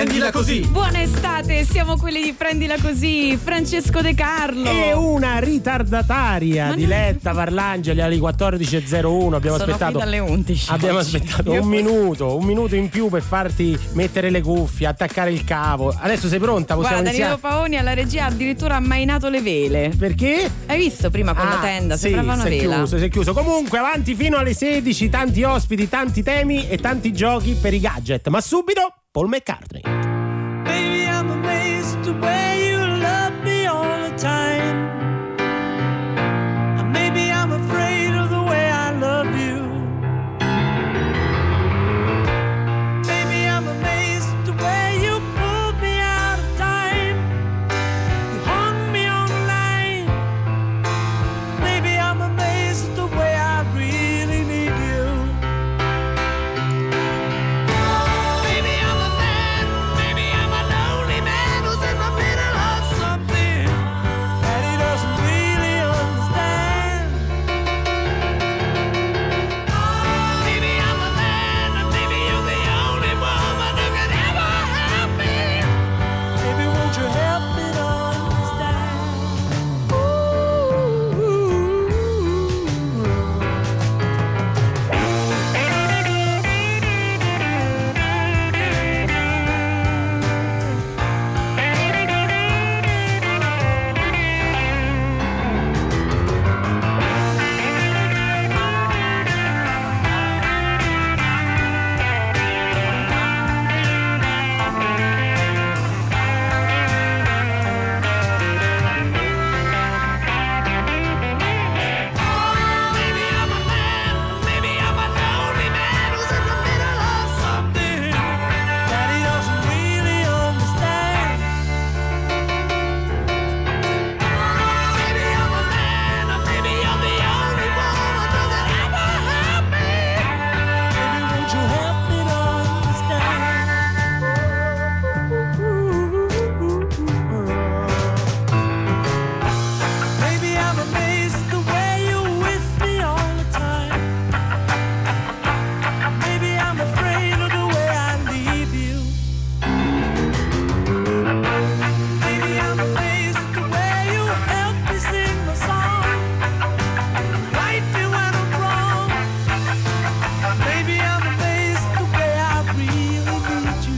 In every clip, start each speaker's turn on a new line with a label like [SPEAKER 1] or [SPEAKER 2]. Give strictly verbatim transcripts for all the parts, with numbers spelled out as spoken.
[SPEAKER 1] Prendila così.
[SPEAKER 2] Buona estate, siamo quelli di Prendila così. Francesco De Carlo.
[SPEAKER 3] E una ritardataria,
[SPEAKER 2] Ma
[SPEAKER 3] Diletta Parlangeli alle quattordici e zero uno. Abbiamo
[SPEAKER 2] Sono
[SPEAKER 3] aspettato
[SPEAKER 2] qui dalle undici.
[SPEAKER 3] Abbiamo
[SPEAKER 2] oggi.
[SPEAKER 3] aspettato
[SPEAKER 2] Io
[SPEAKER 3] un
[SPEAKER 2] posso-
[SPEAKER 3] minuto, un minuto in più per farti mettere le cuffie, attaccare il cavo. Adesso sei pronta? Possiamo
[SPEAKER 2] Guarda,
[SPEAKER 3] iniziare?
[SPEAKER 2] Danilo Paoni alla regia addirittura ha mainato le vele.
[SPEAKER 3] Perché?
[SPEAKER 2] Hai visto prima con la
[SPEAKER 3] Ah,
[SPEAKER 2] tenda?
[SPEAKER 3] sì,
[SPEAKER 2] Sembrava una
[SPEAKER 3] si è
[SPEAKER 2] vela.
[SPEAKER 3] chiuso, si è chiuso. Comunque avanti fino alle sedici, tanti ospiti, tanti temi e tanti giochi per i gadget. Ma subito Paul McCartney.
[SPEAKER 4] Baby, I'm amazed the way you love me all the time. And maybe I'm afraid of the way I love you. Baby, I'm amazed the way you pulled me out of time. You hung me on the line. Baby, I'm amazed at the way I really need you. Baby, I'm a man. Maybe I'm a lonely man who's in the middle of something that he doesn't really understand. Maybe I'm a man, and maybe you're the only woman who can ever help me. Baby, won't you help me to understand? Ooh. Maybe I'm a man, maybe I'm a lonely man who's in the middle of something that he doesn't really understand. Maybe I'm a man, or maybe you're the only woman who can ever help me. Baby, won't you help me to understand? Maybe I'm amazed the way you're with me all the time. Maybe I'm afraid of the way I leave you. Maybe I'm amazed at the way you help me sing my song, right me when I'm wrong. Maybe I'm amazed at the way I really need you.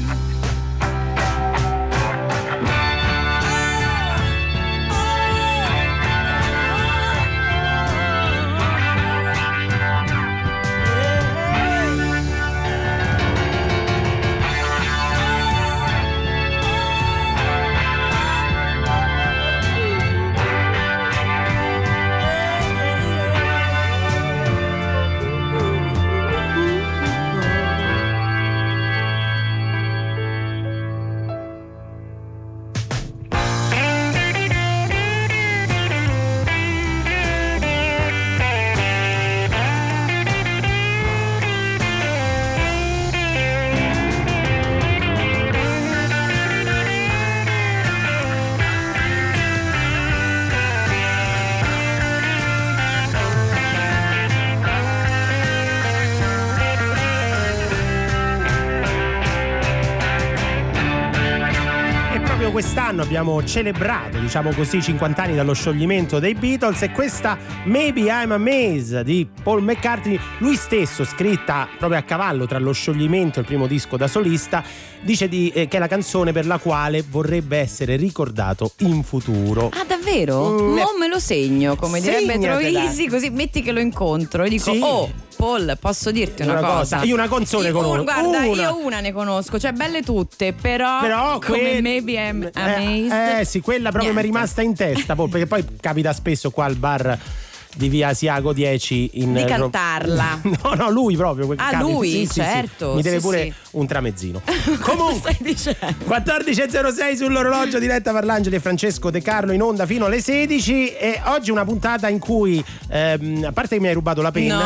[SPEAKER 3] E proprio quest'anno abbiamo celebrato, diciamo così, cinquanta anni dallo scioglimento dei Beatles, e questa Maybe I'm Amazed di Paul McCartney, lui stesso, scritta proprio a cavallo tra lo scioglimento e il primo disco da solista, dice di, eh, che è la canzone per la quale vorrebbe essere ricordato in futuro.
[SPEAKER 2] Ah, davvero?
[SPEAKER 3] Mm,
[SPEAKER 2] Non me lo segno, come direbbe
[SPEAKER 3] segnatela.
[SPEAKER 2] Troisi, così metti che lo incontro e dico:
[SPEAKER 3] Sì.
[SPEAKER 2] oh, Paul, posso dirti una,
[SPEAKER 3] Una cosa, io una canzone
[SPEAKER 2] Io-
[SPEAKER 3] conosco.
[SPEAKER 2] Guarda,
[SPEAKER 3] Una.
[SPEAKER 2] io una ne conosco, cioè belle tutte, però,
[SPEAKER 3] Però
[SPEAKER 2] come
[SPEAKER 3] quel-
[SPEAKER 2] Maybe I'm
[SPEAKER 3] eh,
[SPEAKER 2] Amazed.
[SPEAKER 3] Eh, sì, quella proprio mi è
[SPEAKER 2] Niente.
[SPEAKER 3] rimasta in testa, poi, perché poi capita spesso qua al bar di via Asiago dieci in
[SPEAKER 2] Di
[SPEAKER 3] Ro-
[SPEAKER 2] cantarla.
[SPEAKER 3] No, no, lui proprio. quel
[SPEAKER 2] Ah,
[SPEAKER 3] capita.
[SPEAKER 2] lui?
[SPEAKER 3] Sì, sì, sì.
[SPEAKER 2] Certo,
[SPEAKER 3] Mi deve
[SPEAKER 2] sì,
[SPEAKER 3] pure
[SPEAKER 2] sì.
[SPEAKER 3] un tramezzino.
[SPEAKER 2] Cosa
[SPEAKER 3] Comunque
[SPEAKER 2] stai dicendo?
[SPEAKER 3] quattordici e zero sei sull'orologio, Diletta Parlangeli e Francesco De Carlo in onda fino alle sedici, e oggi una puntata in cui ehm, a parte che mi hai rubato la penna,
[SPEAKER 2] No.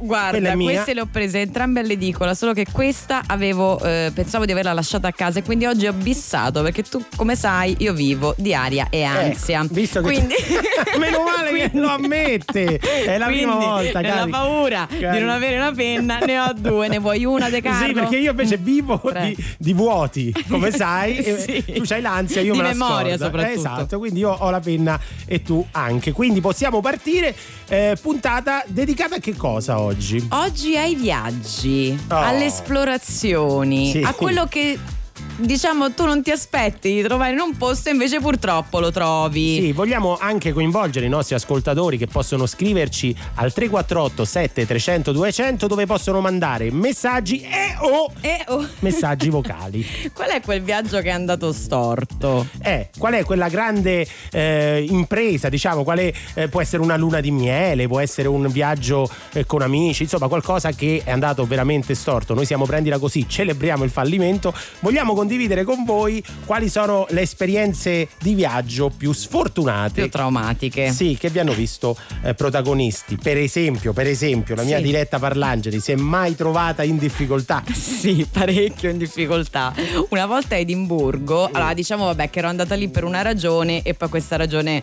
[SPEAKER 2] Guarda, queste le ho prese entrambe all'edicola, solo che questa avevo eh, pensavo di averla lasciata a casa e quindi oggi ho bissato, perché tu come sai io vivo di aria e ansia.
[SPEAKER 3] Eh, visto che
[SPEAKER 2] quindi
[SPEAKER 3] tu... meno male quindi... che lo ammette. È la
[SPEAKER 2] quindi,
[SPEAKER 3] prima volta,
[SPEAKER 2] nella
[SPEAKER 3] cari.
[SPEAKER 2] paura
[SPEAKER 3] cari.
[SPEAKER 2] di non avere una penna ne ho due. Ne vuoi una, De Carlo?
[SPEAKER 3] Sì, perché io invece vivo di, di vuoti, come sai.
[SPEAKER 2] Sì.
[SPEAKER 3] Tu c'hai l'ansia, io
[SPEAKER 2] di
[SPEAKER 3] me la
[SPEAKER 2] memoria
[SPEAKER 3] scordo.
[SPEAKER 2] soprattutto.
[SPEAKER 3] Esatto, quindi io ho la penna e tu anche. Quindi possiamo partire. Eh, puntata dedicata a che cosa oggi?
[SPEAKER 2] Oggi ai viaggi,
[SPEAKER 3] Oh.
[SPEAKER 2] alle esplorazioni,
[SPEAKER 3] Sì.
[SPEAKER 2] a quello che diciamo tu non ti aspetti di trovare in un posto e invece purtroppo lo trovi.
[SPEAKER 3] Sì, vogliamo anche coinvolgere i nostri ascoltatori che possono scriverci al tre quattro otto sette tre zero zero due zero zero, dove possono mandare messaggi e o
[SPEAKER 2] E oh.
[SPEAKER 3] messaggi vocali.
[SPEAKER 2] Qual è quel viaggio che è andato storto?
[SPEAKER 3] Eh, qual è quella grande eh, impresa, diciamo, qual è, eh, può essere una luna di miele, può essere un viaggio eh, con amici, insomma qualcosa che è andato veramente storto. Noi siamo Prendila Così, celebriamo il fallimento, vogliamo condividere con voi quali sono le esperienze di viaggio più sfortunate,
[SPEAKER 2] Più traumatiche.
[SPEAKER 3] sì, che vi hanno visto eh, protagonisti. Per esempio, per esempio, la mia
[SPEAKER 2] Sì.
[SPEAKER 3] diretta Parlangeli si è mai trovata in difficoltà?
[SPEAKER 2] Sì, parecchio in difficoltà. Una volta a Edimburgo, allora diciamo vabbè che ero andata lì per una ragione e poi questa ragione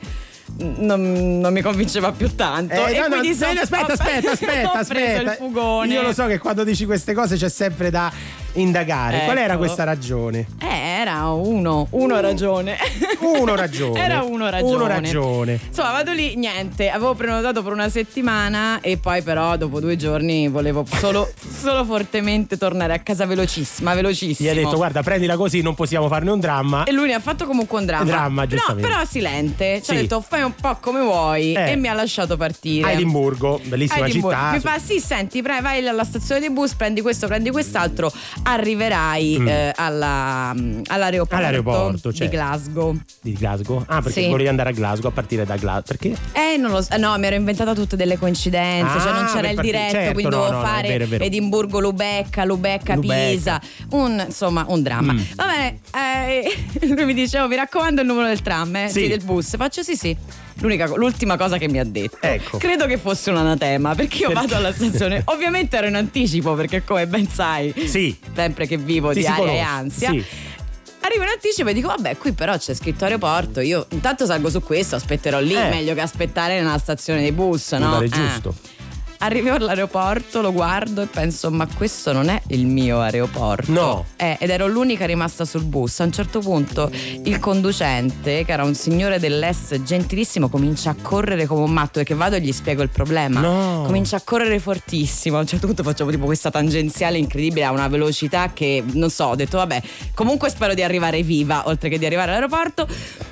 [SPEAKER 2] non, non mi convinceva più tanto.
[SPEAKER 3] Eh,
[SPEAKER 2] e
[SPEAKER 3] no, no,
[SPEAKER 2] quindi
[SPEAKER 3] aspetta,
[SPEAKER 2] so-
[SPEAKER 3] aspetta,
[SPEAKER 2] ho-
[SPEAKER 3] aspetta, aspetta,
[SPEAKER 2] ho preso
[SPEAKER 3] aspetta.
[SPEAKER 2] il fugone.
[SPEAKER 3] Io lo so che quando dici queste cose c'è sempre da indagare.
[SPEAKER 2] Ecco.
[SPEAKER 3] Qual era questa ragione?
[SPEAKER 2] Eh, era uno, uno ragione.
[SPEAKER 3] Uno ragione.
[SPEAKER 2] Era uno ragione.
[SPEAKER 3] Uno ragione.
[SPEAKER 2] Insomma, vado lì, niente, avevo prenotato per una settimana e poi però dopo due giorni volevo solo, solo fortemente tornare a casa velocissima,
[SPEAKER 3] Gli
[SPEAKER 2] velocissimo.
[SPEAKER 3] ha detto guarda, prendila così, non possiamo farne un dramma.
[SPEAKER 2] E lui ne ha fatto comunque un dramma.
[SPEAKER 3] Dramma,
[SPEAKER 2] no,
[SPEAKER 3] giustamente.
[SPEAKER 2] però silente. Ci
[SPEAKER 3] Sì.
[SPEAKER 2] ha detto fai un po' come vuoi
[SPEAKER 3] Eh.
[SPEAKER 2] e mi ha lasciato partire.
[SPEAKER 3] A Edimburgo, bellissima
[SPEAKER 2] A Edimburgo.
[SPEAKER 3] città.
[SPEAKER 2] Mi fa sì, senti, pre- vai alla stazione di bus, prendi questo, prendi quest'altro, arriverai
[SPEAKER 3] Mm.
[SPEAKER 2] eh, alla, all'aeroporto,
[SPEAKER 3] All'aeroporto,
[SPEAKER 2] di
[SPEAKER 3] certo.
[SPEAKER 2] Glasgow.
[SPEAKER 3] Di Glasgow? Ah, perché
[SPEAKER 2] Sì.
[SPEAKER 3] volevi andare a Glasgow a partire da Glasgow. Perché?
[SPEAKER 2] Eh, non lo so, no, mi ero inventata tutte delle coincidenze, cioè non
[SPEAKER 3] Ah,
[SPEAKER 2] c'era
[SPEAKER 3] per
[SPEAKER 2] il
[SPEAKER 3] partire-
[SPEAKER 2] diretto,
[SPEAKER 3] certo,
[SPEAKER 2] quindi
[SPEAKER 3] no,
[SPEAKER 2] dovevo
[SPEAKER 3] no, no,
[SPEAKER 2] fare
[SPEAKER 3] è vero, è vero.
[SPEAKER 2] Edimburgo, Lubecca, Lubecca,
[SPEAKER 3] Lubecca.
[SPEAKER 2] Pisa, un, insomma, un dramma.
[SPEAKER 3] Mm.
[SPEAKER 2] Vabbè, eh, lui mi diceva, mi raccomando il numero del tram, eh,
[SPEAKER 3] Sì.
[SPEAKER 2] sì, del bus. Faccio sì, sì. L'unica, l'ultima cosa che mi ha detto,
[SPEAKER 3] Ecco.
[SPEAKER 2] credo che fosse un anatema, perché io
[SPEAKER 3] Perché?
[SPEAKER 2] vado alla stazione, ovviamente ero in anticipo, perché come ben sai,
[SPEAKER 3] Sì.
[SPEAKER 2] sempre che vivo
[SPEAKER 3] Ti
[SPEAKER 2] di
[SPEAKER 3] si
[SPEAKER 2] aria e
[SPEAKER 3] conosce,
[SPEAKER 2] ansia.
[SPEAKER 3] sì.
[SPEAKER 2] Arrivo in anticipo e dico vabbè, qui però c'è scritto aeroporto, io intanto salgo su questo, aspetterò lì,
[SPEAKER 3] Eh.
[SPEAKER 2] meglio che aspettare nella stazione dei bus, no?
[SPEAKER 3] Andare
[SPEAKER 2] Eh.
[SPEAKER 3] giusto.
[SPEAKER 2] Arrivo all'aeroporto, lo guardo e penso ma questo non è il mio aeroporto.
[SPEAKER 3] No.
[SPEAKER 2] Eh, ed ero l'unica rimasta sul bus. A un certo punto il conducente, che era un signore dell'est gentilissimo, comincia a correre come un matto, perché vado e gli spiego il problema.
[SPEAKER 3] No.
[SPEAKER 2] Comincia a correre fortissimo. A un certo punto facciamo tipo questa tangenziale incredibile a una velocità che non so, ho detto vabbè, comunque spero di arrivare viva oltre che di arrivare all'aeroporto.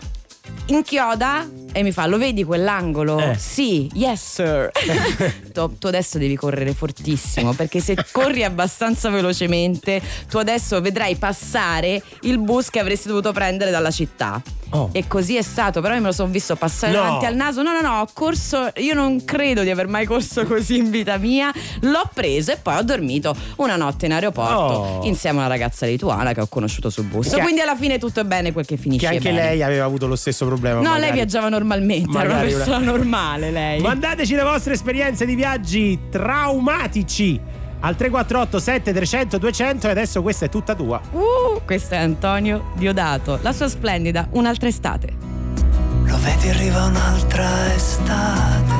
[SPEAKER 2] Inchioda e mi fa lo vedi quell'angolo?
[SPEAKER 3] Eh.
[SPEAKER 2] Sì, yes sir. tu, tu adesso devi correre fortissimo, perché se corri abbastanza velocemente tu adesso vedrai passare il bus che avresti dovuto prendere dalla città.
[SPEAKER 3] Oh.
[SPEAKER 2] E così è stato, però io me lo sono visto passare
[SPEAKER 3] No.
[SPEAKER 2] davanti al naso. No no no, ho corso, io non credo di aver mai corso così in vita mia. L'ho preso e poi ho dormito una notte in aeroporto
[SPEAKER 3] Oh.
[SPEAKER 2] insieme a una ragazza lituana che ho conosciuto sul bus.
[SPEAKER 3] Che-
[SPEAKER 2] Quindi alla fine tutto è bene quel che finisce
[SPEAKER 3] Che anche
[SPEAKER 2] bene.
[SPEAKER 3] lei aveva avuto lo stesso problema.
[SPEAKER 2] No,
[SPEAKER 3] magari.
[SPEAKER 2] lei viaggiava normalmente, era una
[SPEAKER 3] Magari una-
[SPEAKER 2] persona normale lei.
[SPEAKER 3] Mandateci le vostre esperienze di viaggi traumatici al tre quattro otto sette tre zero zero due zero zero e adesso questa è tutta tua.
[SPEAKER 2] Uh, questo è Antonio Diodato, la sua splendida Un'altra estate.
[SPEAKER 1] Lo vedi, arriva un'altra estate.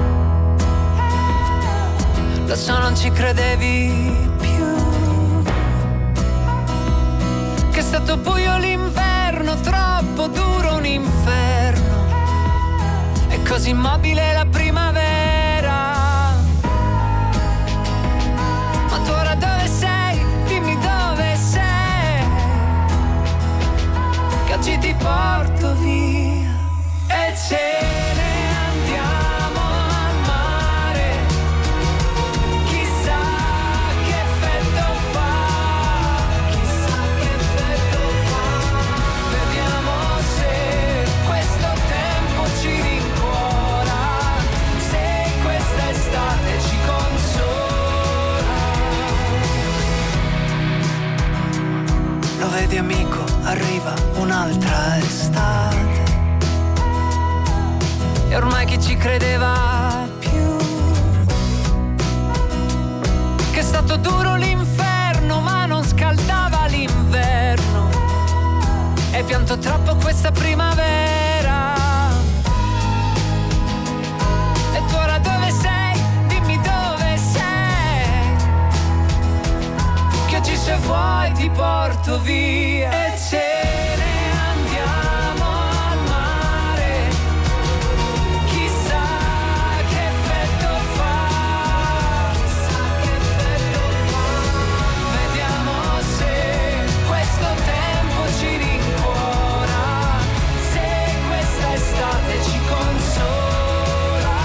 [SPEAKER 1] Lo so, non ci credevi più, che è stato buio l'inverno, troppo duro un inferno, e così immobile la primavera. Ma tu ora dove sei? Dimmi dove sei, che oggi ti porto via e ce ne andiamo al mare. Chissà che effetto fa, chissà che effetto fa. Vediamo se questo tempo ci rincuora, se questa estate ci consola. Lo vedi amico, arriva un'altra estate, e ormai chi ci credeva più stato duro l'inferno, ma non scaldava l'inverno. Hai pianto troppo questa primavera. E tu ora dove sei? Dimmi dove sei, che oggi se vuoi ti porto via. E ce ne andiamo al mare, chissà che effetto fa, chissà che effetto fa. Vediamo se questo tempo ci rincuora, se questa estate ci consola.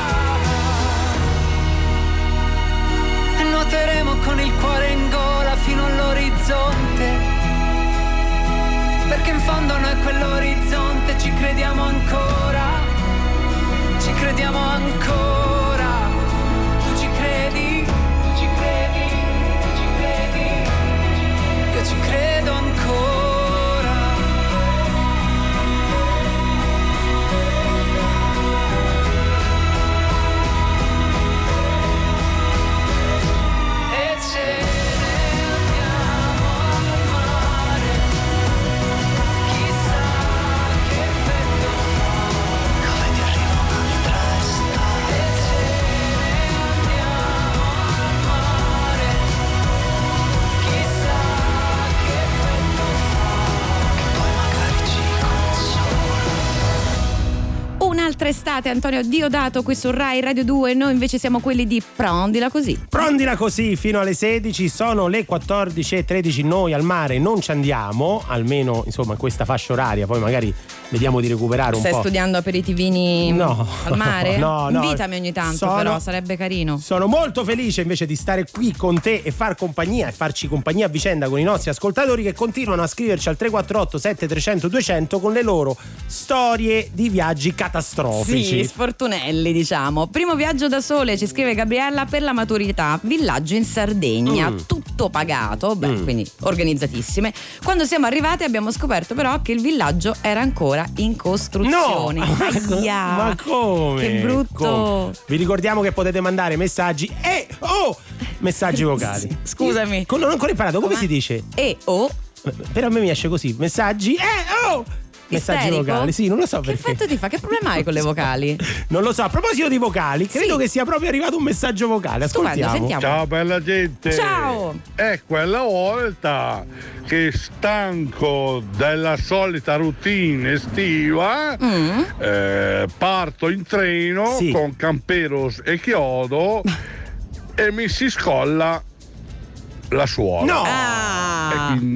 [SPEAKER 1] E nuoteremo con il cuore in gola fino all'orizzonte, perché in fondo noi quell'orizzonte ci crediamo ancora, ci crediamo ancora. Tu ci credi, tu ci credi, tu ci credi, io ci credo ancora. E ce ne andiamo al mare, chissà che effetto fa, come ti arriva un'altra estate. E ce ne andiamo al mare, chissà che effetto fa, che poi magari ci consola.
[SPEAKER 2] Un'altra estate, Antonio Diodato qui su Rai Radio due. Noi invece siamo quelli di Prendila Così.
[SPEAKER 3] Prendila Così fino alle sedici, sono le quattordici e tredici. Noi al mare non ci andiamo, almeno insomma in questa fascia oraria, poi magari vediamo di recuperare un
[SPEAKER 2] Stai
[SPEAKER 3] po'.
[SPEAKER 2] studiando aperitivini
[SPEAKER 3] No,
[SPEAKER 2] al mare?
[SPEAKER 3] no, no.
[SPEAKER 2] Invitami ogni tanto,
[SPEAKER 3] Sono-
[SPEAKER 2] però sarebbe carino.
[SPEAKER 3] Sono molto felice invece di stare qui con te e far compagnia e farci compagnia a vicenda con i nostri ascoltatori che continuano a scriverci al tre quattro otto sette tre zero zero due zero zero con le loro storie di viaggi catastrofici.
[SPEAKER 2] Sì, sfortunelli, diciamo. Primo viaggio da sole, ci scrive Gabriella, per la maturità, villaggio in Sardegna,
[SPEAKER 3] Mm.
[SPEAKER 2] tutto pagato, beh,
[SPEAKER 3] Mm.
[SPEAKER 2] quindi organizzatissime. Quando siamo arrivati abbiamo scoperto però che il villaggio era ancora in costruzione.
[SPEAKER 3] No!
[SPEAKER 2] Aia.
[SPEAKER 3] Ma come?
[SPEAKER 2] Che brutto.
[SPEAKER 3] Come? Vi ricordiamo che potete mandare messaggi e oh! Messaggi vocali.
[SPEAKER 2] Sì, scusami.
[SPEAKER 3] Io non ho ancora imparato come
[SPEAKER 2] Com'è?
[SPEAKER 3] si dice.
[SPEAKER 2] E o
[SPEAKER 3] Però a me mi esce così. Messaggi e oh! Messaggi
[SPEAKER 2] isterico?
[SPEAKER 3] vocali. Sì, non lo so
[SPEAKER 2] Che
[SPEAKER 3] perché.
[SPEAKER 2] effetto ti fa? Che problema hai con le vocali?
[SPEAKER 3] Non lo so. A proposito di vocali, credo
[SPEAKER 2] Sì.
[SPEAKER 3] che sia proprio arrivato un messaggio vocale.
[SPEAKER 2] Stupendo,
[SPEAKER 3] Ascoltiamo.
[SPEAKER 2] sentiamo.
[SPEAKER 5] Ciao bella gente.
[SPEAKER 2] Ciao.
[SPEAKER 5] È quella volta che stanco della solita routine estiva
[SPEAKER 2] Mm.
[SPEAKER 5] eh, parto in treno
[SPEAKER 3] Sì.
[SPEAKER 5] con camperos e chiodo e mi si scolla la suola.
[SPEAKER 3] No!
[SPEAKER 2] Ah.
[SPEAKER 5] E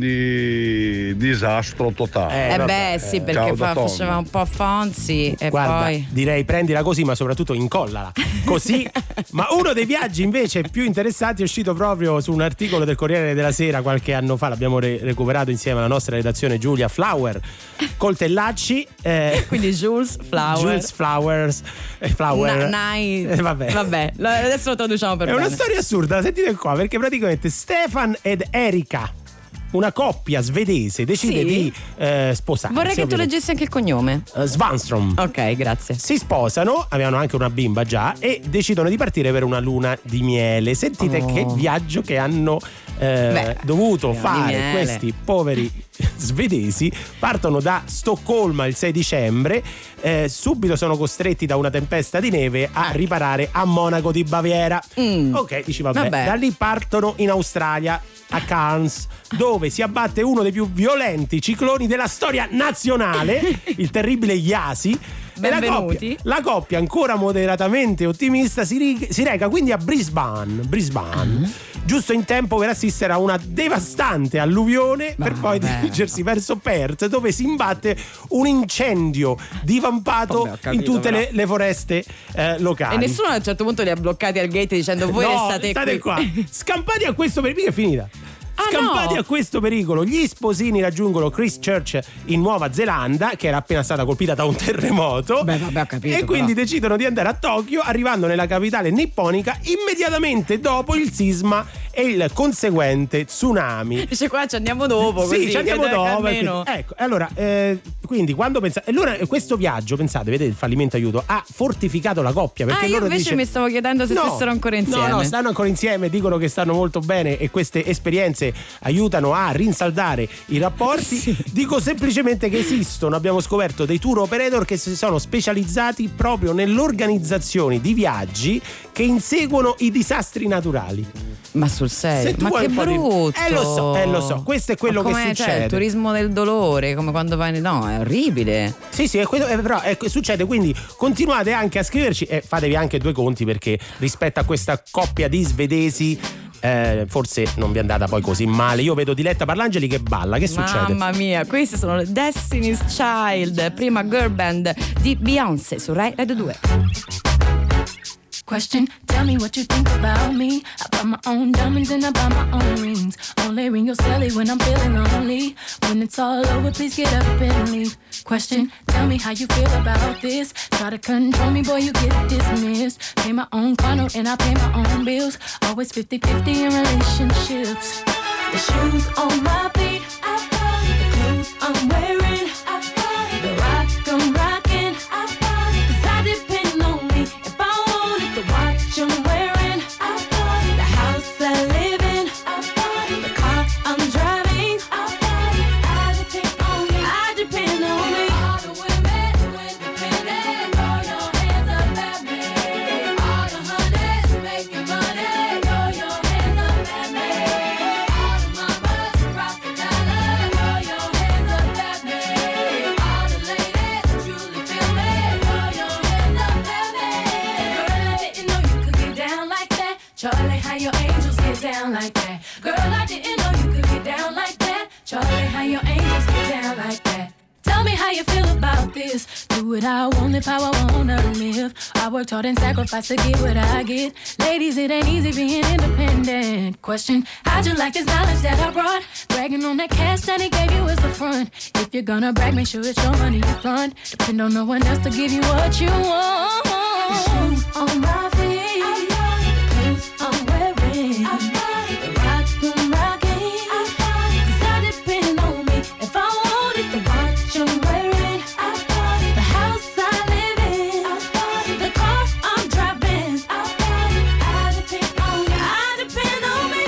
[SPEAKER 5] quindi disastro totale.
[SPEAKER 3] Eh,
[SPEAKER 2] Eh
[SPEAKER 3] vabbè.
[SPEAKER 2] beh, sì,
[SPEAKER 5] Eh,
[SPEAKER 2] perché
[SPEAKER 5] ciao
[SPEAKER 2] fa,
[SPEAKER 5] da Tom.
[SPEAKER 2] faceva un po' Fonzi e
[SPEAKER 3] Guarda,
[SPEAKER 2] poi.
[SPEAKER 3] direi prendila così, ma soprattutto incollala così. Ma uno dei viaggi invece più interessanti è uscito proprio su un articolo del Corriere della Sera qualche anno fa, l'abbiamo re- recuperato insieme alla nostra redazione Giulia Flower Coltellacci, eh,
[SPEAKER 2] Quindi Jules Flower.
[SPEAKER 3] Jules Flowers eh, Flower.
[SPEAKER 2] Na- nice.
[SPEAKER 3] Eh, vabbè.
[SPEAKER 2] Vabbè, lo- adesso lo traduciamo per
[SPEAKER 3] È una
[SPEAKER 2] bene.
[SPEAKER 3] storia assurda, sentite qua, perché praticamente Stefan ed Erika, una coppia svedese, decide
[SPEAKER 2] Sì?
[SPEAKER 3] di eh, sposarsi.
[SPEAKER 2] Vorrei che tu
[SPEAKER 3] ovviamente.
[SPEAKER 2] leggessi anche il cognome.
[SPEAKER 3] Eh, Svanstrom.
[SPEAKER 2] Ok, grazie.
[SPEAKER 3] Si sposano, avevano anche una bimba già e decidono di partire per una luna di miele. Sentite
[SPEAKER 2] Oh.
[SPEAKER 3] che viaggio che hanno eh,
[SPEAKER 2] Beh,
[SPEAKER 3] dovuto
[SPEAKER 2] luna di
[SPEAKER 3] fare
[SPEAKER 2] miele.
[SPEAKER 3] questi poveri svedesi. Partono da Stoccolma il sei dicembre, eh, subito sono costretti da una tempesta di neve a riparare a Monaco di Baviera.
[SPEAKER 2] Mm.
[SPEAKER 3] Ok, dici vabbè.
[SPEAKER 2] Vabbè.
[SPEAKER 3] Da lì partono in Australia, a Cairns, dove si abbatte uno dei più violenti cicloni della storia nazionale, il terribile Yasi. E la
[SPEAKER 2] Benvenuti.
[SPEAKER 3] coppia, la coppia, ancora moderatamente ottimista, si, ri- si reca quindi a Brisbane, Brisbane
[SPEAKER 2] Ah.
[SPEAKER 3] giusto in tempo per assistere a una devastante alluvione, per
[SPEAKER 2] Vabbè.
[SPEAKER 3] poi dirigersi verso Perth, dove si imbatte un incendio divampato
[SPEAKER 2] Vabbè, ho capito,
[SPEAKER 3] in tutte
[SPEAKER 2] però.
[SPEAKER 3] le, le foreste eh, locali.
[SPEAKER 2] E nessuno a un certo punto li ha bloccati al gate dicendo voi
[SPEAKER 3] No,
[SPEAKER 2] restate
[SPEAKER 3] state
[SPEAKER 2] qui.
[SPEAKER 3] qua. Scampati a questo pericolo, è finita.
[SPEAKER 2] Ah,
[SPEAKER 3] Scampati
[SPEAKER 2] no.
[SPEAKER 3] a questo pericolo, gli sposini raggiungono Christchurch in Nuova Zelanda, che era appena stata colpita da un terremoto.
[SPEAKER 2] Beh, vabbè, ho capito,
[SPEAKER 3] e quindi
[SPEAKER 2] però.
[SPEAKER 3] decidono di andare a Tokyo, arrivando nella capitale nipponica immediatamente dopo il sisma e il conseguente tsunami.
[SPEAKER 2] Dice qua ci andiamo dopo.
[SPEAKER 3] Sì,
[SPEAKER 2] così,
[SPEAKER 3] ci andiamo
[SPEAKER 2] che- che
[SPEAKER 3] dopo.
[SPEAKER 2] almeno-
[SPEAKER 3] perché- Ecco, allora, eh, quindi quando pensate, allora questo viaggio, pensate, vedete il fallimento aiuto, ha fortificato la coppia, perché
[SPEAKER 2] ah, io
[SPEAKER 3] loro
[SPEAKER 2] invece
[SPEAKER 3] dice,
[SPEAKER 2] mi stavo chiedendo se
[SPEAKER 3] no,
[SPEAKER 2] stessero ancora insieme.
[SPEAKER 3] No, no, stanno ancora insieme, dicono che stanno molto bene e queste esperienze aiutano a rinsaldare i rapporti. Sì. Dico semplicemente che esistono, abbiamo scoperto dei tour operator che si sono specializzati proprio nell'organizzazione di viaggi che inseguono i disastri naturali.
[SPEAKER 2] Ma sul serio? Ma che brutto!
[SPEAKER 3] Di... Eh lo so, eh lo so, questo è quello che succede.
[SPEAKER 2] Cioè, il turismo del dolore, come quando vai, no, è orribile.
[SPEAKER 3] Sì, sì, è quello, è, però è, succede, quindi continuate anche a scriverci e fatevi anche due conti, perché rispetto a questa coppia di svedesi Eh, forse non vi è andata poi così male. Io vedo Diletta Parlangeli che balla. Che succede?
[SPEAKER 2] Mamma mia, queste sono le Destiny's Child, prima girl band di Beyoncé su Rai Radio due.
[SPEAKER 6] Question, tell me what you think about me. I buy my own diamonds and I buy my own rings. Only ring your celly when I'm feeling lonely. When it's all over, please get up and leave. Question, tell me how you feel about this. Try to control me, boy, you get dismissed. Pay my own condo and I pay my own bills. Always fifty-fifty in relationships. The shoes on my feet, I buy the clothes I'm wearing, I buy the rock I'm rocking, I buy 'cause I depend on me. If I wanted the watch I'm wearing, I buy the house I live in, I buy the car I'm driving, I buy I depend on me, I depend on me. All the women who independent, throw your hands up at me. All the honeys making money, throw your hands up at me. All the mamas who rock the dollar, throw your hands up at me. All the ladies who truly feel me, throw your hands up at me. Girl, I didn't know you could get down like that. Charlie, how your angels get down like that. Girl, I didn't know you could get down like that. Charlie, how your angels get down like that. Tell me how you feel about this. Do what I want, live how I wanna live. I worked hard and sacrificed to get what I get. Ladies, it ain't easy being independent. Question, how'd you like this knowledge that I brought? Bragging on that cash that he gave you is the front. If you're gonna brag, make sure it's your money you front. Depend on no one else to give you what you want. The shoes on my feet, the clothes I'm wearing, the rock I'm rocking, 'cause I depend on me. If I wanted the watch I'm wearing, the house I live in, the car I'm driving, I depend on me. I depend on me.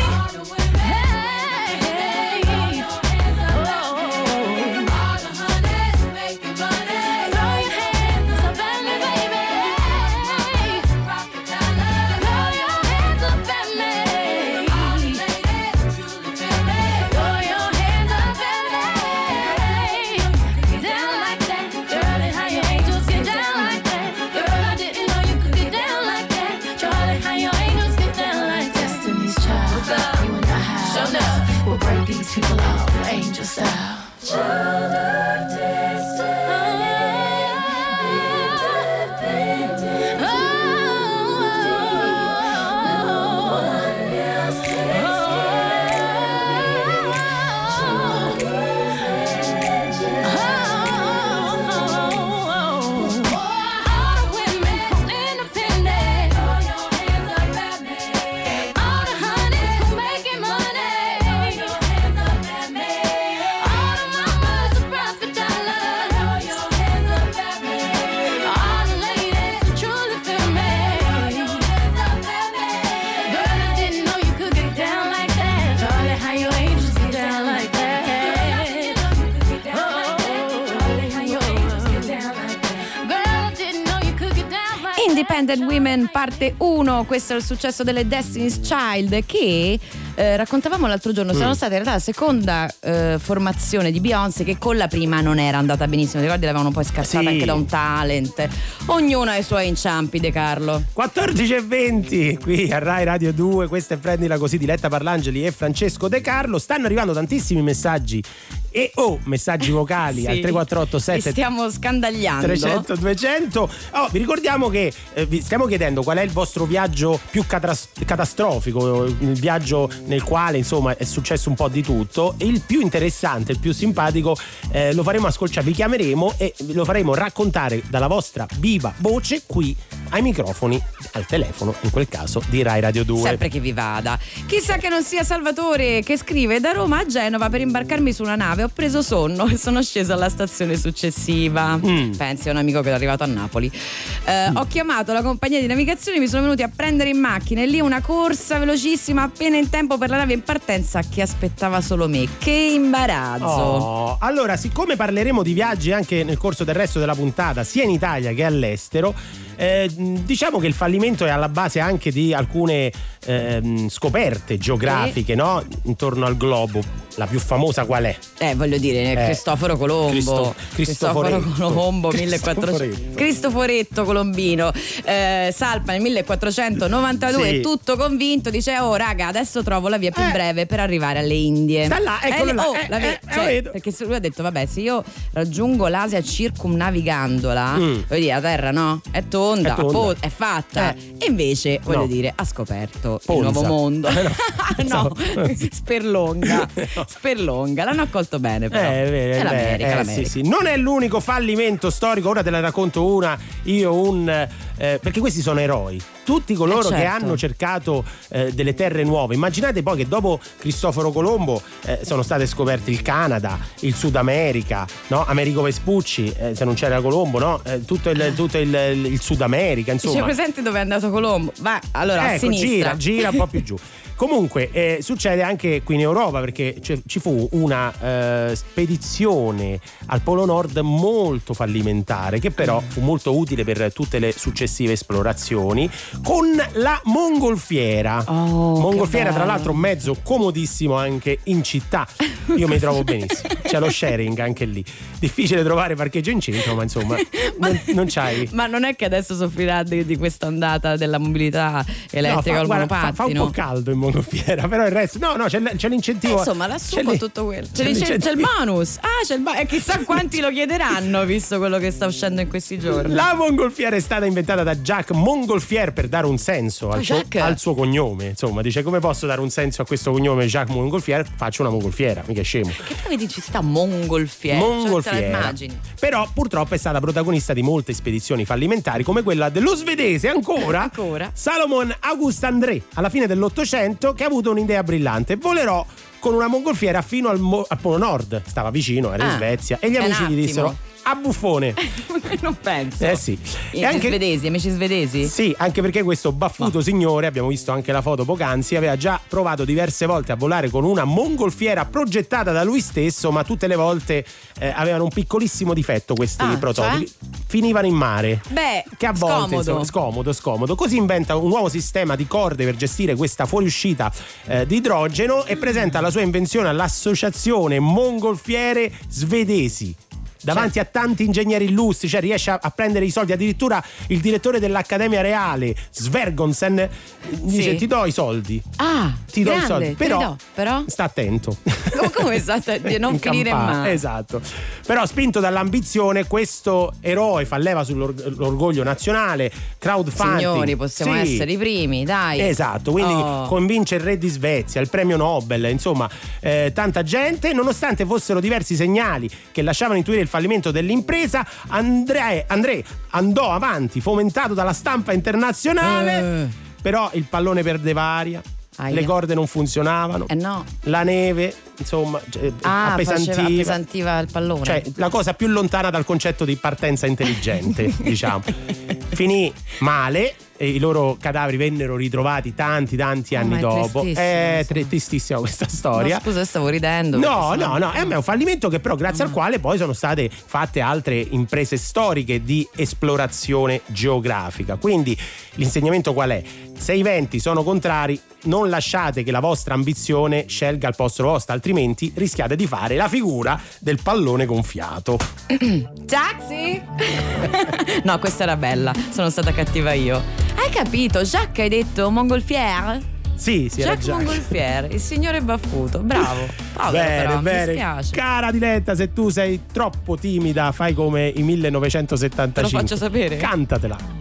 [SPEAKER 6] Hey, hey, oh, all the honeys making money, throw your hands up at me, baby. Rock the dollar, throw your hands up at me. All the ladies who truly feel me, throw your hands up at me. Get down like that, Charlie, how your angels get down like that. Girl, I didn't know you could get down like that. Charlie, how your angels get down like that. Destiny's Child, what's up? You and I have, show up. We'll break these people off, angel style. Child of destiny, independent. Oh, no one else can all the women who independent, throw your hands up at me. All the honeys who making money, throw your hands up at me. All the mamas who profit dollar, throw your hands up at me. All the ladies who truly feel me, throw your hands up at me. Girl, I didn't know you could get down like that. Charlie, how your angels get down like that.
[SPEAKER 2] Independent Women parte uno, questo è il successo delle Destiny's Child che eh, raccontavamo l'altro giorno, sono state in realtà la seconda eh, formazione di Beyoncé che con la prima non era andata benissimo, ti ricordi l'avevano poi scassata
[SPEAKER 3] Sì.
[SPEAKER 2] anche da un talent, ognuno ha i suoi inciampi, De Carlo.
[SPEAKER 3] quattordici e venti qui a Rai Radio due, questa è Prendila Così, Diletta Parlangeli e Francesco De Carlo. Stanno arrivando tantissimi messaggi e o oh, messaggi vocali
[SPEAKER 2] Sì.
[SPEAKER 3] al tre quattro otto
[SPEAKER 2] Li
[SPEAKER 3] sette
[SPEAKER 2] stiamo scandagliando.
[SPEAKER 3] trecento duecento. Oh, vi ricordiamo che eh, vi stiamo chiedendo qual è il vostro viaggio più catras- catastrofico, il viaggio nel quale insomma è successo un po' di tutto, e il più interessante, il più simpatico eh, lo faremo ascoltare, vi chiameremo e lo faremo raccontare dalla vostra viva voce qui ai microfoni, al telefono in quel caso di Rai Radio due.
[SPEAKER 2] Sempre che vi vada. Chissà che non sia Salvatore che scrive: da Roma a Genova per imbarcarmi su una nave ho preso sonno e sono sceso alla stazione successiva. Mm. Pensi a un amico che è arrivato a Napoli. Eh, mm. Ho chiamato la compagnia di navigazione, mi sono venuti a prendere in macchina e lì una corsa velocissima appena in tempo per la nave in partenza che aspettava solo me. Che imbarazzo.
[SPEAKER 3] Oh, allora, siccome parleremo di viaggi anche nel corso del resto della puntata, sia in Italia che all'estero, eh, diciamo che il fallimento è alla base anche di alcune eh, scoperte geografiche, e... no? Intorno al globo. La più famosa qual è?
[SPEAKER 2] Eh, voglio dire, eh, Cristoforo Colombo.
[SPEAKER 3] Cristo,
[SPEAKER 2] Cristoforo Colombo, millequattrocento. Cristoforetto Colombino. Eh, Salpa nel millequattrocentonovantadue, sì. Tutto convinto, dice: oh raga, adesso trovo la via più eh. breve per arrivare alle Indie.
[SPEAKER 3] Sta là, eccolo
[SPEAKER 2] eh,
[SPEAKER 3] là.
[SPEAKER 2] Oh,
[SPEAKER 3] eh,
[SPEAKER 2] la via,
[SPEAKER 3] eh,
[SPEAKER 2] cioè, perché lui ha detto: vabbè, se io raggiungo l'Asia circumnavigandola, mm. voglio dire, la terra no? È tonda,
[SPEAKER 3] è, tonda.
[SPEAKER 2] Po- è fatta. Eh. E invece, voglio no. dire, ha scoperto
[SPEAKER 3] Ponza.
[SPEAKER 2] il nuovo mondo.
[SPEAKER 3] Eh,
[SPEAKER 2] no,
[SPEAKER 3] no.
[SPEAKER 2] Sperlonga. No. Sperlonga, l'hanno accolto bene però.
[SPEAKER 3] Eh, beh,
[SPEAKER 2] è l'America,
[SPEAKER 3] eh,
[SPEAKER 2] l'America.
[SPEAKER 3] Sì, sì. Non è l'unico fallimento storico, ora te ne racconto una, io un eh, perché questi sono eroi. Tutti coloro
[SPEAKER 2] eh certo.
[SPEAKER 3] che hanno cercato eh, delle terre nuove. Immaginate poi che dopo Cristoforo Colombo eh, sono state scoperte il Canada, il Sud America, no? Amerigo Vespucci, eh, se non c'era Colombo, no? Eh, tutto, il, tutto il, il Sud America, insomma.
[SPEAKER 2] C'è presente dove è andato Colombo? Va, allora
[SPEAKER 3] ecco,
[SPEAKER 2] a sinistra.
[SPEAKER 3] gira, gira un po' più giù. Comunque eh, succede anche qui in Europa, perché ci fu una eh, spedizione al Polo Nord molto fallimentare, che però fu molto utile per tutte le successive esplorazioni, con la mongolfiera.
[SPEAKER 2] Oh,
[SPEAKER 3] mongolfiera, tra l'altro, un mezzo comodissimo anche in città. Io mi trovo benissimo. C'è lo sharing anche lì. Difficile trovare parcheggio in centro, ma insomma
[SPEAKER 2] ma,
[SPEAKER 3] non, non c'hai.
[SPEAKER 2] Ma non è che adesso soffrirà di, di questa ondata della mobilità elettrica
[SPEAKER 3] no,
[SPEAKER 2] al
[SPEAKER 3] guarda,
[SPEAKER 2] monopatti,
[SPEAKER 3] fa, fa un
[SPEAKER 2] no?
[SPEAKER 3] po' caldo in mongolfiera, però il resto no, no, c'è, c'è l'incentivo.
[SPEAKER 2] Eh, insomma, lassù
[SPEAKER 3] c'è
[SPEAKER 2] con
[SPEAKER 3] lì,
[SPEAKER 2] tutto quello.
[SPEAKER 3] C'è,
[SPEAKER 2] c'è, c'è, c'è il
[SPEAKER 3] lì.
[SPEAKER 2] bonus. Ah, c'è il bonus. E chissà quanti lo chiederanno, visto quello che sta uscendo in questi giorni.
[SPEAKER 3] La mongolfiera è stata inventata da Jacques Montgolfier per dare un senso al,
[SPEAKER 2] oh,
[SPEAKER 3] suo, al suo cognome. Insomma, dice: come posso dare un senso a questo cognome Jacques Montgolfier? Faccio una mongolfiera, mica scemo.
[SPEAKER 2] Che poi dici sta mongolfiera?
[SPEAKER 3] Mongolfiera.
[SPEAKER 2] Cioè, immagini.
[SPEAKER 3] Però purtroppo è stata protagonista di molte spedizioni fallimentari, come quella dello svedese ancora,
[SPEAKER 2] ancora?
[SPEAKER 3] Salomon August André, alla fine dell'Ottocento, che ha avuto un'idea brillante. Volerò con una mongolfiera fino al, mo- al Polo Nord, stava vicino, era
[SPEAKER 2] ah,
[SPEAKER 3] in Svezia, e gli amici gli dissero: a buffone.
[SPEAKER 2] Non penso.
[SPEAKER 3] Eh sì.
[SPEAKER 2] E
[SPEAKER 3] anche
[SPEAKER 2] svedesi, amici svedesi?
[SPEAKER 3] Sì, anche perché questo baffuto no. signore, abbiamo visto anche la foto poc'anzi, aveva già provato diverse volte a volare con una mongolfiera progettata da lui stesso, ma tutte le volte eh, avevano un piccolissimo difetto questi
[SPEAKER 2] ah,
[SPEAKER 3] prototipi.
[SPEAKER 2] Cioè?
[SPEAKER 3] Finivano in mare.
[SPEAKER 2] Beh,
[SPEAKER 3] che a volte
[SPEAKER 2] scomodo.
[SPEAKER 3] Insomma, scomodo, scomodo. Così inventa un nuovo sistema di corde per gestire questa fuoriuscita eh, di idrogeno e presenta la sua invenzione all'Associazione Mongolfiere Svedesi. Davanti cioè. a tanti ingegneri illustri, cioè riesce a, a prendere i soldi. Addirittura il direttore dell'Accademia Reale, Svergonsen, dice:
[SPEAKER 2] sì.
[SPEAKER 3] ti do i soldi.
[SPEAKER 2] Ah,
[SPEAKER 3] ti
[SPEAKER 2] grande,
[SPEAKER 3] do i soldi. Però,
[SPEAKER 2] do, però sta
[SPEAKER 3] attento.
[SPEAKER 2] Come sta di non in finire mai.
[SPEAKER 3] Esatto. Però spinto dall'ambizione, questo eroe fa leva sull'orgoglio nazionale, crowdfunding.
[SPEAKER 2] Signori, possiamo
[SPEAKER 3] sì.
[SPEAKER 2] essere i primi, dai.
[SPEAKER 3] Esatto, quindi
[SPEAKER 2] oh.
[SPEAKER 3] convince il re di Svezia, il premio Nobel, insomma, eh, tanta gente. Nonostante fossero diversi segnali che lasciavano intuire il fallimento dell'impresa, André, André andò avanti, fomentato dalla stampa internazionale, uh. però il pallone perdeva aria. Aia. Le corde non funzionavano,
[SPEAKER 2] eh no.
[SPEAKER 3] la neve, insomma,
[SPEAKER 2] ah,
[SPEAKER 3] appesantiva.
[SPEAKER 2] Faceva, appesantiva il pallone.
[SPEAKER 3] Cioè, la cosa più lontana dal concetto di partenza intelligente, diciamo. Finì male e i loro cadaveri vennero ritrovati tanti tanti anni
[SPEAKER 2] oh,
[SPEAKER 3] dopo. È tristissima questa storia.
[SPEAKER 2] No, scusa, stavo ridendo.
[SPEAKER 3] No, no, no, è un fallimento che però grazie no. al quale poi sono state fatte altre imprese storiche di esplorazione geografica. Quindi l'insegnamento qual è? Se i venti sono contrari, non lasciate che la vostra ambizione scelga al posto vostro, altrimenti rischiate di fare la figura del pallone gonfiato.
[SPEAKER 2] Taxi! No, questa era bella, sono stata cattiva io. Hai capito? Jacques, hai detto Montgolfier?
[SPEAKER 3] Sì, sì,
[SPEAKER 2] Jacques Montgolfier, il signore baffuto, bravo. Povero,
[SPEAKER 3] bene,
[SPEAKER 2] però,
[SPEAKER 3] bene.
[SPEAKER 2] mi spiace.
[SPEAKER 3] Cara Diletta, se tu sei troppo timida, fai come i millenovecentosettantacinque.
[SPEAKER 2] Te lo faccio sapere.
[SPEAKER 3] Cantatela.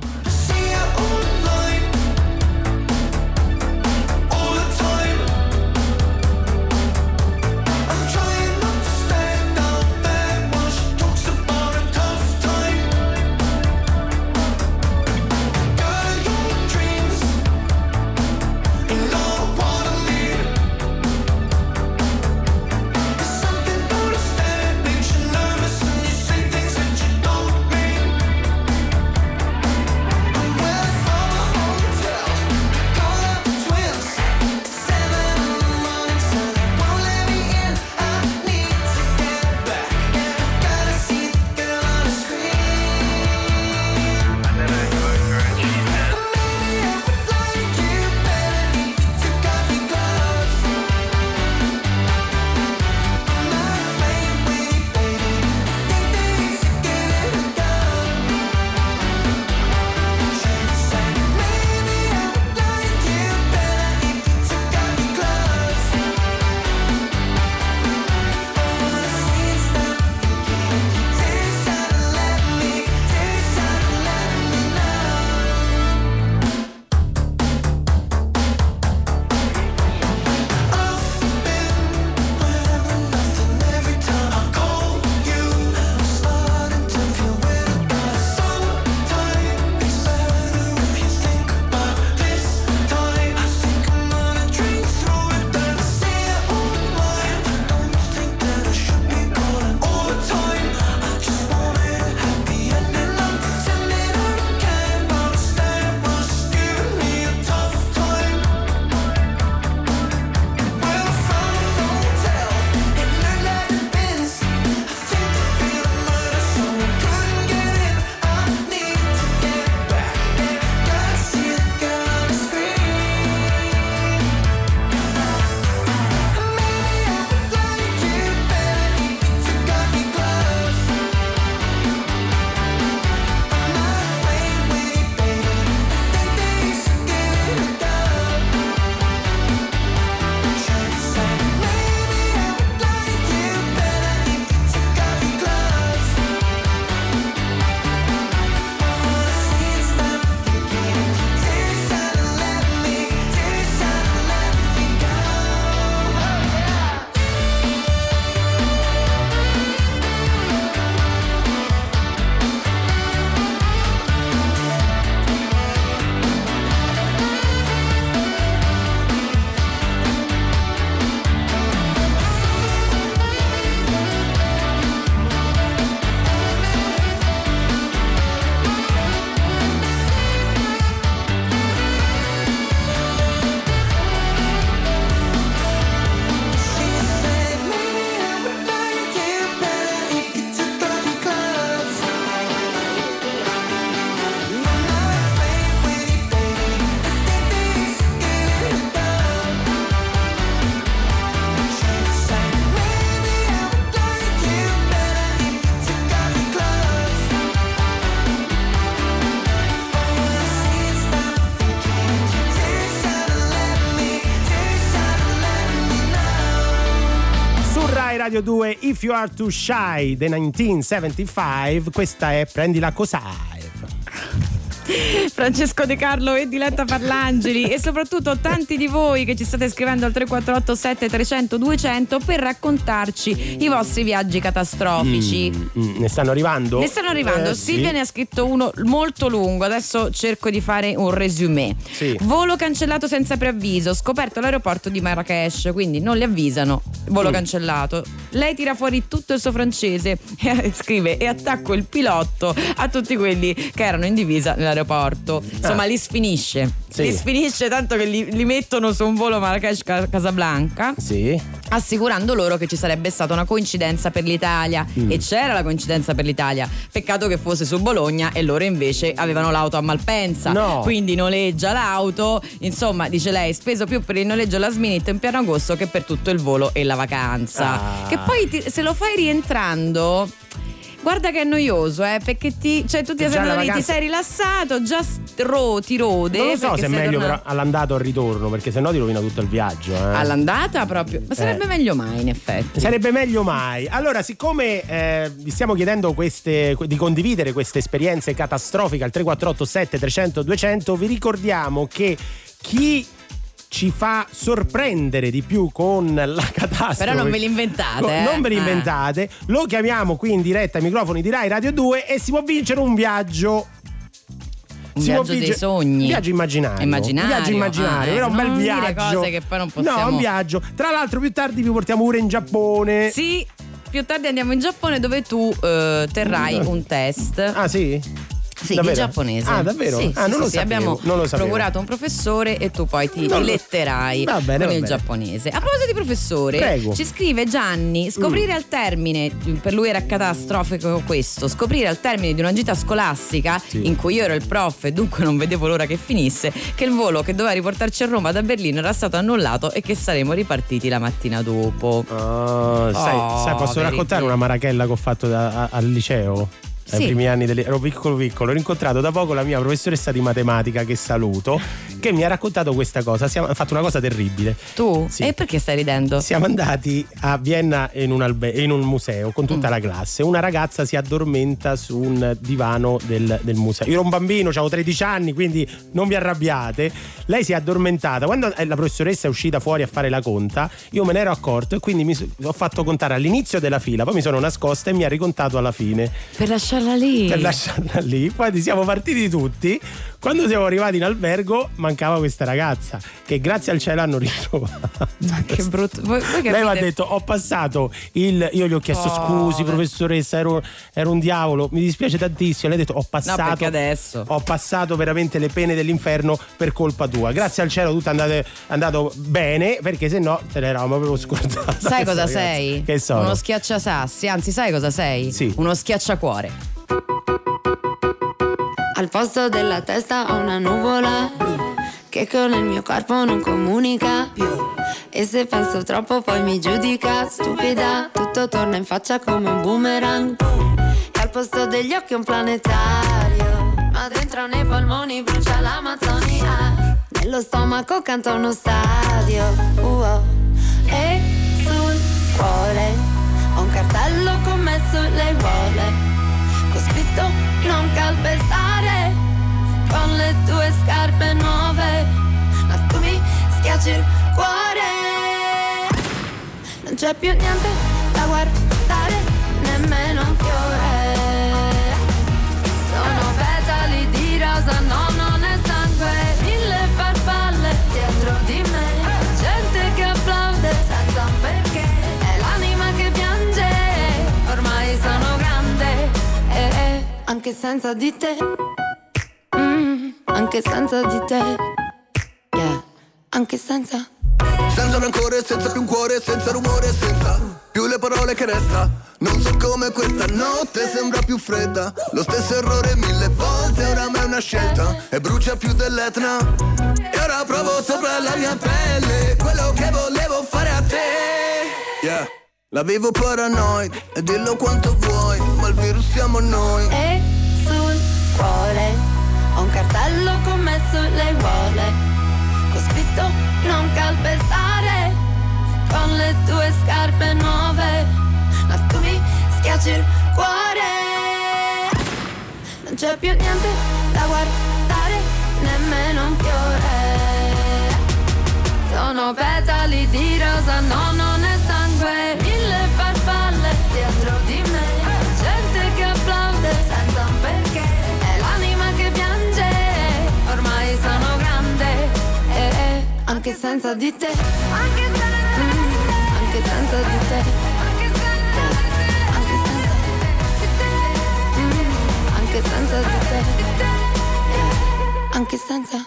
[SPEAKER 3] Rai Radio due, If You Are Too Shy, the millenovecentosettantacinque. Questa è Prendila Cos'hai.
[SPEAKER 2] Francesco De Carlo e Diletta Parlangeli e soprattutto tanti di voi che ci state scrivendo al tre quattro otto sette trecento duecento per raccontarci i vostri viaggi catastrofici.
[SPEAKER 3] Mm, mm, ne stanno arrivando?
[SPEAKER 2] Ne stanno arrivando.
[SPEAKER 3] Eh,
[SPEAKER 2] Silvia
[SPEAKER 3] sì.
[SPEAKER 2] ne ha scritto uno molto lungo. Adesso cerco di fare un resumé.
[SPEAKER 3] Sì.
[SPEAKER 2] Volo cancellato senza preavviso, scoperto l'aeroporto di Marrakesh, quindi non le avvisano. Volo
[SPEAKER 3] Mm.
[SPEAKER 2] cancellato. Lei tira fuori tutto il suo francese e scrive: e attacco il pilotto a tutti quelli che erano in divisa nell'aeroporto. Insomma,
[SPEAKER 3] Ah.
[SPEAKER 2] li sfinisce.
[SPEAKER 3] Sì.
[SPEAKER 2] Li sfinisce tanto che li, li mettono su un volo Marrakesh-Casablanca,
[SPEAKER 3] Sì.
[SPEAKER 2] assicurando loro che ci sarebbe stata una coincidenza per l'Italia.
[SPEAKER 3] Mm.
[SPEAKER 2] E c'era la coincidenza per l'Italia. Peccato che fosse su Bologna e loro invece avevano l'auto a Malpensa.
[SPEAKER 3] No.
[SPEAKER 2] Quindi noleggia l'auto. Insomma, dice lei, speso più per il noleggio last minute in pieno agosto che per tutto il volo e la vacanza.
[SPEAKER 3] Ah.
[SPEAKER 2] Che poi ti- se lo fai rientrando, guarda che è noioso, eh, perché ti, cioè, tu ti,
[SPEAKER 3] Già la
[SPEAKER 2] lì, ti
[SPEAKER 3] vacanza-
[SPEAKER 2] sei rilassato, già ro, ti rode.
[SPEAKER 3] Non lo so
[SPEAKER 2] perché
[SPEAKER 3] se è
[SPEAKER 2] sei
[SPEAKER 3] meglio
[SPEAKER 2] tornato-
[SPEAKER 3] però all'andata o al ritorno, perché sennò ti rovina tutto il viaggio. Eh.
[SPEAKER 2] All'andata proprio, ma sarebbe
[SPEAKER 3] Eh.
[SPEAKER 2] meglio mai in effetti.
[SPEAKER 3] Sarebbe meglio mai. Allora, siccome eh, vi stiamo chiedendo queste, di condividere queste esperienze catastrofiche al tre quattro otto sette trecento duecento, vi ricordiamo che chi ci fa sorprendere di più con la catastrofe,
[SPEAKER 2] Però non ve li inventate,
[SPEAKER 3] Co-
[SPEAKER 2] eh.
[SPEAKER 3] non ve li
[SPEAKER 2] Ah.
[SPEAKER 3] inventate, lo chiamiamo qui in diretta ai microfoni di Rai Radio due e si può vincere un viaggio.
[SPEAKER 2] Un
[SPEAKER 3] Si può
[SPEAKER 2] viaggio dei
[SPEAKER 3] vincere-
[SPEAKER 2] sogni.
[SPEAKER 3] Un viaggio immaginario.
[SPEAKER 2] Immaginario.
[SPEAKER 3] Un viaggio immaginario,
[SPEAKER 2] Ah,
[SPEAKER 3] però un bel
[SPEAKER 2] non dire
[SPEAKER 3] viaggio.
[SPEAKER 2] cose che poi non possiamo-
[SPEAKER 3] No, un viaggio. Tra l'altro più tardi vi portiamo pure in Giappone.
[SPEAKER 2] Sì, più tardi andiamo in Giappone dove tu eh, terrai un test.
[SPEAKER 3] Ah, sì?
[SPEAKER 2] Sì,
[SPEAKER 3] Davvero?
[SPEAKER 2] di giapponese.
[SPEAKER 3] Ah, davvero?
[SPEAKER 2] Sì,
[SPEAKER 3] Ah,
[SPEAKER 2] sì,
[SPEAKER 3] non
[SPEAKER 2] sì,
[SPEAKER 3] lo
[SPEAKER 2] sì,
[SPEAKER 3] sapevo,
[SPEAKER 2] abbiamo
[SPEAKER 3] non lo sapevo.
[SPEAKER 2] procurato un professore e tu poi ti
[SPEAKER 3] Non lo-
[SPEAKER 2] diletterai
[SPEAKER 3] Va bene,
[SPEAKER 2] con
[SPEAKER 3] va
[SPEAKER 2] il
[SPEAKER 3] bene.
[SPEAKER 2] giapponese. A proposito di professore,
[SPEAKER 3] Prego.
[SPEAKER 2] ci scrive Gianni: scoprire al termine, per lui era catastrofico questo, scoprire al termine di una gita scolastica
[SPEAKER 3] Sì.
[SPEAKER 2] in cui io ero il prof e dunque non vedevo l'ora che finisse, che il volo che doveva riportarci a Roma da Berlino era stato annullato e che saremmo ripartiti la mattina dopo.
[SPEAKER 3] Ah, sai,
[SPEAKER 2] Oh,
[SPEAKER 3] sai, posso
[SPEAKER 2] vedi.
[SPEAKER 3] raccontare una marachella che ho fatto da- a- al liceo? Ai
[SPEAKER 2] Sì.
[SPEAKER 3] primi anni delle, ero piccolo piccolo, ho incontrato da poco la mia professoressa di matematica, che saluto, che mi ha raccontato questa cosa. Siamo, ha fatto una cosa terribile.
[SPEAKER 2] Tu?
[SPEAKER 3] Sì.
[SPEAKER 2] E perché stai ridendo?
[SPEAKER 3] Siamo andati a Vienna in un, albe- in un museo con tutta
[SPEAKER 2] Mm.
[SPEAKER 3] la classe. Una ragazza si addormenta su un divano del, del museo. Io ero un bambino, avevo tredici anni, quindi non vi arrabbiate. Lei si è addormentata. Quando eh, la professoressa è uscita fuori a fare la conta, io me ne ero accorto e quindi mi so- ho fatto contare all'inizio della fila, poi mi sono nascosta e mi ha ricontato alla fine.
[SPEAKER 2] Per lasciarla lì.
[SPEAKER 3] Per lasciarla lì. Poi siamo partiti tutti. Quando siamo arrivati in albergo mancava questa ragazza, che grazie al cielo hanno ritrovata.
[SPEAKER 2] Ma che brutto. Voi, voi
[SPEAKER 3] Lei mi ha
[SPEAKER 2] capite?
[SPEAKER 3] detto: ho passato il. Io gli ho chiesto
[SPEAKER 2] Povera.
[SPEAKER 3] scusi, professoressa, ero, ero un diavolo, mi dispiace tantissimo. Lei ha detto: ho passato.
[SPEAKER 2] No, perché adesso.
[SPEAKER 3] Ho passato veramente le pene dell'inferno per colpa tua. Grazie al cielo tutto è andato, è andato bene, perché se no se l'eravamo proprio scordata.
[SPEAKER 2] Sai cosa
[SPEAKER 3] questa ragazza.
[SPEAKER 2] sei?
[SPEAKER 3] Che sono?
[SPEAKER 2] Uno schiacciasassi, anzi sai cosa sei?
[SPEAKER 3] Sì.
[SPEAKER 2] Uno schiacciacuore.
[SPEAKER 7] Al posto della testa ho una nuvola che con il mio corpo non comunica più. E se penso troppo poi mi giudica stupida. Tutto torna in faccia come un boomerang. E al posto degli occhi un planetario, ma dentro nei polmoni brucia l'Amazzonia. Nello stomaco canta uno stadio. Uh-oh. E sul cuore ho un cartello con me sulle aiuole, con scritto non calpestare con le tue scarpe nuove, ma tu mi schiacci il cuore. Non c'è più niente da guardare, nemmeno un fiore. Sono petali di rosa, no, non è sangue. Mille farfalle dietro di me, gente che applaude senza un perché. È l'anima che piange, ormai sono grande, eh, eh, anche senza di te. Mm, anche senza di te, yeah, anche senza.
[SPEAKER 8] Senza rancore, senza più un cuore, senza rumore, senza più le parole che resta. Non so come questa notte sembra più fredda. Lo stesso errore mille volte, oramai è una scelta. E brucia più dell'Etna. E ora provo sopra la mia pelle quello che volevo fare a te. Yeah, la vivo paranoid, e dillo quanto vuoi, ma il virus siamo noi.
[SPEAKER 7] E sul cuore ho un cartello con me sulle aiuole, con scritto non calpestare con le tue scarpe nuove, piace il cuore. Non c'è più niente da guardare, nemmeno un fiore. Sono petali di rosa, no, non è sangue. Mille farfalle dietro di me, gente che applaude senza un perché. È l'anima che piange, ormai sono grande, eh, eh, anche senza di te. Anche senza, mm, anche senza di te. Anche senza di te. Mm, anche senza di te. Anche senza.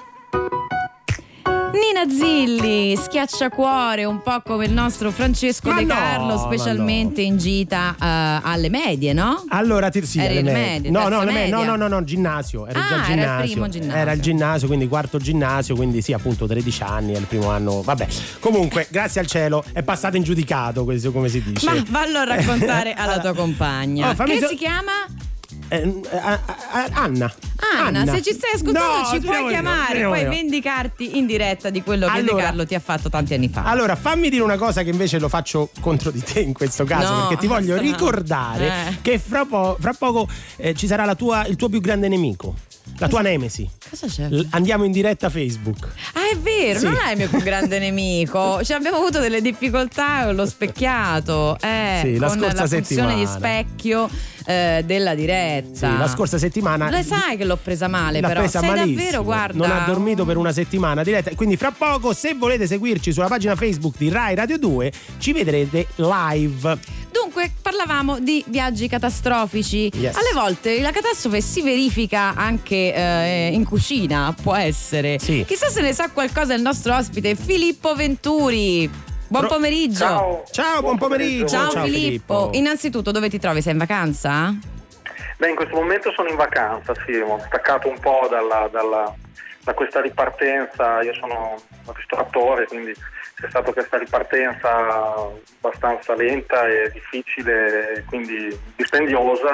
[SPEAKER 2] Nina Zilli, schiacciacuore, un po' come il nostro Francesco
[SPEAKER 3] Ma
[SPEAKER 2] De
[SPEAKER 3] no,
[SPEAKER 2] Carlo, specialmente
[SPEAKER 3] no.
[SPEAKER 2] in gita uh, alle medie, no?
[SPEAKER 3] Allora, ti, sì,
[SPEAKER 2] Eri
[SPEAKER 3] alle
[SPEAKER 2] il
[SPEAKER 3] medie.
[SPEAKER 2] medio,
[SPEAKER 3] No,
[SPEAKER 2] terza
[SPEAKER 3] no, le medie, no,
[SPEAKER 2] media.
[SPEAKER 3] no, no, no, ginnasio. Era
[SPEAKER 2] Ah,
[SPEAKER 3] già
[SPEAKER 2] era il
[SPEAKER 3] ginnasio.
[SPEAKER 2] primo ginnasio.
[SPEAKER 3] Era il ginnasio, quindi quarto ginnasio, quindi sì, appunto tredici anni, è il primo anno. Vabbè. Comunque, grazie al cielo, è passato in giudicato, questo come si dice.
[SPEAKER 2] Ma vallo a raccontare alla tua compagna.
[SPEAKER 3] Oh, fammi
[SPEAKER 2] che
[SPEAKER 3] so-
[SPEAKER 2] si chiama?
[SPEAKER 3] Eh, eh, a- a- Anna.
[SPEAKER 2] Anna, se ci stai ascoltando
[SPEAKER 3] No,
[SPEAKER 2] ci puoi
[SPEAKER 3] speriamo di no,
[SPEAKER 2] chiamare,
[SPEAKER 3] speriamo
[SPEAKER 2] puoi
[SPEAKER 3] di no.
[SPEAKER 2] vendicarti in diretta di quello che
[SPEAKER 3] Allora-
[SPEAKER 2] De Carlo ti ha fatto tanti anni fa.
[SPEAKER 3] Allora, fammi dire una cosa che invece lo faccio contro di te in questo caso,
[SPEAKER 2] No,
[SPEAKER 3] perché ti voglio
[SPEAKER 2] strano.
[SPEAKER 3] ricordare
[SPEAKER 2] Eh.
[SPEAKER 3] che fra, po- fra poco eh, ci sarà la tua, il tuo più grande nemico, la tua nemesi.
[SPEAKER 2] Cosa c'è?
[SPEAKER 3] L- andiamo in diretta a Facebook.
[SPEAKER 2] Ah, è vero,
[SPEAKER 3] Sì.
[SPEAKER 2] non è il mio più grande nemico. Cioè, abbiamo avuto delle difficoltà con lo specchiato, eh,
[SPEAKER 3] Sì, la
[SPEAKER 2] con
[SPEAKER 3] scorsa
[SPEAKER 2] la funzione di
[SPEAKER 3] settimana.
[SPEAKER 2] specchio eh, della diretta.
[SPEAKER 3] Sì, la scorsa settimana.
[SPEAKER 2] Lo sai che l'ho presa male,
[SPEAKER 3] L'ha
[SPEAKER 2] però.
[SPEAKER 3] presa
[SPEAKER 2] Sei
[SPEAKER 3] malissimo.
[SPEAKER 2] davvero, guarda.
[SPEAKER 3] Non ha dormito per una settimana diretta. Quindi fra poco, se volete seguirci sulla pagina Facebook di Rai Radio due, ci vedrete live.
[SPEAKER 2] Dunque, parlavamo di viaggi catastrofici.
[SPEAKER 3] Yes.
[SPEAKER 2] Alle volte la catastrofe si verifica anche eh, in cucina, può essere.
[SPEAKER 3] Sì.
[SPEAKER 2] Chissà se ne sa qualcosa il nostro ospite Filippo Venturi. Buon
[SPEAKER 3] Pro-
[SPEAKER 2] pomeriggio.
[SPEAKER 9] Ciao.
[SPEAKER 3] Ciao, buon pomeriggio.
[SPEAKER 2] Ciao,
[SPEAKER 3] Ciao,
[SPEAKER 2] Filippo.
[SPEAKER 3] Filippo.
[SPEAKER 2] Innanzitutto, dove ti trovi? Sei in vacanza?
[SPEAKER 9] Beh, in questo momento sono in vacanza, sì, ho staccato un po' dalla, dalla, da questa ripartenza. Io sono un ristoratore, quindi c'è stata questa ripartenza abbastanza lenta e difficile, quindi dispendiosa,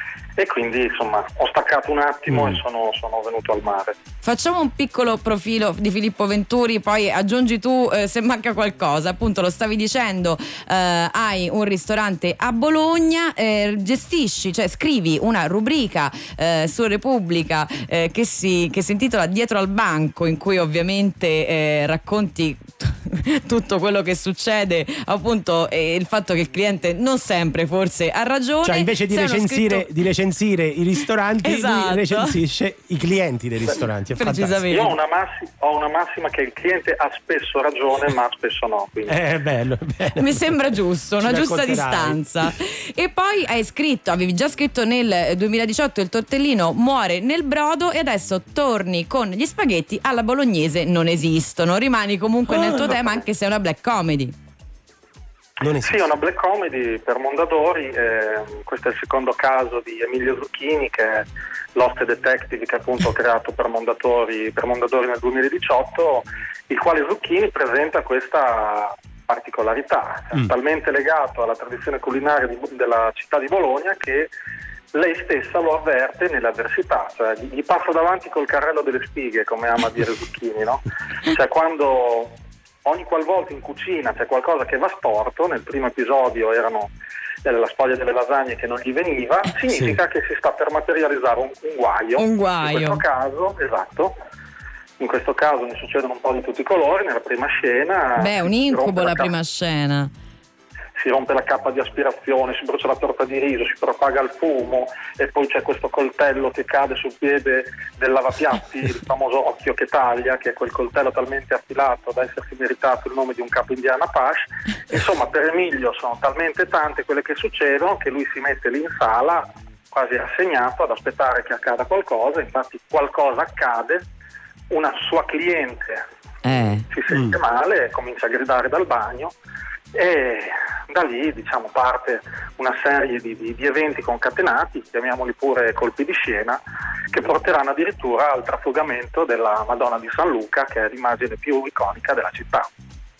[SPEAKER 9] e quindi insomma ho staccato un attimo
[SPEAKER 3] Mm.
[SPEAKER 9] e sono, sono venuto al mare.
[SPEAKER 2] Facciamo un piccolo profilo di Filippo Venturi, poi aggiungi tu eh, se manca qualcosa. Appunto, lo stavi dicendo, eh, hai un ristorante a Bologna, eh, gestisci, cioè scrivi una rubrica eh, su Repubblica eh, che, si, che si intitola Dietro al banco, in cui ovviamente eh, racconti tutto quello che succede, appunto, e il fatto che il cliente non sempre forse ha ragione.
[SPEAKER 3] Cioè, invece di
[SPEAKER 2] Sei uno
[SPEAKER 3] recensire,
[SPEAKER 2] scritto-
[SPEAKER 3] di recensire i ristoranti,
[SPEAKER 2] Esatto.
[SPEAKER 3] lui recensisce i clienti dei ristoranti. È
[SPEAKER 2] Precisamente.
[SPEAKER 9] Io ho una, massi- ho una massima che il cliente ha spesso ragione, ma spesso no. Quindi.
[SPEAKER 3] fantastico. È bello, è bello.
[SPEAKER 2] Mi sembra giusto, una
[SPEAKER 3] Ci
[SPEAKER 2] giusta
[SPEAKER 3] racconterai.
[SPEAKER 2] distanza. E poi hai scritto, avevi già scritto nel duemiladiciotto il tortellino muore nel brodo, e adesso torni con gli spaghetti alla bolognese non esistono. Rimani comunque nel tuo tema, anche se è una black comedy.
[SPEAKER 3] Non
[SPEAKER 9] Sì,
[SPEAKER 3] esiste.
[SPEAKER 9] è una black comedy per Mondadori. Eh, questo è il secondo caso di Emilio Zucchini, che è l'host detective che appunto ho creato per Mondadori, per Mondadori nel duemiladiciotto, il quale Zucchini presenta questa particolarità,
[SPEAKER 3] Mm.
[SPEAKER 9] talmente legato alla tradizione culinaria di- della città di Bologna che lei stessa lo avverte nelle avversità, cioè gli gli passa davanti col carrello delle spighe, come ama dire Zucchini, no? Cioè, quando ogni qualvolta in cucina c'è qualcosa che va storto, nel primo episodio erano eh, la spoglia delle lasagne che non gli veniva, significa che si sta per materializzare un, un guaio.
[SPEAKER 2] Un guaio.
[SPEAKER 9] In questo caso, esatto, in questo caso ne succedono un po' di tutti i colori. Nella prima scena
[SPEAKER 2] Beh, un
[SPEAKER 9] si
[SPEAKER 2] incubo
[SPEAKER 9] rompe
[SPEAKER 2] la
[SPEAKER 9] ca-
[SPEAKER 2] prima scena.
[SPEAKER 9] si rompe la cappa di aspirazione, si brucia la torta di riso, si propaga il fumo, e poi c'è questo coltello che cade sul piede del lavapiatti, il famoso occhio che taglia, che è quel coltello talmente affilato da essersi meritato il nome di un capo indiano Apache. Insomma, per Emilio sono talmente tante quelle che succedono che lui si mette lì in sala quasi rassegnato ad aspettare che accada qualcosa. Infatti qualcosa accade, una sua cliente
[SPEAKER 2] Eh.
[SPEAKER 9] si sente male e comincia a gridare dal bagno, e da lì diciamo parte una serie di, di, di eventi concatenati, chiamiamoli pure colpi di scena, che porteranno addirittura al trafugamento della Madonna di San Luca, che è l'immagine più iconica della città.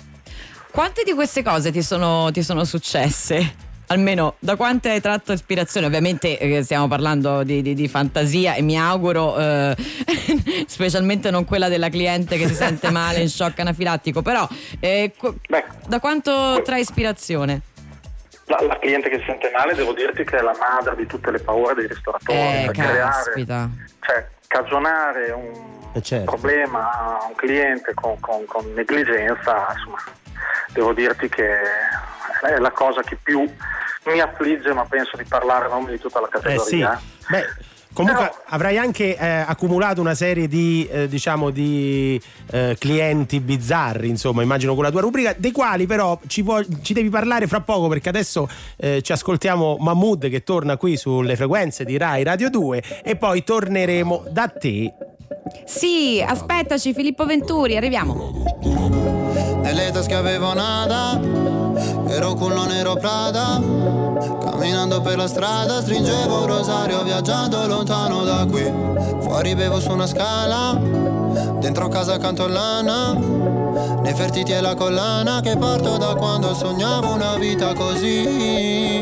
[SPEAKER 2] Quante di queste cose ti sono, ti sono successe? Almeno da quante hai tratto ispirazione? Ovviamente eh, stiamo parlando di, di, di fantasia, e mi auguro eh, specialmente non quella della cliente che si sente male in shock anafilattico, però eh, qu-
[SPEAKER 9] Beh,
[SPEAKER 2] da quanto trae ispirazione?
[SPEAKER 9] La, la, la cliente che si sente male, devo dirti che è la madre di tutte le paure dei ristoratori.
[SPEAKER 2] Eh,
[SPEAKER 9] creare,
[SPEAKER 2] caspita.
[SPEAKER 9] cioè cagionare un
[SPEAKER 3] Eh, certo.
[SPEAKER 9] problema a un cliente con, con, con negligenza, insomma, devo dirti che è la cosa che più mi affligge, ma penso di parlare a nome di tutta la
[SPEAKER 3] Eh
[SPEAKER 9] categoria.
[SPEAKER 3] sì. Beh, comunque
[SPEAKER 9] Però-
[SPEAKER 3] avrai anche eh, accumulato una serie di eh, diciamo di eh, clienti bizzarri, insomma, immagino con la tua rubrica, dei quali però ci, vuoi, ci devi parlare fra poco, perché adesso eh, ci ascoltiamo Mahmood che torna qui sulle frequenze di Rai Radio due e poi torneremo da te.
[SPEAKER 2] Sì, aspettaci Filippo Venturi, arriviamo.
[SPEAKER 10] Nelle tasche avevo nada, ero cullo nero Prada, camminando per la strada stringevo un rosario viaggiando lontano da qui. Fuori bevo su una scala, dentro casa canto lana, nei fertiti e la collana che parto da quando sognavo una vita così.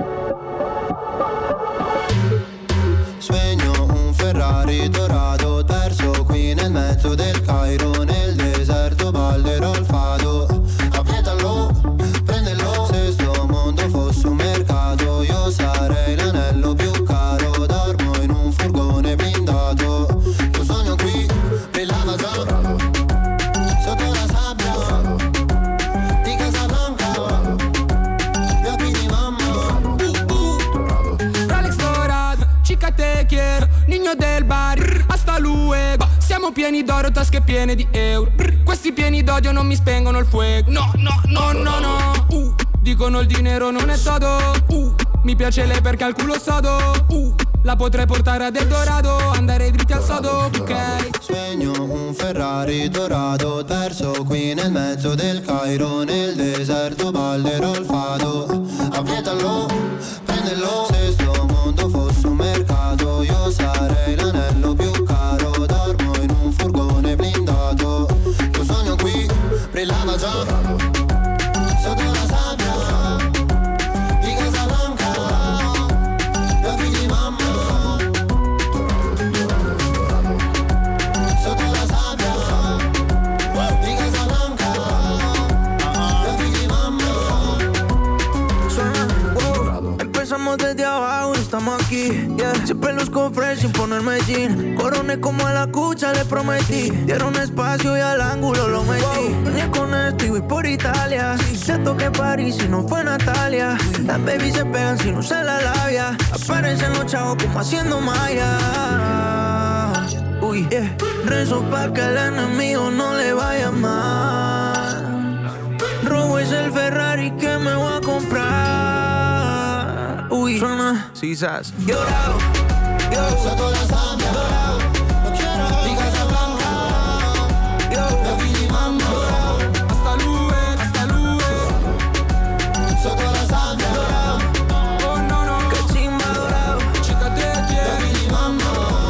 [SPEAKER 10] Sogno un Ferrari dorato perso qui nel mezzo del Cairo, nel deserto ballerò il fado. Appietalo, prendelo, se sto mondo fosse un mercato io sarei l'anello più caro. Dormo in un furgone blindato, lo sogno qui, brillava già sotto la sabbia di Casablanca, gli occhi di mamma. uh, uh.
[SPEAKER 11] Rolex dorado, chica te quiero, niño del bar, hasta luego. Siamo pieni d'oro, tasche piene di euro. Brr, questi pieni d'odio non mi spengono il fuoco. No, no, no, no, no. Uh, dicono il dinero non è todo. Uh, mi piace lei perché ha il culo sodo. Uh, la potrei portare ad Eldorado, andare dritti al sodo, ok.
[SPEAKER 10] Sogno un Ferrari dorato perso qui nel mezzo del Cairo, nel deserto ballerò il fado. Appietalo, prendelo, se sto mondo fosse un mercato io sarei l'anello più caro. Dormo in un furgone blindato, lo sogno qui, brillava già sotto la sabbia di Casablanca, gli occhi di mamma. Sotto la sabbia di Casablanca, gli occhi di mamma.
[SPEAKER 12] Suena, wow. Empezamos desde abajo y estamos aquí, yeah. Siempre los cofres sin ponerme jean. Coroné como a la cucha, le prometí. Dieron espacio y al ángulo lo metí. Wow. Venía con esto y voy por Italia. Siento que París y no fue Natalia. Las babies se pegan si no usan la labia. Aparecen los chavos como haciendo malla. Uy, yeah. Rezo pa' que el enemigo no le vaya mal. Robo es el Ferrari que me voy a comprar. Uy, suena, quizás. Llorado, yo,
[SPEAKER 10] Sotto la sabbia, lo quiero di Casablanca,
[SPEAKER 12] yo,
[SPEAKER 10] gli occhi di mamma.
[SPEAKER 11] Hasta luego, hasta luego.
[SPEAKER 10] Sotto la sabbia,
[SPEAKER 11] Oh, no, no.
[SPEAKER 12] que chimba dorado.
[SPEAKER 11] Chica te
[SPEAKER 10] gli
[SPEAKER 11] quiero.
[SPEAKER 10] occhi di mamma.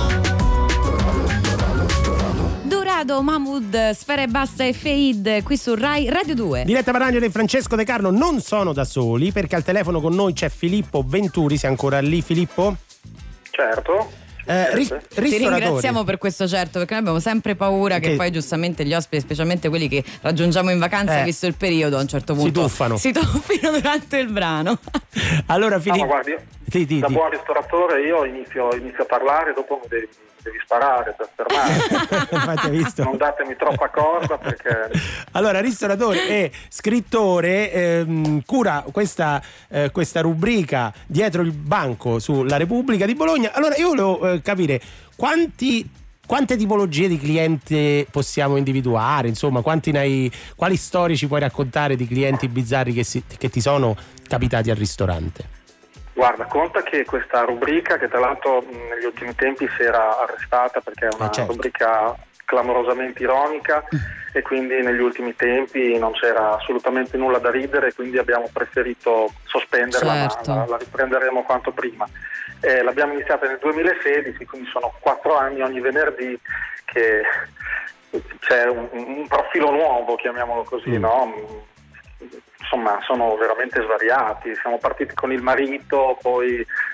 [SPEAKER 2] Dorado, Mahmood, Sfera e Basta e Fade qui su Rai Radio due.
[SPEAKER 3] Diretta Paragno e Francesco De Carlo non sono da soli, perché al telefono con noi c'è Filippo Venturi. Sei ancora lì, Filippo?
[SPEAKER 9] Certo.
[SPEAKER 3] Eh, ri-
[SPEAKER 2] Ti
[SPEAKER 3] ristoratori.
[SPEAKER 2] ringraziamo per questo, certo, perché noi abbiamo sempre paura che
[SPEAKER 3] Che-
[SPEAKER 2] poi giustamente gli ospiti, specialmente quelli che raggiungiamo in vacanza,
[SPEAKER 3] Eh.
[SPEAKER 2] visto il periodo, a un certo punto
[SPEAKER 3] tuffano.
[SPEAKER 2] si tuffino durante il brano.
[SPEAKER 3] Allora
[SPEAKER 9] No,
[SPEAKER 3] Filippo,
[SPEAKER 9] ma guardi,
[SPEAKER 3] Sì, sì,
[SPEAKER 9] da
[SPEAKER 3] sì.
[SPEAKER 9] buon ristoratore io inizio, inizio a parlare, dopo mi devi, devi sparare per fermare.
[SPEAKER 3] Infatti, hai visto?
[SPEAKER 9] Non datemi troppa corda perché
[SPEAKER 3] Allora, ristoratore e scrittore, ehm, cura questa, eh, questa rubrica Dietro il banco sulla Repubblica di Bologna. Allora, io volevo eh, capire quanti, quante tipologie di cliente possiamo individuare, insomma, quanti ne hai, quali storie ci puoi raccontare di clienti bizzarri che, si, che ti sono capitati al ristorante?
[SPEAKER 9] guarda, conta che questa rubrica, che tra l'altro mh, negli ultimi tempi si era arrestata perché è una
[SPEAKER 3] Eh, certo.
[SPEAKER 9] rubrica clamorosamente ironica e quindi negli ultimi tempi non c'era assolutamente nulla da ridere e quindi abbiamo preferito sospenderla,
[SPEAKER 2] Certo.
[SPEAKER 9] ma la, la riprenderemo quanto prima. Eh, l'abbiamo iniziata nel duemilasedici, quindi sono quattro anni ogni venerdì che c'è un, un profilo nuovo, chiamiamolo così,
[SPEAKER 3] Mm.
[SPEAKER 9] no? Insomma, sono veramente svariati. Siamo partiti con il marito, poi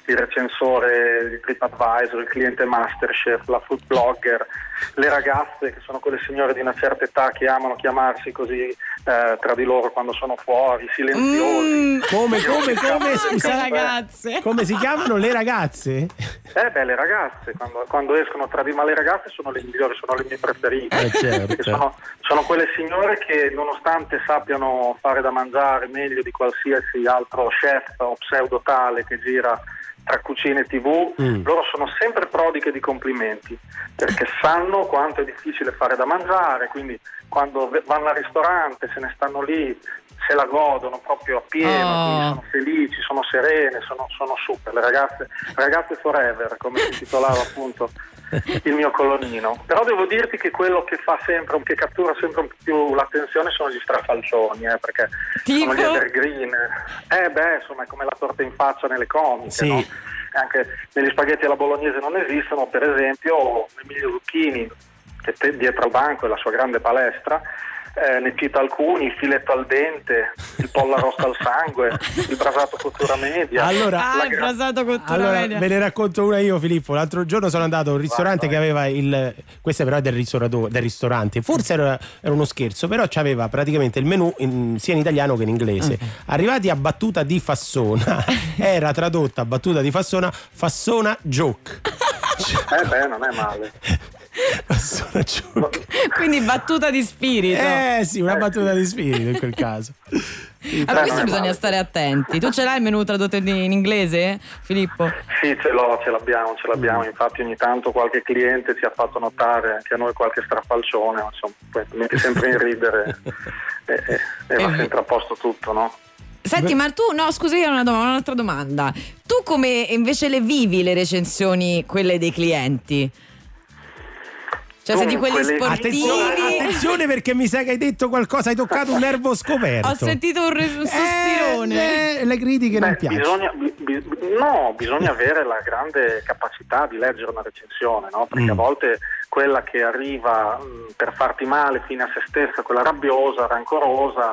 [SPEAKER 9] il recensore di TripAdvisor, il cliente Masterchef, la food blogger, le ragazze che sono quelle signore di una certa età che amano chiamarsi così eh, tra di loro quando sono fuori, silenziosi.
[SPEAKER 3] Mm, come, come, come,
[SPEAKER 2] le ragazze.
[SPEAKER 3] Come si chiamano le ragazze?
[SPEAKER 9] Eh beh, le ragazze, quando, quando escono tra di ma le ragazze sono le migliori, sono le mie preferite.
[SPEAKER 3] Eh, certo.
[SPEAKER 9] Perché sono, sono quelle signore che nonostante sappiano fare da mangiare meglio di qualsiasi altro chef o pseudo tale che gira tra cucine e tivù, mm. loro sono sempre prodighe di complimenti, perché sanno quanto è difficile fare da mangiare, quindi quando vanno al ristorante se ne stanno lì, se la godono proprio a pieno,
[SPEAKER 2] oh.
[SPEAKER 9] quindi sono felici, sono serene, sono, sono super, le ragazze, ragazze forever, come si titolava appunto il mio colonnino. Però devo dirti che quello che fa sempre, che cattura sempre un po' più l'attenzione sono gli strafalcioni, eh, perché
[SPEAKER 2] tipo?
[SPEAKER 9] sono gli evergreen. Eh beh, insomma, è come la torta in faccia nelle comiche,
[SPEAKER 3] sì.
[SPEAKER 9] no? Anche negli spaghetti alla bolognese non esistono, per esempio Emilio Zucchini, che te, dietro al banco è la sua grande palestra, eh, ne cita alcuni: il filetto al dente, il pollo arrosto al sangue, il brasato cottura media.
[SPEAKER 3] Allora,
[SPEAKER 2] ah, il
[SPEAKER 9] gra-
[SPEAKER 2] brasato cottura
[SPEAKER 3] allora
[SPEAKER 2] media.
[SPEAKER 3] ve ne racconto una io, Filippo. L'altro giorno sono andato a un ristorante vai, vai. che aveva il, questo però è del, del ristorante, forse era, era uno scherzo, però c'aveva praticamente il menù in, sia in italiano che in inglese. Mm. Arrivati a battuta di Fassona, era tradotta battuta di Fassona, Fassona joke.
[SPEAKER 9] Eh beh, non è male.
[SPEAKER 3] Fassona joke.
[SPEAKER 2] Quindi battuta di spirito.
[SPEAKER 3] Eh sì, una battuta di spirito in quel caso.
[SPEAKER 2] Allora, questo bisogna stare attenti. Tu ce l'hai il menù tradotto in, in inglese, Filippo?
[SPEAKER 9] Sì, ce l'ho, ce l'abbiamo, ce l'abbiamo. Infatti ogni tanto qualche cliente ci ha fatto notare anche a noi qualche strafalcione, insomma, poi metti sempre in ridere e, e, e va sempre a posto tutto, no?
[SPEAKER 2] Senti, ma tu, no, scusa, io ho una domanda, un'altra domanda. Tu come invece le vivi le recensioni, quelle dei clienti? Cioè, sei di quelli sportivi?
[SPEAKER 3] Attenzione, attenzione, perché mi sa che hai detto qualcosa, hai toccato un nervo scoperto.
[SPEAKER 2] Ho sentito un, res- un sospirone.
[SPEAKER 3] Eh, le critiche
[SPEAKER 9] Beh,
[SPEAKER 3] non piacciono.
[SPEAKER 9] Bisogna, bi, bi, no, bisogna avere la grande capacità di leggere una recensione, no? Perché mm. a volte quella che arriva mh, per farti male fino a se stessa, quella rabbiosa, rancorosa,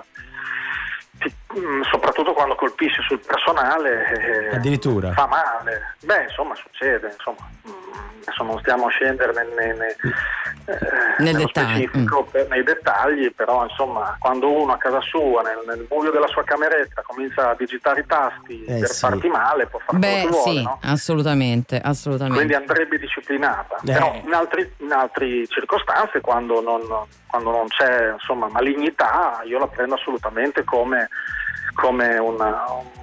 [SPEAKER 9] ti, mh, soprattutto quando colpisce sul personale, eh,
[SPEAKER 3] addirittura
[SPEAKER 9] fa male. Beh, insomma, succede, insomma. Adesso non stiamo a scendere nel, nel, nel, eh,
[SPEAKER 2] nel
[SPEAKER 9] nello
[SPEAKER 2] dettaglio.
[SPEAKER 9] specifico, mm. per, nei dettagli, però insomma, quando uno a casa sua, nel, nel buio della sua cameretta, comincia a digitare i tasti eh, per sì. farti male, può fare
[SPEAKER 2] Beh,
[SPEAKER 9] quello che vuole,
[SPEAKER 2] sì,
[SPEAKER 9] no?
[SPEAKER 2] assolutamente, assolutamente.
[SPEAKER 9] Quindi andrebbe disciplinata.
[SPEAKER 3] Eh.
[SPEAKER 9] Però in altri, in altre circostanze, quando non, quando non c'è insomma malignità, io la prendo assolutamente come, come una... Un,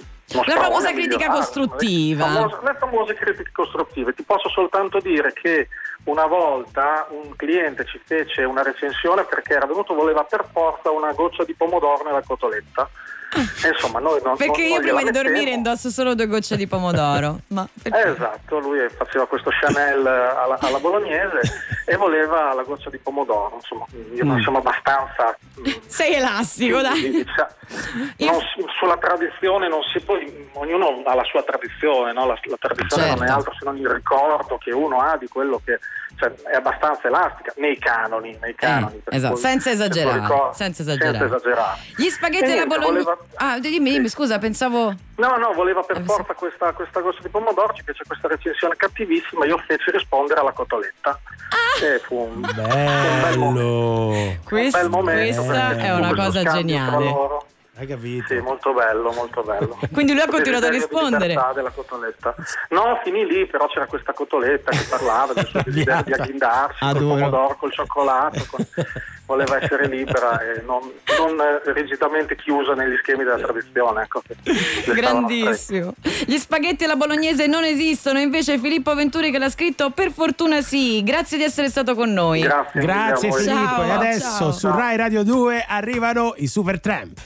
[SPEAKER 2] la famosa critica costruttiva.
[SPEAKER 9] Le famose, le famose critiche costruttive. Ti posso soltanto dire che una volta un cliente ci fece una recensione perché era venuto, voleva per forza una goccia di pomodoro nella cotoletta. E insomma, noi non,
[SPEAKER 2] perché
[SPEAKER 9] non,
[SPEAKER 2] io
[SPEAKER 9] non
[SPEAKER 2] prima di
[SPEAKER 9] mettevo.
[SPEAKER 2] dormire indosso solo due gocce di pomodoro. Ma
[SPEAKER 9] eh, esatto, lui faceva questo Chanel alla, alla bolognese e voleva la goccia di pomodoro. Insomma, io non siamo abbastanza.
[SPEAKER 2] Sei elastico, dai.
[SPEAKER 9] Diciamo, non, sulla tradizione non si può, ognuno ha la sua tradizione, no? La, la tradizione
[SPEAKER 2] certo.
[SPEAKER 9] non è altro se non il ricordo che uno ha di quello che, cioè, è abbastanza elastica nei canoni, nei canoni
[SPEAKER 2] eh, esatto,
[SPEAKER 9] cui,
[SPEAKER 2] senza esagerare,
[SPEAKER 9] ricordo,
[SPEAKER 2] senza esagerare.
[SPEAKER 9] senza esagerare.
[SPEAKER 2] Gli spaghetti alla bolognese. Voleva... Ah, dimmi, dimmi, scusa, pensavo.
[SPEAKER 9] No, no, voleva per forza questa, questa goccia di pomodoro, ci fece questa recensione cattivissima, io feci rispondere alla cotoletta. Ah. E fu un
[SPEAKER 3] bello.
[SPEAKER 9] Un bel momento.
[SPEAKER 2] Quest,
[SPEAKER 9] un bel momento
[SPEAKER 2] questa è una cosa geniale.
[SPEAKER 3] Hai capito?
[SPEAKER 9] Sì, molto bello, molto bello.
[SPEAKER 2] Quindi lui ha continuato a rispondere.
[SPEAKER 9] Di della cotoletta. No, finì lì, però c'era questa cotoletta che parlava del suo desiderio di agghindarsi col pomodoro, col cioccolato, con... voleva essere libera e non, non rigidamente chiusa negli schemi della tradizione. Ecco.
[SPEAKER 2] Grandissimo. Gli spaghetti alla bolognese non esistono, invece Filippo Venturi che l'ha scritto, per fortuna sì. Grazie di essere stato con noi.
[SPEAKER 9] Grazie,
[SPEAKER 3] Grazie Filippo.
[SPEAKER 2] Ciao,
[SPEAKER 3] e adesso
[SPEAKER 2] ciao.
[SPEAKER 3] su Rai Radio due arrivano i Supertramp.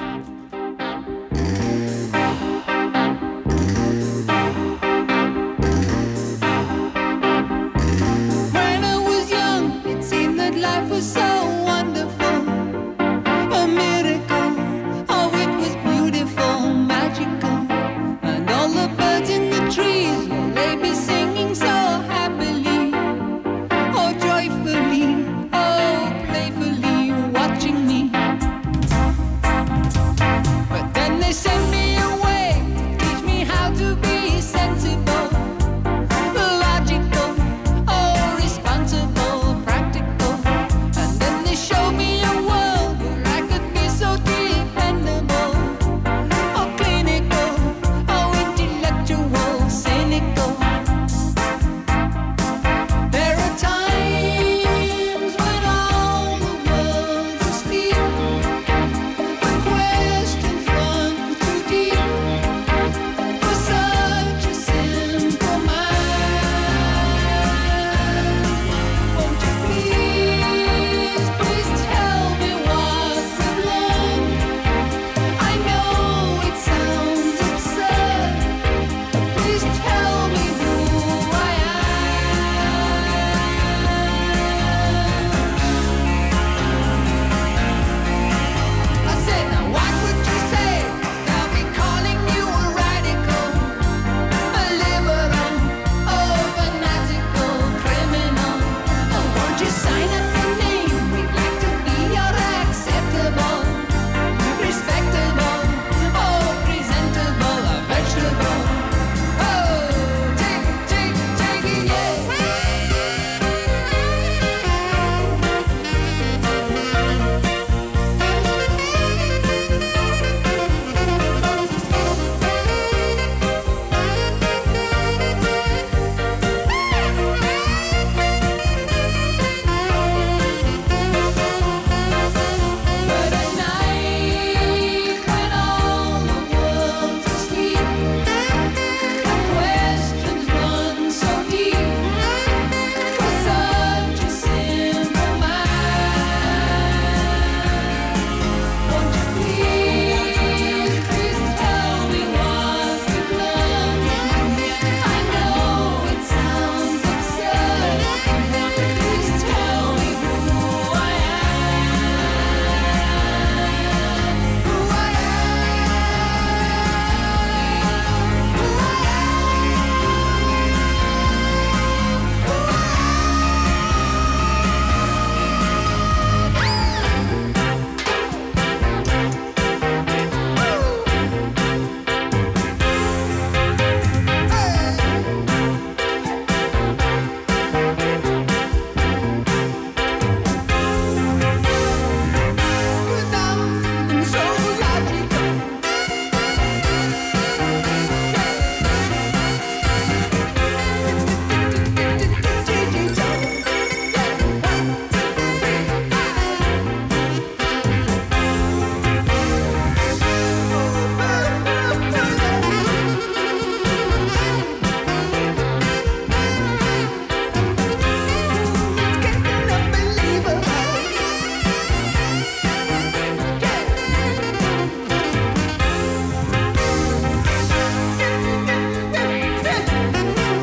[SPEAKER 13] Life was so wonderful, a miracle. Oh, it was beautiful, magical. And all the birds in the trees, well, they be singing so happily, oh, joyfully, oh, playfully, watching me.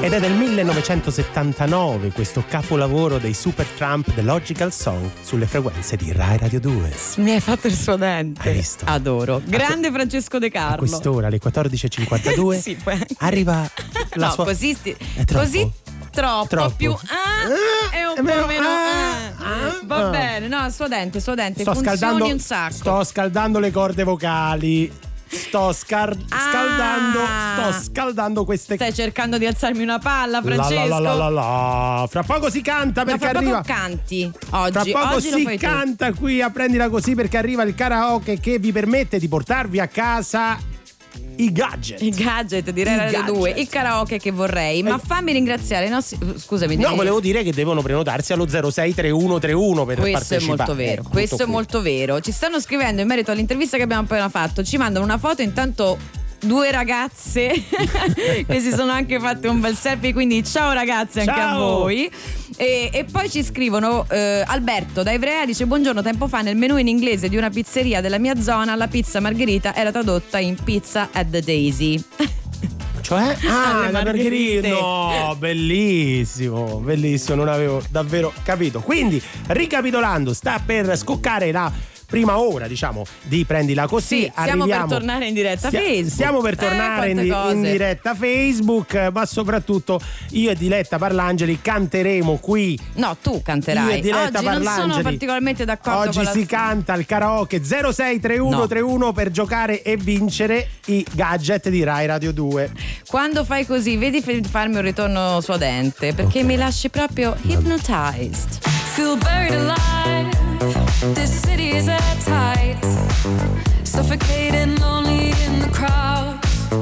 [SPEAKER 3] ed è del millenovecentosettantanove questo capolavoro dei Supertramp, The Logical Song, sulle frequenze di Rai Radio due.
[SPEAKER 2] Mi hai fatto il suadente.
[SPEAKER 3] Hai visto?
[SPEAKER 2] Adoro. Grande Francesco De Carlo.
[SPEAKER 3] A quest'ora, alle quattordici e cinquantadue,
[SPEAKER 2] sì, poi...
[SPEAKER 3] arriva la
[SPEAKER 2] no,
[SPEAKER 3] sua...
[SPEAKER 2] così, sti...
[SPEAKER 3] troppo.
[SPEAKER 2] così troppo,
[SPEAKER 3] Troppo.
[SPEAKER 2] più ah, e un
[SPEAKER 3] è
[SPEAKER 2] po'
[SPEAKER 3] meno,
[SPEAKER 2] meno
[SPEAKER 3] ah,
[SPEAKER 2] ah.
[SPEAKER 3] ah,
[SPEAKER 2] Va
[SPEAKER 3] ah.
[SPEAKER 2] bene, no, suadente, suadente,
[SPEAKER 3] sto
[SPEAKER 2] funzioni
[SPEAKER 3] scaldando,
[SPEAKER 2] un sacco.
[SPEAKER 3] sto scaldando le corde vocali. Sto scar-
[SPEAKER 2] Ah.
[SPEAKER 3] scaldando sto scaldando queste.
[SPEAKER 2] Stai cercando di alzarmi una palla, Francesco?
[SPEAKER 3] La la la la la. Fra poco si canta
[SPEAKER 2] No,
[SPEAKER 3] perché
[SPEAKER 2] fra
[SPEAKER 3] arriva.
[SPEAKER 2] poco canti oggi.
[SPEAKER 3] Fra poco
[SPEAKER 2] oggi lo
[SPEAKER 3] si
[SPEAKER 2] fai tu.
[SPEAKER 3] canta qui a Prendila Così, perché arriva il karaoke che vi permette di portarvi a casa i gadget.
[SPEAKER 2] I gadget di Rai
[SPEAKER 3] I
[SPEAKER 2] Radio
[SPEAKER 3] gadget.
[SPEAKER 2] due, il karaoke che vorrei. Ma fammi ringraziare i nostri. Scusami,
[SPEAKER 3] No,
[SPEAKER 2] direi-
[SPEAKER 3] volevo dire che devono prenotarsi allo zero sei tre uno tre uno per
[SPEAKER 2] Questo è
[SPEAKER 3] partecipare.
[SPEAKER 2] molto vero,
[SPEAKER 3] Ecco,
[SPEAKER 2] questo
[SPEAKER 3] tutto
[SPEAKER 2] è
[SPEAKER 3] qui.
[SPEAKER 2] molto vero. Ci stanno scrivendo in merito all'intervista che abbiamo appena fatto. Ci mandano una foto, intanto due ragazze che si sono anche fatte un bel selfie, quindi ciao ragazze anche
[SPEAKER 3] Ciao.
[SPEAKER 2] a voi. E, e poi ci scrivono eh, Alberto da Ivrea dice: buongiorno, tempo fa nel menù in inglese di una pizzeria della mia zona la pizza margherita era tradotta in pizza at the Daisy.
[SPEAKER 3] Cioè? Ah,
[SPEAKER 2] Alle
[SPEAKER 3] la margherita.
[SPEAKER 2] margherite.
[SPEAKER 3] No, bellissimo, bellissimo, non avevo davvero capito. Quindi, ricapitolando, sta per scoccare la prima ora, diciamo, di Prendila Così.
[SPEAKER 2] Sì, stiamo
[SPEAKER 3] Arriviamo-
[SPEAKER 2] per tornare in diretta
[SPEAKER 3] Stia-
[SPEAKER 2] Facebook.
[SPEAKER 3] Stiamo per
[SPEAKER 2] Eh,
[SPEAKER 3] tornare in,
[SPEAKER 2] quante
[SPEAKER 3] di-
[SPEAKER 2] cose.
[SPEAKER 3] in diretta Facebook, ma soprattutto io e Diletta Parlangeli canteremo qui.
[SPEAKER 2] No, tu canterai.
[SPEAKER 3] Io e Diletta
[SPEAKER 2] Oggi non sono
[SPEAKER 3] Parlangeli.
[SPEAKER 2] particolarmente d'accordo
[SPEAKER 3] Oggi
[SPEAKER 2] con la
[SPEAKER 3] si canta il karaoke zero sei tre uno tre uno per giocare e vincere i gadget di Rai Radio due.
[SPEAKER 2] Quando fai così, vedi f- farmi un ritorno suadente, perché mi lasci proprio hypnotized.
[SPEAKER 6] Feel buried alive. This city is at tight. Suffocating, lonely in the crowd.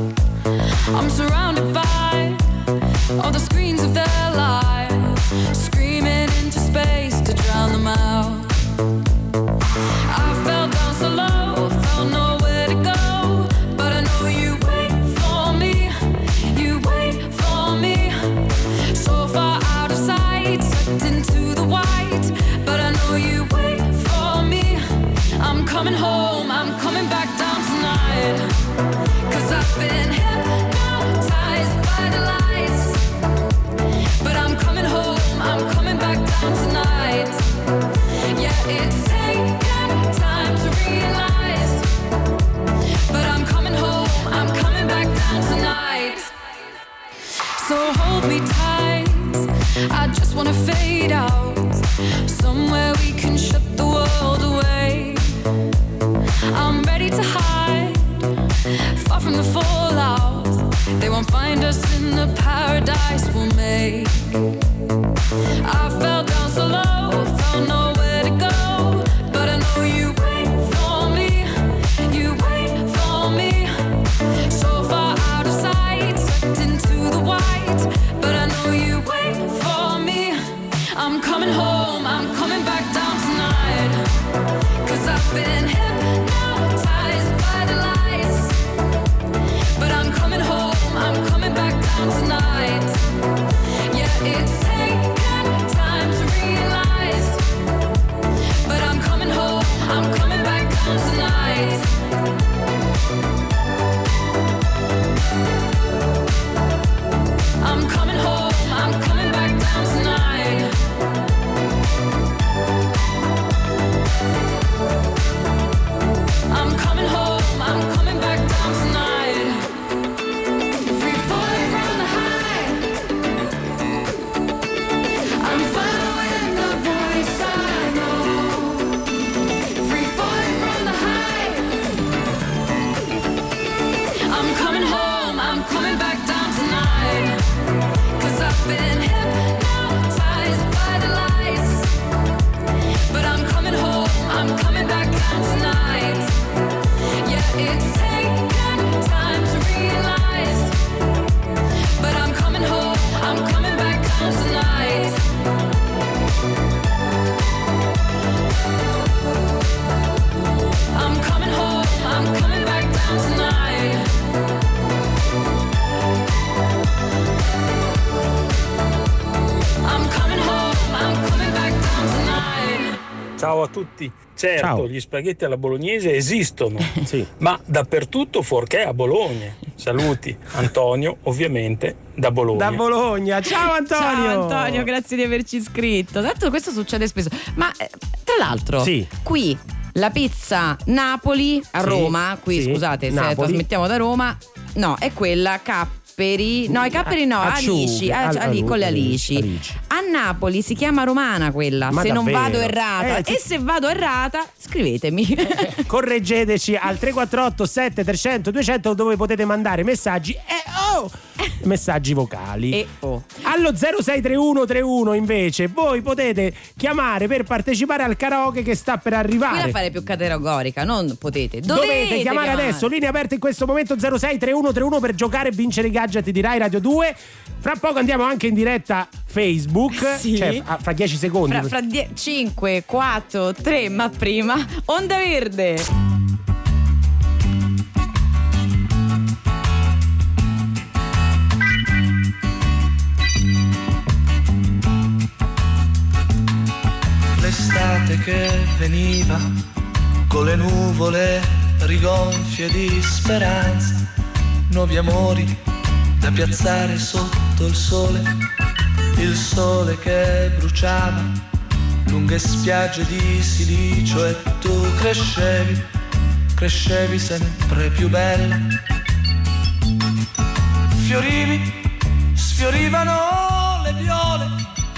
[SPEAKER 6] I'm surrounded by all the screens of their lives, screaming into space to drown them out. I fell down so low, found nowhere to go, but I know you wait for me. You wait for me. So far out of sight, sucked into the white, but I know you wait for me. I'm coming home, I'm coming back down tonight, 'cause I've been hypnotized by the lights, but I'm coming home, I'm coming back down tonight. Yeah, it's taken time to realize, but I'm coming home, I'm coming back down tonight. So hold me tight, I just wanna fade out, somewhere we can shut the world away. I'm ready to hide, far from the fallout. They won't find us in the paradise we'll make. I fell down so low, found nowhere to go, but I know you wait for me. You wait for me. So far out of sight, sucked into the white, but I know you wait for me. I'm coming home, I'm coming back down tonight, 'cause I've been hypnotized by the lights, but I'm coming home, I'm coming back down tonight. Yeah, it's taken time to realize, but I'm coming home, I'm coming back down tonight. I'm coming home, I'm coming back down tonight. I'm coming home, I'm coming back down tonight. Free falling from the high, I'm following the voice I know. Free falling from the high, I'm coming home, I'm coming back down tonight, 'cause I've been hypnotized by the lights, but I'm coming home, I'm coming back down tonight. Yeah, it's taken time to realize, but I'm coming home, I'm coming back down tonight. I'm coming home, I'm coming back down tonight. I'm coming home, I'm coming back down tonight.
[SPEAKER 14] Ciao a tutti. Certo,
[SPEAKER 3] Ciao.
[SPEAKER 14] gli spaghetti alla bolognese esistono,
[SPEAKER 3] sì.
[SPEAKER 14] ma dappertutto fuorché a Bologna. Saluti, Antonio, ovviamente da Bologna.
[SPEAKER 3] Da Bologna. Ciao Antonio.
[SPEAKER 2] Ciao Antonio, grazie di averci iscritto. Tanto questo succede spesso. Ma eh, tra l'altro,
[SPEAKER 3] sì.
[SPEAKER 2] qui la pizza Napoli a
[SPEAKER 3] Sì,
[SPEAKER 2] Roma, qui
[SPEAKER 3] sì,
[SPEAKER 2] scusate se
[SPEAKER 3] Napoli.
[SPEAKER 2] trasmettiamo da Roma, no, è quella Capperi, no, i Capperi no,
[SPEAKER 3] Acciughe,
[SPEAKER 2] alici,
[SPEAKER 3] al-
[SPEAKER 2] ali- ali- con le
[SPEAKER 3] alici,
[SPEAKER 2] alici.
[SPEAKER 3] alici.
[SPEAKER 2] A Napoli si chiama romana quella,
[SPEAKER 3] Ma
[SPEAKER 2] se non
[SPEAKER 3] davvero?
[SPEAKER 2] vado errata.
[SPEAKER 3] Eh, ti-
[SPEAKER 2] E se vado errata, scrivetemi.
[SPEAKER 3] Correggeteci al tre quattro otto sette trecento duecento, dove potete mandare messaggi e oh, messaggi vocali.
[SPEAKER 2] E oh.
[SPEAKER 3] Allo zero sei tre uno tre uno invece voi potete chiamare per partecipare al karaoke che sta per
[SPEAKER 2] Qui
[SPEAKER 3] arrivare.
[SPEAKER 2] la fare più categorica, non potete.
[SPEAKER 3] Dovete,
[SPEAKER 2] Dovete
[SPEAKER 3] chiamare, adesso, linee aperte in questo momento zero sei tre uno tre uno per giocare e vincere i gadget di Rai Radio due. Fra poco andiamo anche in diretta Facebook,
[SPEAKER 2] Sì.
[SPEAKER 3] cioè fra, fra dieci secondi.
[SPEAKER 2] Fra, fra die- cinque, quattro, tre, ma prima Onda Verde.
[SPEAKER 15] L'estate che veniva con le nuvole rigonfie di speranza, nuovi amori da piazzare sotto il sole, il sole che bruciava lunghe spiagge di silicio e tu crescevi, crescevi sempre più bella. Fiorivi, sfiorivano le viole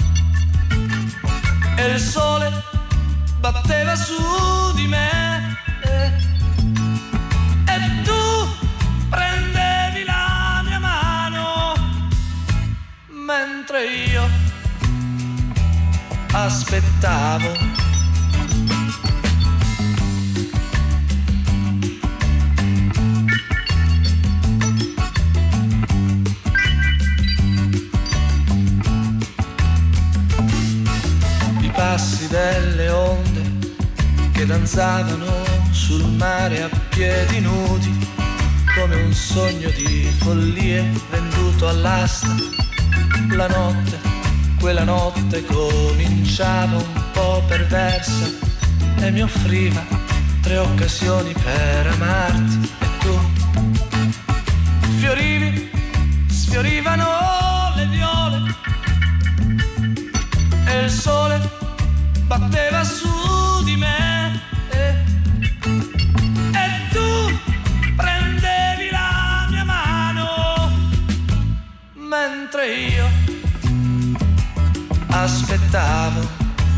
[SPEAKER 15] e il sole batteva su di me e, e tu prendevi la mia mano mentre io aspettavo. I passi delle onde che danzavano sul mare a piedi nudi, come un sogno di follie venduto all'asta. La notte, quella notte cominciava un po' perversa e mi offriva tre occasioni per amarti. E tu fiorivi, sfiorivano le viole e il sole batteva su di me e, e tu prendevi la mia mano mentre io aspettavo.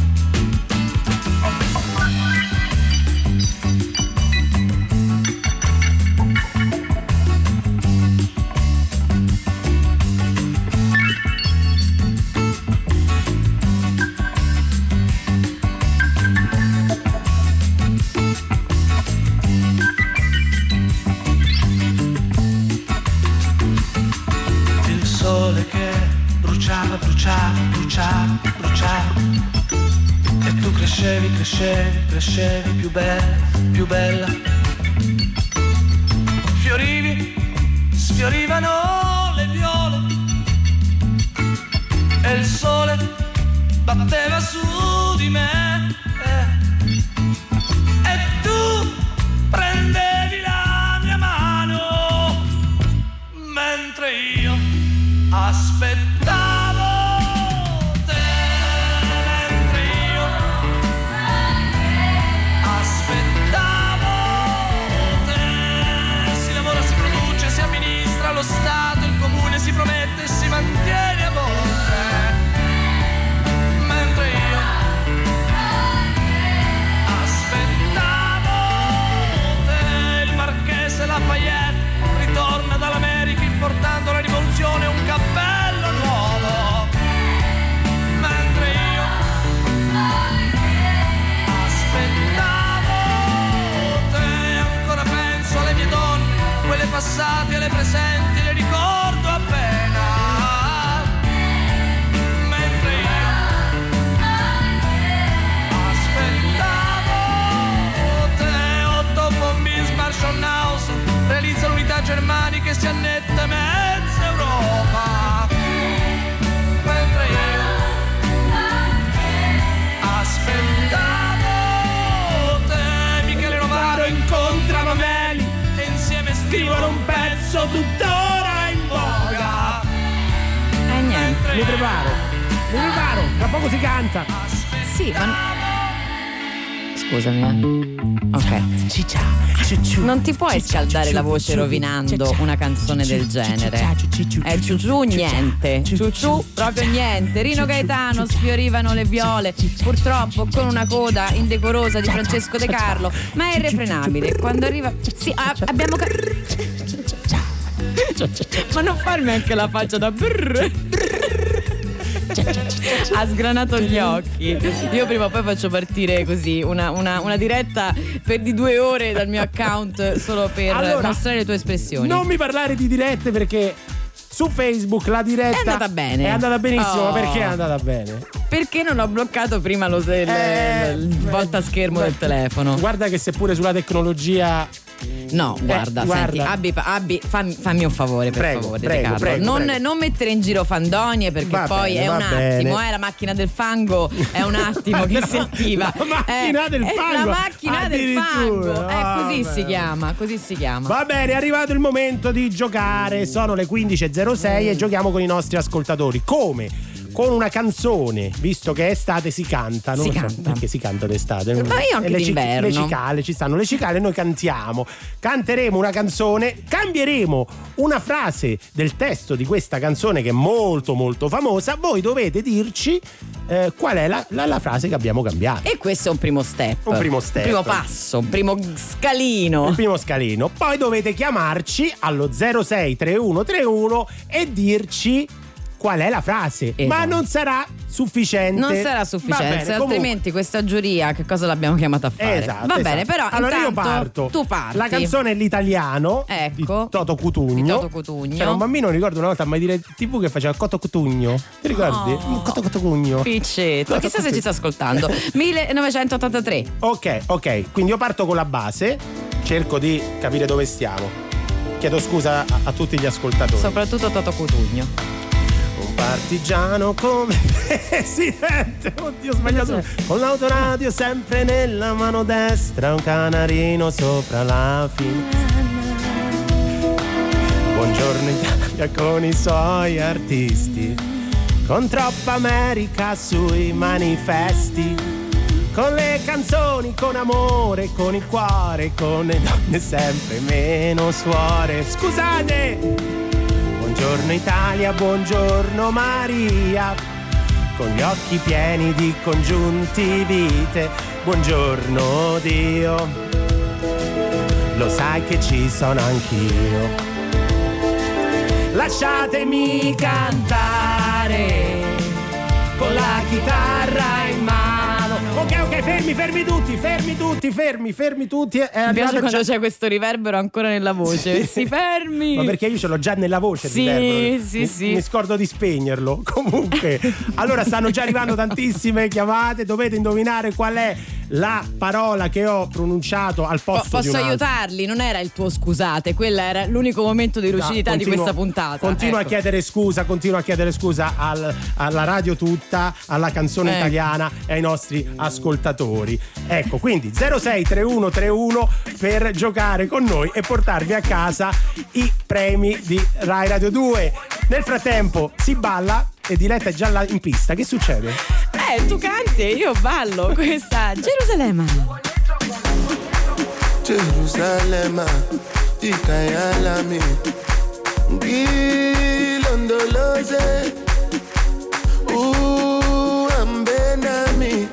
[SPEAKER 15] Il sole che bruciava, bruciava, bruciava, bruciava e tu crescevi, crescevi, crescevi più bella, più bella. Fiorivi, sfiorivano le viole e il sole batteva su di me e, e tu prendevi la mia mano mentre io aspettavo te, mentre io aspettavo te. Si lavora, si produce, si amministra, lo Stato, il comune si promette e si mantiene a volte, mentre io aspettavo te. Il Marchese Lafayette ritorna dall'America importando la rivoluzione e un cappello nuovo, mentre io aspettavo te. Ancora penso alle mie donne, quelle passate e le presenti, le ricordo appena, mentre io aspettavo te. Otto von Bismarck, Schonhausen realizza l'unità germanica e si annette mezza Europa, mentre io aspettavo
[SPEAKER 3] mi preparo, mi preparo, tra poco si canta.
[SPEAKER 2] Sì, ma scusami, eh. Ok. Non ti puoi scaldare la voce rovinando una canzone del genere. È ciuciù niente. Ciuciù proprio niente. Rino Gaetano, sfiorivano le viole, purtroppo con una coda indecorosa di Francesco De Carlo, ma è irrefrenabile. Quando arriva. Sì, ah, abbiamo. Ca- ma non farmi anche la faccia da brrr. Ha sgranato gli occhi. Io prima o poi faccio partire così una, una, una diretta per di due ore dal mio account solo per
[SPEAKER 3] allora,
[SPEAKER 2] mostrare le tue espressioni.
[SPEAKER 3] Non mi parlare di dirette perché su Facebook la diretta
[SPEAKER 2] è andata bene.
[SPEAKER 3] È andata benissimo.
[SPEAKER 2] Oh.
[SPEAKER 3] Ma perché è andata bene?
[SPEAKER 2] Perché non ho bloccato prima lo se-
[SPEAKER 3] eh,
[SPEAKER 2] il volta schermo
[SPEAKER 3] beh,
[SPEAKER 2] del telefono.
[SPEAKER 3] Guarda che seppure sulla tecnologia.
[SPEAKER 2] No, guarda,
[SPEAKER 3] eh,
[SPEAKER 2] senti,
[SPEAKER 3] guarda.
[SPEAKER 2] Abbi, Abbi fammi, fammi un favore, per
[SPEAKER 3] prego,
[SPEAKER 2] favore,
[SPEAKER 3] prego,
[SPEAKER 2] Riccardo.
[SPEAKER 3] prego,
[SPEAKER 2] non,
[SPEAKER 3] prego.
[SPEAKER 2] non mettere in giro fandonie perché
[SPEAKER 3] Va
[SPEAKER 2] poi
[SPEAKER 3] bene,
[SPEAKER 2] è un
[SPEAKER 3] va
[SPEAKER 2] attimo,
[SPEAKER 3] bene.
[SPEAKER 2] eh, la macchina del fango è un attimo che si attiva.
[SPEAKER 3] La macchina
[SPEAKER 2] Eh,
[SPEAKER 3] del
[SPEAKER 2] è
[SPEAKER 3] fango,
[SPEAKER 2] La macchina del
[SPEAKER 3] addirittura.
[SPEAKER 2] fango. Eh,
[SPEAKER 3] Ah,
[SPEAKER 2] così
[SPEAKER 3] beh.
[SPEAKER 2] si chiama, così si chiama.
[SPEAKER 3] Va bene, è arrivato il momento di giocare. Sono le quindici e zero sei e giochiamo con i nostri ascoltatori. Come? Con una canzone, visto che è estate si canta, non
[SPEAKER 2] Si
[SPEAKER 3] lo so
[SPEAKER 2] canta.
[SPEAKER 3] perché si canta d'estate.
[SPEAKER 2] Ma io anche
[SPEAKER 3] le, cic-
[SPEAKER 2] d'inverno.
[SPEAKER 3] le cicale, ci stanno le cicale, noi cantiamo. Canteremo una canzone, cambieremo una frase del testo di questa canzone che è molto molto famosa. Voi dovete dirci eh, qual è la, la, la frase che abbiamo cambiato.
[SPEAKER 2] E questo è un primo step.
[SPEAKER 3] Un primo step.
[SPEAKER 2] Un primo passo, un primo scalino.
[SPEAKER 3] Il primo scalino. Poi dovete chiamarci allo zero sei tre uno tre uno e dirci qual è la frase.
[SPEAKER 2] Esatto.
[SPEAKER 3] Ma non sarà sufficiente.
[SPEAKER 2] Non sarà
[SPEAKER 3] Va
[SPEAKER 2] sufficiente,
[SPEAKER 3] bene,
[SPEAKER 2] se
[SPEAKER 3] comunque-
[SPEAKER 2] altrimenti questa giuria che cosa l'abbiamo chiamata a fare?
[SPEAKER 3] Esatto,
[SPEAKER 2] Va
[SPEAKER 3] esatto.
[SPEAKER 2] bene, però
[SPEAKER 3] allora io
[SPEAKER 2] intanto
[SPEAKER 3] parto.
[SPEAKER 2] tu parti.
[SPEAKER 3] La canzone è l'italiano
[SPEAKER 2] Ecco.
[SPEAKER 3] di Toto Cutugno.
[SPEAKER 2] Di Toto Cutugno.
[SPEAKER 3] C'era un bambino, non ricordo una volta a mai dire tivù che faceva Toto Cutugno. Ti ricordi?
[SPEAKER 2] Oh.
[SPEAKER 3] Toto Cutugno.
[SPEAKER 2] Piccetto,
[SPEAKER 3] Toto
[SPEAKER 2] chissà se
[SPEAKER 3] Cutugno.
[SPEAKER 2] ci sta ascoltando. millenovecentottantatré.
[SPEAKER 3] Ok, ok, quindi io parto con la base, cerco di capire dove stiamo. Chiedo scusa a, a tutti gli ascoltatori.
[SPEAKER 2] Soprattutto Toto Cutugno.
[SPEAKER 3] Un partigiano come presidente. Oddio, ho sbagliato. Con l'autoradio sempre nella mano destra, un canarino sopra la finestra. Buongiorno Italia con i suoi artisti, con troppa America sui manifesti, con le canzoni, con amore, con il cuore, con le donne sempre meno suore. Scusate! Buongiorno Italia, buongiorno Maria, con gli occhi pieni di congiuntivite. Buongiorno Dio, lo sai che ci sono anch'io. Lasciatemi cantare con la chitarra in mano. Ok, ok, fermi, fermi tutti, fermi tutti, fermi, fermi tutti. È
[SPEAKER 2] Mi piace quando
[SPEAKER 3] già...
[SPEAKER 2] c'è questo riverbero ancora nella voce. Si fermi.
[SPEAKER 3] Ma perché io ce l'ho già nella voce.
[SPEAKER 2] Sì,
[SPEAKER 3] il riverbero.
[SPEAKER 2] sì,
[SPEAKER 3] mi,
[SPEAKER 2] sì.
[SPEAKER 3] mi scordo di spegnerlo. Comunque, allora stanno già arrivando tantissime chiamate. Dovete indovinare qual è la parola che ho pronunciato al posto
[SPEAKER 2] Po-
[SPEAKER 3] di
[SPEAKER 2] posso
[SPEAKER 3] un'altra.
[SPEAKER 2] aiutarli? Non era il tuo scusate, quella era l'unico momento di lucidità
[SPEAKER 3] No,
[SPEAKER 2] di
[SPEAKER 3] continuo-
[SPEAKER 2] questa puntata.
[SPEAKER 3] Continuo
[SPEAKER 2] Ecco.
[SPEAKER 3] a chiedere scusa, continuo a chiedere scusa al- alla radio tutta, alla canzone
[SPEAKER 2] Ecco.
[SPEAKER 3] italiana e ai nostri ascoltatori. Ecco, quindi zero sei tre uno tre uno per giocare con noi e portarvi a casa i premi di Rai Radio due. Nel frattempo si balla e Diletta è già là in pista. Che succede?
[SPEAKER 2] Eh, tu canti e io ballo questa Gerusalemme.
[SPEAKER 16] Jerusalema, ikayalami, ngilondoloze, uhambe nami,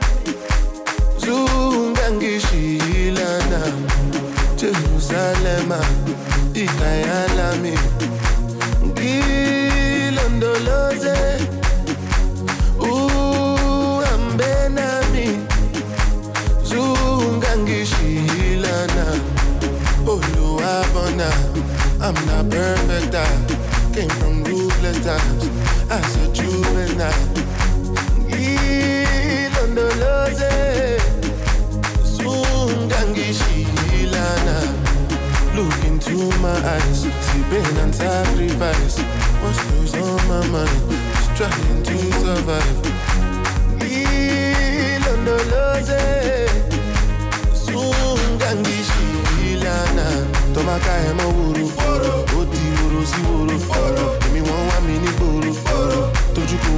[SPEAKER 16] zungangishilana. Jerusalema, ikayalami, ngilondoloze, uhambe nami, zungangishilana. Oluwabona, I'm not perfect, I came from ruthless times as a juvenile. Ilondoloze, zungangishilana. Look into my eyes, see pain and sacrifice. What's goes on my mind, just trying to survive. Ilondoloze, zungangishilana. Tomaka emo wuru, oti wuru si wuru. Emi won wa mi ni gboro, tojuku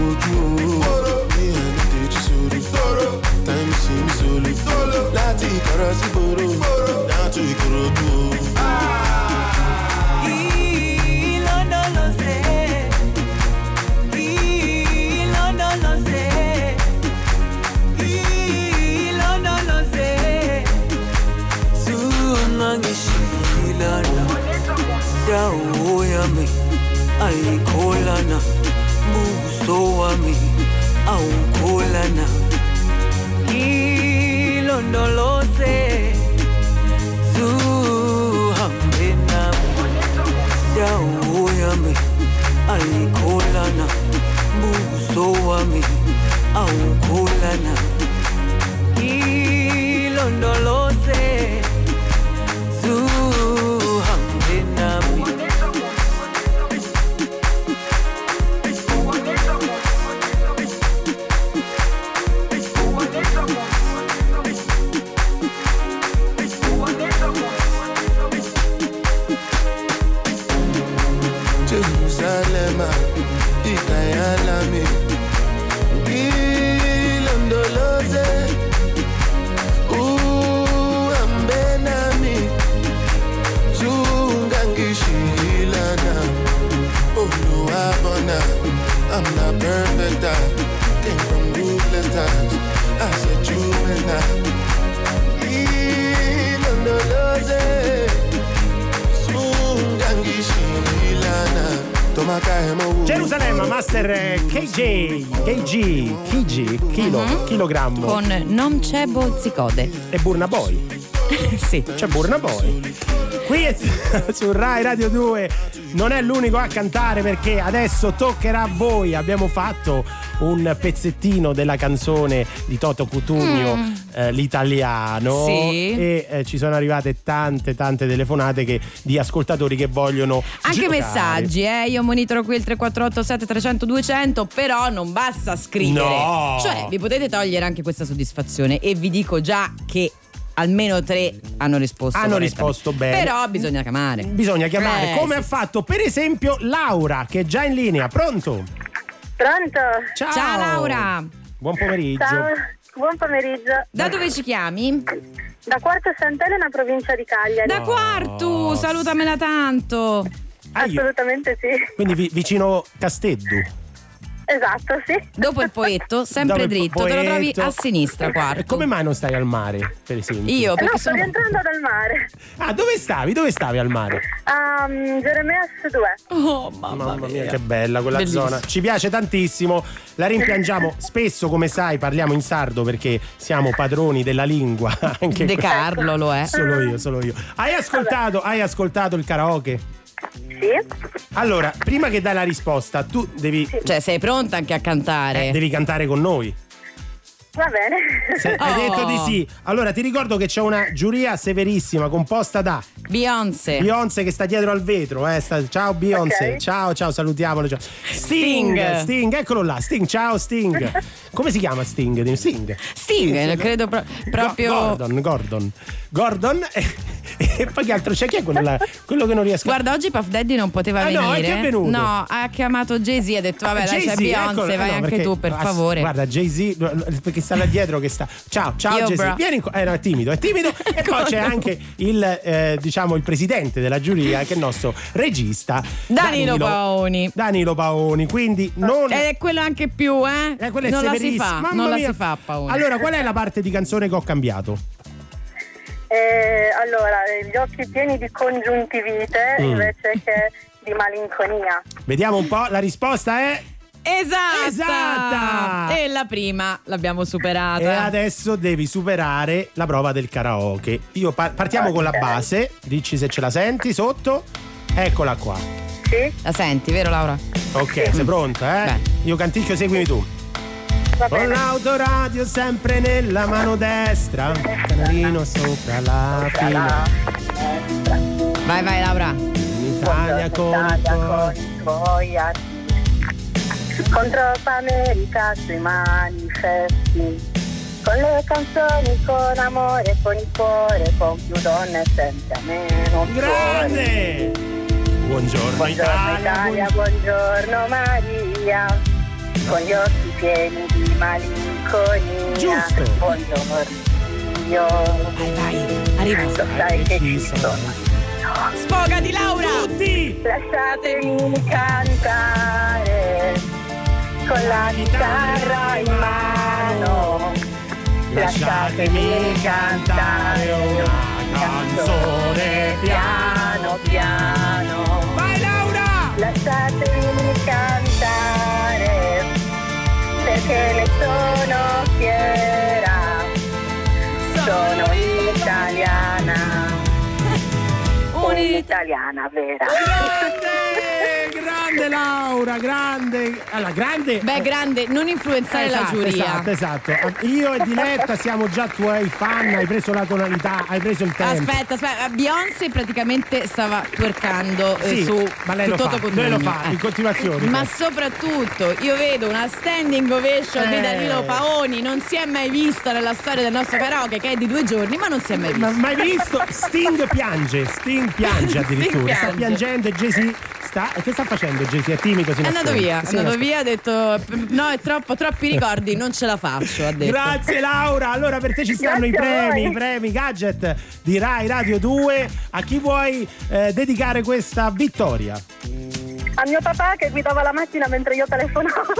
[SPEAKER 12] Yaoyami, Aikolana, Busowami, Aukolana, Ilondolose, Zuhambenami, Yaoyami, Aikolana, Busowami, Aukolana, Ilondolose, Zuhambenami.
[SPEAKER 16] Jerusalem, Ikayalami, Ilondoloze, Uambenami, Zungangishilana, Oluwabona. I'm not perfect, I came from ruthless times as a juvenile. Ilondoloze, Zungangishilana.
[SPEAKER 3] Gerusalemme, Master K J, K G, K G, chilo,
[SPEAKER 2] Mhm.
[SPEAKER 3] chilogrammo.
[SPEAKER 2] Con Non c'è Bozzicode.
[SPEAKER 3] E Burna Boy.
[SPEAKER 2] Sì.
[SPEAKER 3] C'è Burna Boy. Qui è, su Rai Radio due non è l'unico a cantare, perché adesso toccherà a voi. Abbiamo fatto un pezzettino della canzone di Toto Cutugno,
[SPEAKER 2] Mm.
[SPEAKER 3] eh, l'italiano.
[SPEAKER 2] Sì.
[SPEAKER 3] E eh, ci sono arrivate tante tante telefonate che, di ascoltatori che vogliono
[SPEAKER 2] Anche
[SPEAKER 3] giocare.
[SPEAKER 2] messaggi, eh? Io monitoro qui il tre quattro otto sette trecento duecento, però non basta scrivere.
[SPEAKER 3] No.
[SPEAKER 2] Cioè, vi potete togliere anche questa soddisfazione, e vi dico già che almeno tre hanno risposto.
[SPEAKER 3] Hanno
[SPEAKER 2] correttamente.
[SPEAKER 3] risposto bene.
[SPEAKER 2] Però bisogna chiamare.
[SPEAKER 3] Bisogna chiamare,
[SPEAKER 2] Eh,
[SPEAKER 3] come
[SPEAKER 2] sì.
[SPEAKER 3] ha fatto per esempio Laura, che è già in linea. Pronto?
[SPEAKER 17] Pronto?
[SPEAKER 3] Ciao.
[SPEAKER 2] Ciao Laura.
[SPEAKER 3] Buon pomeriggio.
[SPEAKER 17] Ciao, buon pomeriggio.
[SPEAKER 2] Da dove ci chiami?
[SPEAKER 17] Da Quarto Sant'Elena, provincia di Cagliari.
[SPEAKER 2] Da Quartu, salutamela tanto.
[SPEAKER 17] Assolutamente sì.
[SPEAKER 3] Quindi vi- vicino Casteddu.
[SPEAKER 17] Esatto, sì.
[SPEAKER 2] Dopo il poetto, sempre
[SPEAKER 3] Dove il
[SPEAKER 2] dritto, te lo trovi
[SPEAKER 3] poetto-
[SPEAKER 2] a sinistra,
[SPEAKER 3] E
[SPEAKER 2] Quartu.
[SPEAKER 3] come mai non stai al mare, per esempio?
[SPEAKER 2] Io,
[SPEAKER 17] Eh
[SPEAKER 2] perché
[SPEAKER 17] no, sto
[SPEAKER 2] sono...
[SPEAKER 17] rientrando dal mare.
[SPEAKER 3] Ah, dove stavi? Dove stavi al mare?
[SPEAKER 17] A um, Geremea S due.
[SPEAKER 2] Oh, mamma,
[SPEAKER 3] Mamma mia, che bella quella
[SPEAKER 2] Bellissimo.
[SPEAKER 3] zona. Ci piace tantissimo. La rimpiangiamo spesso, come sai, parliamo in sardo perché siamo padroni della lingua. Anche
[SPEAKER 2] De
[SPEAKER 3] que-
[SPEAKER 2] Carlo lo è.
[SPEAKER 3] Solo io, solo io. Hai ascoltato, hai ascoltato il karaoke?
[SPEAKER 17] Sì.
[SPEAKER 3] Allora, prima che dai la risposta, tu devi,
[SPEAKER 2] Cioè, sei pronta anche a cantare?
[SPEAKER 3] eh, devi cantare con noi.
[SPEAKER 17] Va bene.
[SPEAKER 3] Se- Hai
[SPEAKER 2] Oh.
[SPEAKER 3] detto di sì. Allora ti ricordo che c'è una giuria severissima composta da
[SPEAKER 2] Beyoncé.
[SPEAKER 3] Beyoncé che sta dietro al vetro, eh, sta- ciao Beyoncé,
[SPEAKER 17] Ok.
[SPEAKER 3] ciao ciao, salutiamolo. Ciao. Sting,
[SPEAKER 2] Sting.
[SPEAKER 3] Sting, eccolo là, Sting, ciao Sting. Come si chiama Sting? Sting.
[SPEAKER 2] Sting, credo pro- proprio.
[SPEAKER 3] Gordon, Gordon. Gordon e, e poi che altro c'è? Chi è quello, là? Quello che non riesco a...
[SPEAKER 2] Guarda, oggi Puff Daddy non poteva
[SPEAKER 3] Ah,
[SPEAKER 2] venire.
[SPEAKER 3] no, è che è venuto?
[SPEAKER 2] No, ha chiamato Jay-Z, ha detto vabbè, dai, c'è
[SPEAKER 3] Jay-Z,
[SPEAKER 2] Beyoncé,
[SPEAKER 3] eccolo.
[SPEAKER 2] vai
[SPEAKER 3] Eh, no,
[SPEAKER 2] anche
[SPEAKER 3] perché-
[SPEAKER 2] tu, per
[SPEAKER 3] ass-
[SPEAKER 2] favore.
[SPEAKER 3] Guarda, Jay-Z, perché sta là dietro che sta. Ciao, ciao
[SPEAKER 2] Io,
[SPEAKER 3] Jay-Z.
[SPEAKER 2] bro.
[SPEAKER 3] Vieni qua. Eh, no, è timido, è timido. E poi c'è anche il, eh, diciamo, il presidente della giuria, che è il nostro regista
[SPEAKER 2] Danilo Paoni.
[SPEAKER 3] Danilo Paoni, quindi non.
[SPEAKER 2] Ed è quello anche più, eh?
[SPEAKER 3] Eh, quello è
[SPEAKER 2] non la si
[SPEAKER 3] severissimo.
[SPEAKER 2] fa,
[SPEAKER 3] Mamma
[SPEAKER 2] non la
[SPEAKER 3] mia.
[SPEAKER 2] si fa, Paoni.
[SPEAKER 3] Allora, qual è la parte di canzone che ho cambiato?
[SPEAKER 17] Eh, allora, gli occhi pieni di congiuntivite
[SPEAKER 3] Mm.
[SPEAKER 17] invece che di malinconia.
[SPEAKER 3] Vediamo un po', la risposta è.
[SPEAKER 2] Esatta!
[SPEAKER 3] Esatta!
[SPEAKER 2] E la prima l'abbiamo superata.
[SPEAKER 3] E adesso devi superare la prova del karaoke. Io par- partiamo con la base, dici se ce la senti sotto. Eccola qua.
[SPEAKER 17] Sì?
[SPEAKER 2] La senti, vero Laura?
[SPEAKER 3] Ok, sei pronta, eh? Io canticchio, seguimi tu.
[SPEAKER 17] Va
[SPEAKER 3] Con
[SPEAKER 17] bene.
[SPEAKER 3] l'autoradio sempre nella mano destra, canarino sopra la fila.
[SPEAKER 2] Vai, vai Laura.
[SPEAKER 3] In Italia con il
[SPEAKER 17] Italia
[SPEAKER 3] cuore.
[SPEAKER 17] con i tuoi arti. Con troppa America sui manifesti. Con le canzoni, con amore, con il cuore, con più donne senza meno cuore.
[SPEAKER 3] Grande! Buongiorno,
[SPEAKER 17] Buongiorno
[SPEAKER 3] Italia.
[SPEAKER 17] Italia, buongiorno Maria, con gli occhi pieni di malinconia.
[SPEAKER 3] Giusto.
[SPEAKER 17] Buongiorno io.
[SPEAKER 2] Vai, vai, arriva.
[SPEAKER 17] Lo sai che ci sono.
[SPEAKER 2] Sfogati Laura!
[SPEAKER 3] Tutti!
[SPEAKER 17] Lasciatemi cantare con la chitarra in mano.
[SPEAKER 3] Lasciatemi cantare una canzone
[SPEAKER 17] piano piano.
[SPEAKER 3] Vai
[SPEAKER 17] italiana vera.
[SPEAKER 3] Grande, grande Laura, grande. Allora, grande.
[SPEAKER 2] Beh, grande, non influenzare
[SPEAKER 3] esatto,
[SPEAKER 2] la giuria.
[SPEAKER 3] Esatto, esatto. Io e Diletta siamo già tuoi fan, hai preso la tonalità, hai preso il tempo.
[SPEAKER 2] Aspetta, aspetta, Beyoncé praticamente stava twerkando eh,
[SPEAKER 3] Sì,
[SPEAKER 2] su
[SPEAKER 3] ma lei
[SPEAKER 2] su
[SPEAKER 3] lo
[SPEAKER 2] Toto
[SPEAKER 3] fa,
[SPEAKER 2] Cutugno.
[SPEAKER 3] lei lo fa
[SPEAKER 2] Eh.
[SPEAKER 3] in continuazione.
[SPEAKER 2] Ma soprattutto io vedo una standing ovation
[SPEAKER 3] Eh.
[SPEAKER 2] di Danilo Paoni, non si è mai vista nella storia del nostro karaoke, che è di due giorni, ma non si è mai vista.
[SPEAKER 3] Ma mai visto? Sting piange, Sting piange addirittura.
[SPEAKER 2] Sting
[SPEAKER 3] Sta
[SPEAKER 2] piange.
[SPEAKER 3] piangendo e Jay-Z sta. Che sta facendo Jay-Z? È timido, si
[SPEAKER 2] È andato
[SPEAKER 3] nasconde.
[SPEAKER 2] via, è
[SPEAKER 3] Si
[SPEAKER 2] andato
[SPEAKER 3] nasconde.
[SPEAKER 2] via, ha detto no, è troppo, troppi ricordi, non ce la faccio, ha detto.
[SPEAKER 3] Grazie Laura, allora per te ci stanno i
[SPEAKER 17] Grazie a
[SPEAKER 3] premi,
[SPEAKER 17] voi.
[SPEAKER 3] i premi gadget di Rai Radio due. A chi vuoi eh, dedicare questa vittoria?
[SPEAKER 17] A mio papà che guidava la macchina mentre io telefonavo.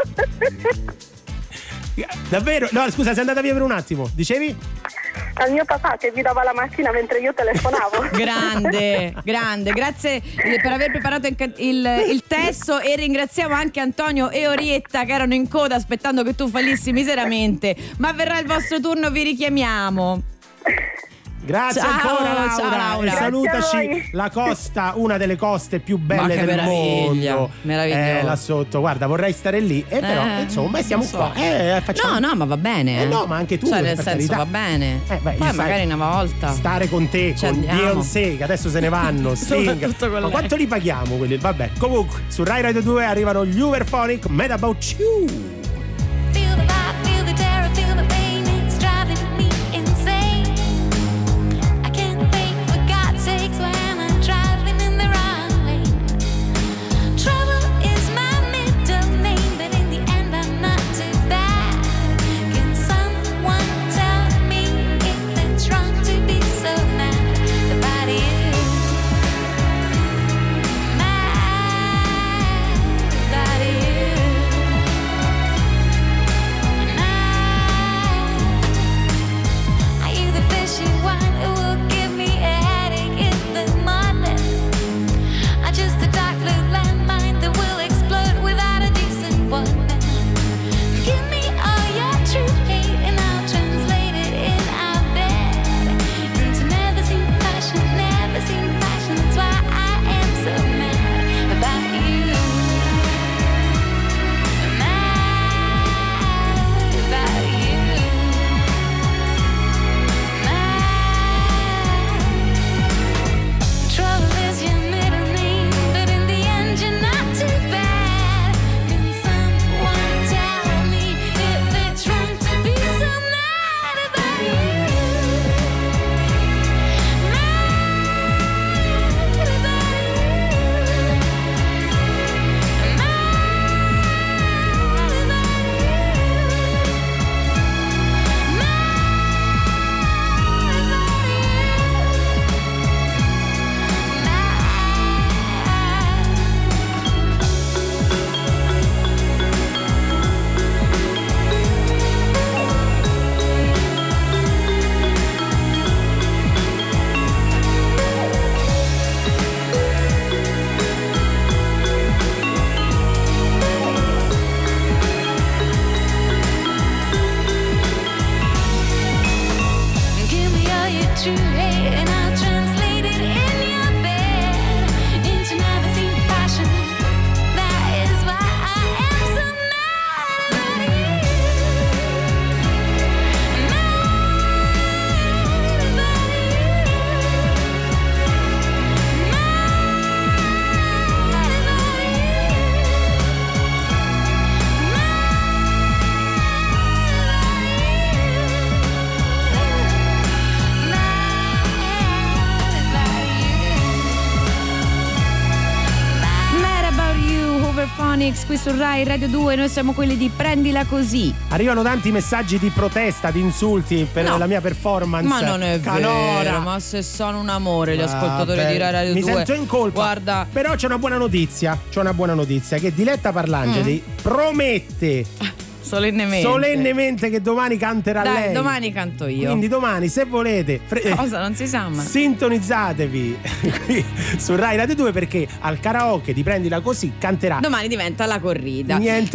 [SPEAKER 3] Davvero? No, scusa, sei andata via per un attimo. Dicevi?
[SPEAKER 17] Al mio papà che guidava la macchina mentre io telefonavo.
[SPEAKER 2] Grande, grande, grazie per aver preparato il, il, il testo e ringraziamo anche Antonio e Orietta che erano in coda aspettando che tu fallissi miseramente, ma verrà il vostro turno, vi richiamiamo.
[SPEAKER 3] Grazie
[SPEAKER 2] Ciao,
[SPEAKER 3] ancora Laura,
[SPEAKER 2] ciao, Laura.
[SPEAKER 3] e
[SPEAKER 17] Grazie a
[SPEAKER 3] salutaci
[SPEAKER 17] voi.
[SPEAKER 3] la costa, una delle coste più belle
[SPEAKER 2] Ma che
[SPEAKER 3] del
[SPEAKER 2] meraviglia,
[SPEAKER 3] mondo.
[SPEAKER 2] meraviglioso.
[SPEAKER 3] Eh, là sotto, guarda, vorrei stare lì, e però
[SPEAKER 2] Eh,
[SPEAKER 3] insomma siamo
[SPEAKER 2] non so.
[SPEAKER 3] qua. Eh, facciamo...
[SPEAKER 2] No, no, ma va bene.
[SPEAKER 3] Eh no, ma anche tu,
[SPEAKER 2] Cioè, nel
[SPEAKER 3] per
[SPEAKER 2] senso,
[SPEAKER 3] carità.
[SPEAKER 2] va bene.
[SPEAKER 3] Eh, beh,
[SPEAKER 2] Poi
[SPEAKER 3] io
[SPEAKER 2] magari
[SPEAKER 3] sai,
[SPEAKER 2] una volta.
[SPEAKER 3] stare con te,
[SPEAKER 2] Ci
[SPEAKER 3] con
[SPEAKER 2] andiamo.
[SPEAKER 3] Beyoncé, che adesso se ne vanno, Sting.
[SPEAKER 2] Soprattutto con
[SPEAKER 3] Ma
[SPEAKER 2] lei.
[SPEAKER 3] quanto li paghiamo quelli? Vabbè, comunque, su Rai Radio due arrivano gli Uberphonic, Mad About You.
[SPEAKER 6] Feel the vibe, feel the terror, feel the pain. It's driving me insane. I can't think for God's sakes when I'm driving in the wrong lane. Trouble is my middle name, but in the end I'm not too bad. Can someone tell me if it's wrong to be so mad about you? Mad about you. Are you the fishy one who will give me a headache in the morning? Or just a dark blue landmine that will explode without a decent warning? Give me all your true hate and I'll translate it in our bed into never seen passion, never seen passion. That's why I am so mad about you. Mad about you. Trouble is your middle name, but in the end you're not too bad. Can someone tell me if it's wrong to be so mad about you? Mad about you. Give me all your true hate and I'll translate it in your bed into never seen passion. That is why I am so mad about you. Mad about you. Mad
[SPEAKER 2] Mad About You, Uberphonics qui su Rai Radio due, noi siamo quelli di Prendila Così.
[SPEAKER 3] Arrivano tanti messaggi di protesta, di insulti per
[SPEAKER 2] No.
[SPEAKER 3] la mia performance.
[SPEAKER 2] Ma non è
[SPEAKER 3] canora.
[SPEAKER 2] vero, ma se sono un amore gli
[SPEAKER 3] Vabbè,
[SPEAKER 2] ascoltatori di Rai Radio
[SPEAKER 3] mi
[SPEAKER 2] due.
[SPEAKER 3] sento in colpa.
[SPEAKER 2] Guarda,
[SPEAKER 3] Però c'è una buona notizia. C'è una buona notizia che Diletta Parlangeli
[SPEAKER 2] Mm.
[SPEAKER 3] promette
[SPEAKER 2] solennemente.
[SPEAKER 3] solennemente che domani canterà
[SPEAKER 2] Dai,
[SPEAKER 3] lei.
[SPEAKER 2] domani canto io.
[SPEAKER 3] Quindi domani, se volete, fre-
[SPEAKER 2] Cosa? Non si sa, ma.
[SPEAKER 3] sintonizzatevi qui su Rai Radio due, perché al karaoke di Prendila Così canterà
[SPEAKER 2] Domani diventa la corrida.
[SPEAKER 3] niente,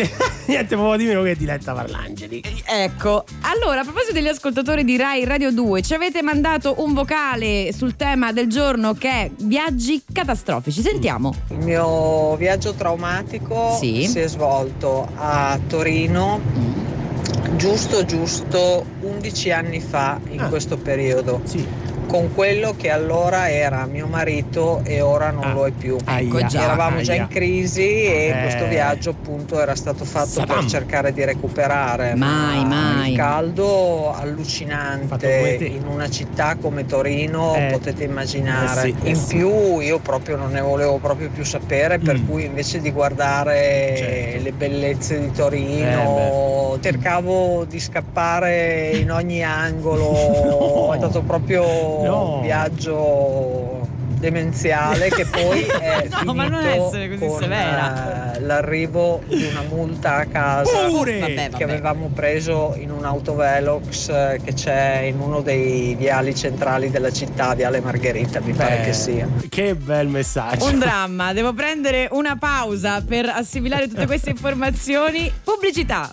[SPEAKER 3] niente proprio di meno che Diletta Parlangeli.
[SPEAKER 2] Ecco, allora a proposito degli ascoltatori di Rai Radio due, ci avete mandato un vocale sul tema del giorno che è viaggi catastrofici. Sentiamo.
[SPEAKER 18] Il mio viaggio traumatico
[SPEAKER 2] Sì.
[SPEAKER 18] si è svolto a Torino giusto giusto undici anni fa in
[SPEAKER 3] Ah.
[SPEAKER 18] questo periodo.
[SPEAKER 3] Sì.
[SPEAKER 18] Con quello che allora era mio marito e ora non
[SPEAKER 3] Ah.
[SPEAKER 18] lo è più.
[SPEAKER 2] Ecco già.
[SPEAKER 18] Eravamo già
[SPEAKER 3] aia.
[SPEAKER 18] in crisi e
[SPEAKER 3] Eh.
[SPEAKER 18] questo viaggio appunto era stato fatto
[SPEAKER 3] Saddam.
[SPEAKER 18] per cercare di recuperare.
[SPEAKER 2] Mai,
[SPEAKER 18] Ma
[SPEAKER 2] mai.
[SPEAKER 18] Il caldo
[SPEAKER 3] Fatto come
[SPEAKER 18] allucinante
[SPEAKER 3] te.
[SPEAKER 18] in una città come Torino,
[SPEAKER 3] Eh.
[SPEAKER 18] potete immaginare.
[SPEAKER 3] Eh sì, eh
[SPEAKER 18] in
[SPEAKER 3] sì.
[SPEAKER 18] più io proprio non ne volevo proprio più sapere, per
[SPEAKER 3] Mm.
[SPEAKER 18] cui invece di guardare
[SPEAKER 3] Certo.
[SPEAKER 18] le bellezze di Torino cercavo di scappare in ogni angolo.
[SPEAKER 3] No.
[SPEAKER 18] È stato proprio
[SPEAKER 3] No.
[SPEAKER 18] un viaggio demenziale che poi è
[SPEAKER 2] No,
[SPEAKER 18] finito
[SPEAKER 2] ma non essere così
[SPEAKER 18] con
[SPEAKER 2] severa.
[SPEAKER 18] eh, l'arrivo di una multa a casa
[SPEAKER 3] Pure!
[SPEAKER 2] Vabbè,
[SPEAKER 18] che
[SPEAKER 2] vabbè.
[SPEAKER 18] avevamo preso in un autovelox eh, che c'è in uno dei viali centrali della città, Viale Margherita, mi pare
[SPEAKER 3] Beh,
[SPEAKER 18] che sia.
[SPEAKER 3] Che bel messaggio.
[SPEAKER 2] Un dramma, devo prendere una pausa per assimilare tutte queste informazioni. Pubblicità.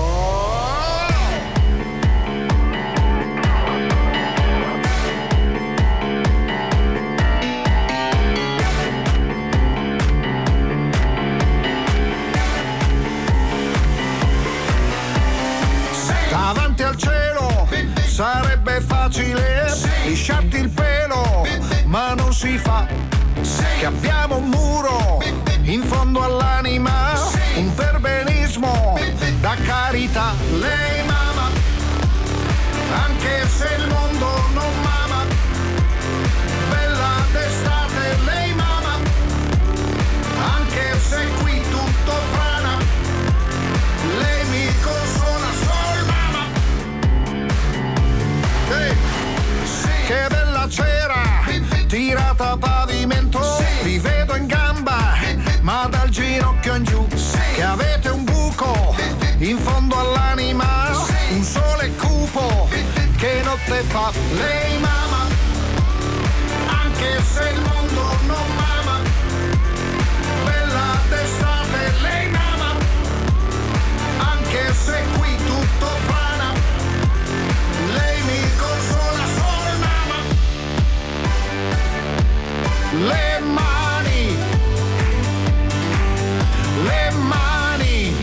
[SPEAKER 19] Davanti al cielo sarebbe facile lisciarti il pelo, ma non si fa. Che abbiamo un muro in fondo all'anima, un perbenismo da carità. Lei mama, anche se il mondo non mama. Bella d'estate, lei mama, anche se qui tutto frana. Lei mi consola, sol mama. Ehi, che bella cera tirata a pavimento. Vi vedo in gamba, ma dal ginocchio in giù. Che avete un buco in fondo all'anima, un sole cupo che notte fa. Lei mama, anche se il mondo non mama. Bella d'estate, lei mama, anche se qui tutto frana. Lei mi consola, sol mama. Le mani, le mani,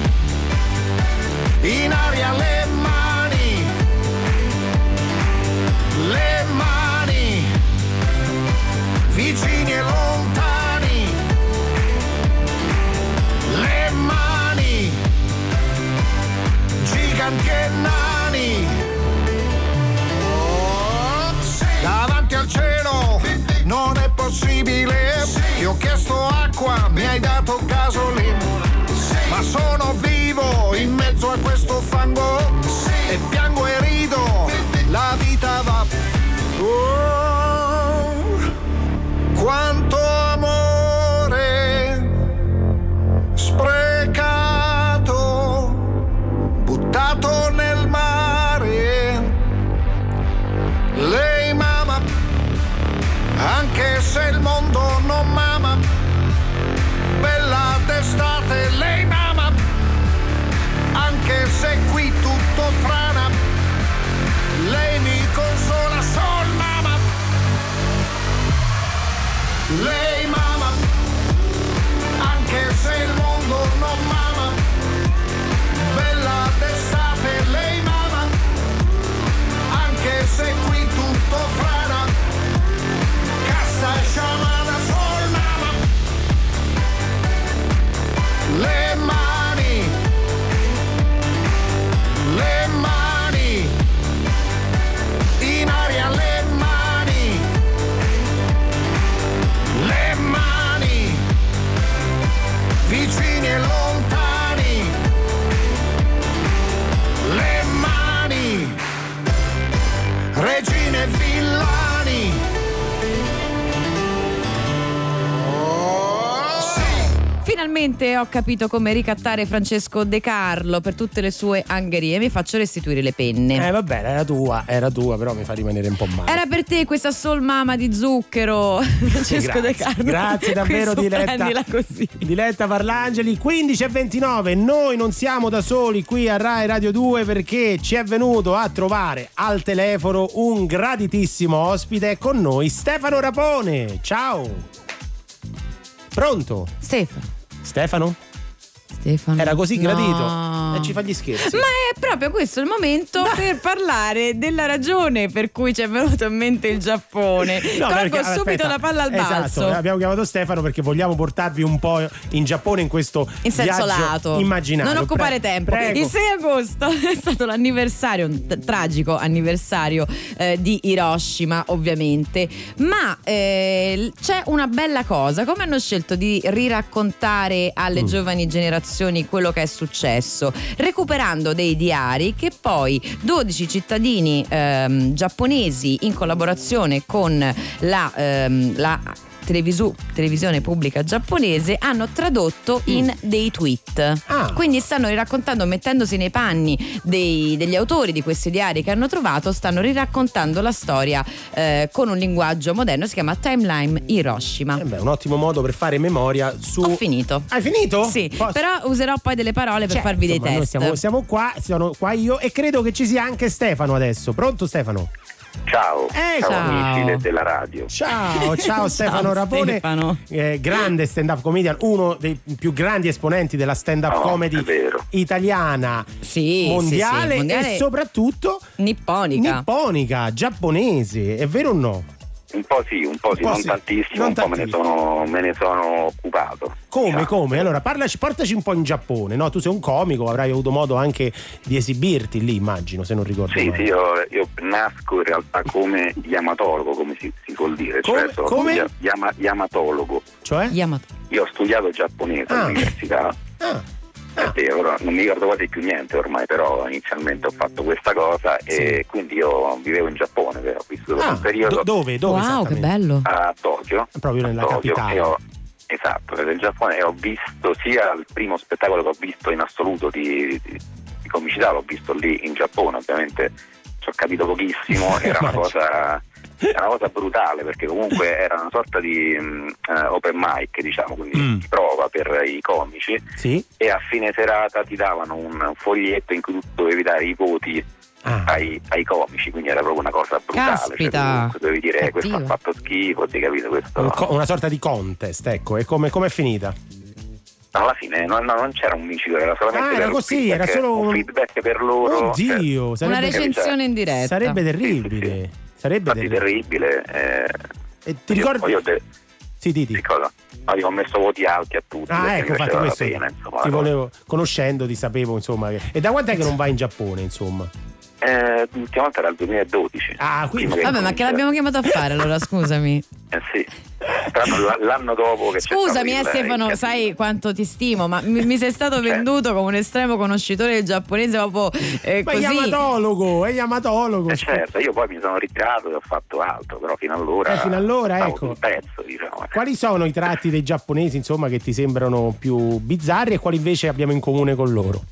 [SPEAKER 19] in aria le mani, le mani, vicini e lontani, le mani, giganti e nani. Davanti al cielo non è possibile. Ti ho chiesto acqua, mi hai dato gasolina. Ma sono vivo in mezzo a questo fango e piango e rido, la vita va. Oh, quanto amore sprecato, buttato nel mare. Lei mama, anche se il mondo non mama. Bella d'estate, lei mama, anche se qui tutto frana. Lei mi consola, sol mama. Lei mama, anche se il mondo non mama. Bella d'estate, lei mama, anche se qui tutto frana. Casta e sciamana, sol mama. Le mani, le mani, in aria le mani, le mani, vicini e lontani, le mani, regine e villani.
[SPEAKER 2] Finalmente finalmente ho capito come ricattare Francesco De Carlo per tutte le sue angherie, mi faccio restituire le penne.
[SPEAKER 3] Eh vabbè, era tua, era tua, però mi fa rimanere un po' male.
[SPEAKER 2] Era per te questa soul mama di zucchero, Francesco De Carlo.
[SPEAKER 3] Grazie davvero,
[SPEAKER 2] Questo
[SPEAKER 3] Diletta.
[SPEAKER 2] prendila così.
[SPEAKER 3] Diletta Parlangeli. Quindici e ventinove, noi non siamo da soli qui a Rai Radio due perché ci è venuto a trovare al telefono un graditissimo ospite, con noi Stefano Rapone. Ciao. Pronto?
[SPEAKER 2] Stefano.
[SPEAKER 3] Stefano?
[SPEAKER 2] Stefano.
[SPEAKER 3] Era così gradito?
[SPEAKER 2] No.
[SPEAKER 3] E ci fa gli scherzi.
[SPEAKER 2] Ma è proprio questo il momento per parlare della ragione per cui ci è venuto in mente il Giappone.
[SPEAKER 3] No,
[SPEAKER 2] Colgo
[SPEAKER 3] perché,
[SPEAKER 2] subito
[SPEAKER 3] aspetta,
[SPEAKER 2] la palla al
[SPEAKER 3] esatto,
[SPEAKER 2] balzo.
[SPEAKER 3] abbiamo chiamato Stefano perché vogliamo portarvi un po' in Giappone in questo
[SPEAKER 2] In senso
[SPEAKER 3] viaggio
[SPEAKER 2] lato,
[SPEAKER 3] immaginario.
[SPEAKER 2] non occupare
[SPEAKER 3] Pre-
[SPEAKER 2] tempo.
[SPEAKER 3] Prego.
[SPEAKER 2] Il sei agosto è stato l'anniversario, un t- tragico anniversario eh, di Hiroshima, ovviamente. Ma eh, c'è una bella cosa: come hanno scelto di riraccontare alle
[SPEAKER 3] Mm.
[SPEAKER 2] giovani generazioni quello che è successo, recuperando dei diari che poi dodici cittadini ehm, giapponesi, in collaborazione con la, ehm, la televisu- televisione pubblica giapponese, hanno tradotto in dei tweet.
[SPEAKER 3] Ah.
[SPEAKER 2] Quindi stanno riraccontando, mettendosi nei panni dei- degli autori di questi diari che hanno trovato, stanno riraccontando la storia eh, con un linguaggio moderno. Si chiama Timeline Hiroshima.
[SPEAKER 3] Eh beh, un ottimo modo per fare memoria su.
[SPEAKER 2] Ho finito.
[SPEAKER 3] Hai finito?
[SPEAKER 2] Sì,
[SPEAKER 3] Posso?
[SPEAKER 2] però userò poi delle parole per
[SPEAKER 3] Cioè,
[SPEAKER 2] farvi dei
[SPEAKER 3] insomma, noi
[SPEAKER 2] test.
[SPEAKER 3] Siamo, siamo qua, sono qua io e credo che ci sia anche Stefano adesso. Pronto Stefano?
[SPEAKER 20] Ciao,
[SPEAKER 3] Eh,
[SPEAKER 20] ciao,
[SPEAKER 3] ciao.
[SPEAKER 20] amici de- della radio.
[SPEAKER 3] Ciao, ciao Stefano Rapone,
[SPEAKER 2] Stefano.
[SPEAKER 3] eh, grande stand-up comedian, uno dei più grandi esponenti della stand-up
[SPEAKER 20] No,
[SPEAKER 3] comedy
[SPEAKER 20] è vero.
[SPEAKER 3] italiana,
[SPEAKER 2] Sì,
[SPEAKER 3] mondiale,
[SPEAKER 2] sì, sì, mondiale
[SPEAKER 3] e soprattutto
[SPEAKER 2] nipponica.
[SPEAKER 3] nipponica, giapponese, è vero o no?
[SPEAKER 20] Un po' sì, un po' sì,
[SPEAKER 3] Un po'
[SPEAKER 20] non
[SPEAKER 3] sì,
[SPEAKER 20] tantissimo,
[SPEAKER 3] non
[SPEAKER 20] un po' me ne, sono, me ne sono occupato.
[SPEAKER 3] Come,
[SPEAKER 20] diciamo.
[SPEAKER 3] come? Allora, parlaci, portaci un po' in Giappone, no? Tu sei un comico, avrai avuto modo anche di esibirti lì, immagino, se non ricordo
[SPEAKER 20] Sì,
[SPEAKER 3] male.
[SPEAKER 20] sì, io, io nasco in realtà come yamatologo, come si, si vuol dire,
[SPEAKER 3] Come-
[SPEAKER 20] cioè sono
[SPEAKER 3] come?
[SPEAKER 20] ya- yama- yamatologo.
[SPEAKER 3] Cioè?
[SPEAKER 2] Yamato.
[SPEAKER 20] Io ho studiato giapponese
[SPEAKER 3] Ah.
[SPEAKER 20] all'università.
[SPEAKER 3] Ah.
[SPEAKER 20] È vero, però non mi ricordo quasi più niente ormai, però inizialmente ho fatto questa cosa e quindi io vivevo in Giappone, ho vissuto per
[SPEAKER 3] Ah,
[SPEAKER 20] un periodo
[SPEAKER 3] do- dove? Dove
[SPEAKER 2] Wow, che
[SPEAKER 3] esattamente?
[SPEAKER 2] bello.
[SPEAKER 20] a Tokyo,
[SPEAKER 3] Proprio
[SPEAKER 20] a
[SPEAKER 3] nella
[SPEAKER 20] Tokyo,
[SPEAKER 3] capitale.
[SPEAKER 20] e ho- esatto, del Giappone, e ho visto sia il primo spettacolo che ho visto in assoluto di, di, di comicità, l'ho visto lì in Giappone, ovviamente ci ho capito pochissimo, era una cosa era una cosa brutale perché comunque era una sorta di mh, eh, open mic, diciamo, quindi
[SPEAKER 3] Mm.
[SPEAKER 20] di prova per i comici,
[SPEAKER 3] Sì?
[SPEAKER 20] e a fine serata ti davano un, un foglietto in cui tu dovevi dare i voti
[SPEAKER 3] Ah.
[SPEAKER 20] ai, ai comici, quindi era proprio una cosa brutale.
[SPEAKER 2] Caspita.
[SPEAKER 20] Cioè, comunque dovevi dire eh, questo ha
[SPEAKER 2] Cattivo.
[SPEAKER 20] fatto schifo, ti capito questo.
[SPEAKER 3] Un co- una sorta di contest, ecco, e come è finita?
[SPEAKER 20] Alla fine no, no, non c'era un vincitore, era solamente
[SPEAKER 3] Ah, era
[SPEAKER 20] per
[SPEAKER 3] così,
[SPEAKER 20] un feedback,
[SPEAKER 3] era solo
[SPEAKER 20] un
[SPEAKER 3] un-
[SPEAKER 20] feedback per loro.
[SPEAKER 3] Oddio,
[SPEAKER 2] Una
[SPEAKER 3] sarebbe,
[SPEAKER 2] recensione in diretta.
[SPEAKER 3] sarebbe terribile. Sarebbe
[SPEAKER 20] Infatti
[SPEAKER 3] terribile.
[SPEAKER 20] terribile. Eh,
[SPEAKER 3] E ti ricordi?
[SPEAKER 20] Io, io de-
[SPEAKER 3] Sì, di, di.
[SPEAKER 20] che cosa? No, io ho messo voti alti a tutti.
[SPEAKER 3] Ah,
[SPEAKER 20] perché
[SPEAKER 3] ecco,
[SPEAKER 20] mi
[SPEAKER 3] infatti
[SPEAKER 20] faceva la
[SPEAKER 3] questo
[SPEAKER 20] pena, insomma,
[SPEAKER 3] ti
[SPEAKER 20] la cosa.
[SPEAKER 3] volevo, conoscendo, ti sapevo, insomma. Che... E da quant'è che non vai in Giappone, insomma?
[SPEAKER 20] Eh, l'ultima volta era il duemiladodici.
[SPEAKER 3] Ah, quindi.
[SPEAKER 20] prima
[SPEAKER 2] Vabbè, ma che l'abbiamo chiamato a fare allora, scusami.
[SPEAKER 20] Eh sì. Però l- l'anno dopo che c'è
[SPEAKER 2] Scusami,
[SPEAKER 20] stato
[SPEAKER 2] eh,
[SPEAKER 20] il-
[SPEAKER 2] Stefano,
[SPEAKER 20] il
[SPEAKER 2] sai quanto ti stimo, ma mi, mi sei stato venduto come un estremo conoscitore del giapponese, proprio eh,
[SPEAKER 3] Ma è
[SPEAKER 2] così.
[SPEAKER 3] yamatologo, è yamatologo.
[SPEAKER 20] Eh certo, io poi mi sono ritirato e ho fatto altro, però fino allora
[SPEAKER 3] Eh, fino allora,
[SPEAKER 20] stavo
[SPEAKER 3] ecco.
[SPEAKER 20] sul pezzo, diciamo.
[SPEAKER 3] Quali sono i tratti dei giapponesi, insomma, che ti sembrano più bizzarri e quali invece abbiamo in comune con loro?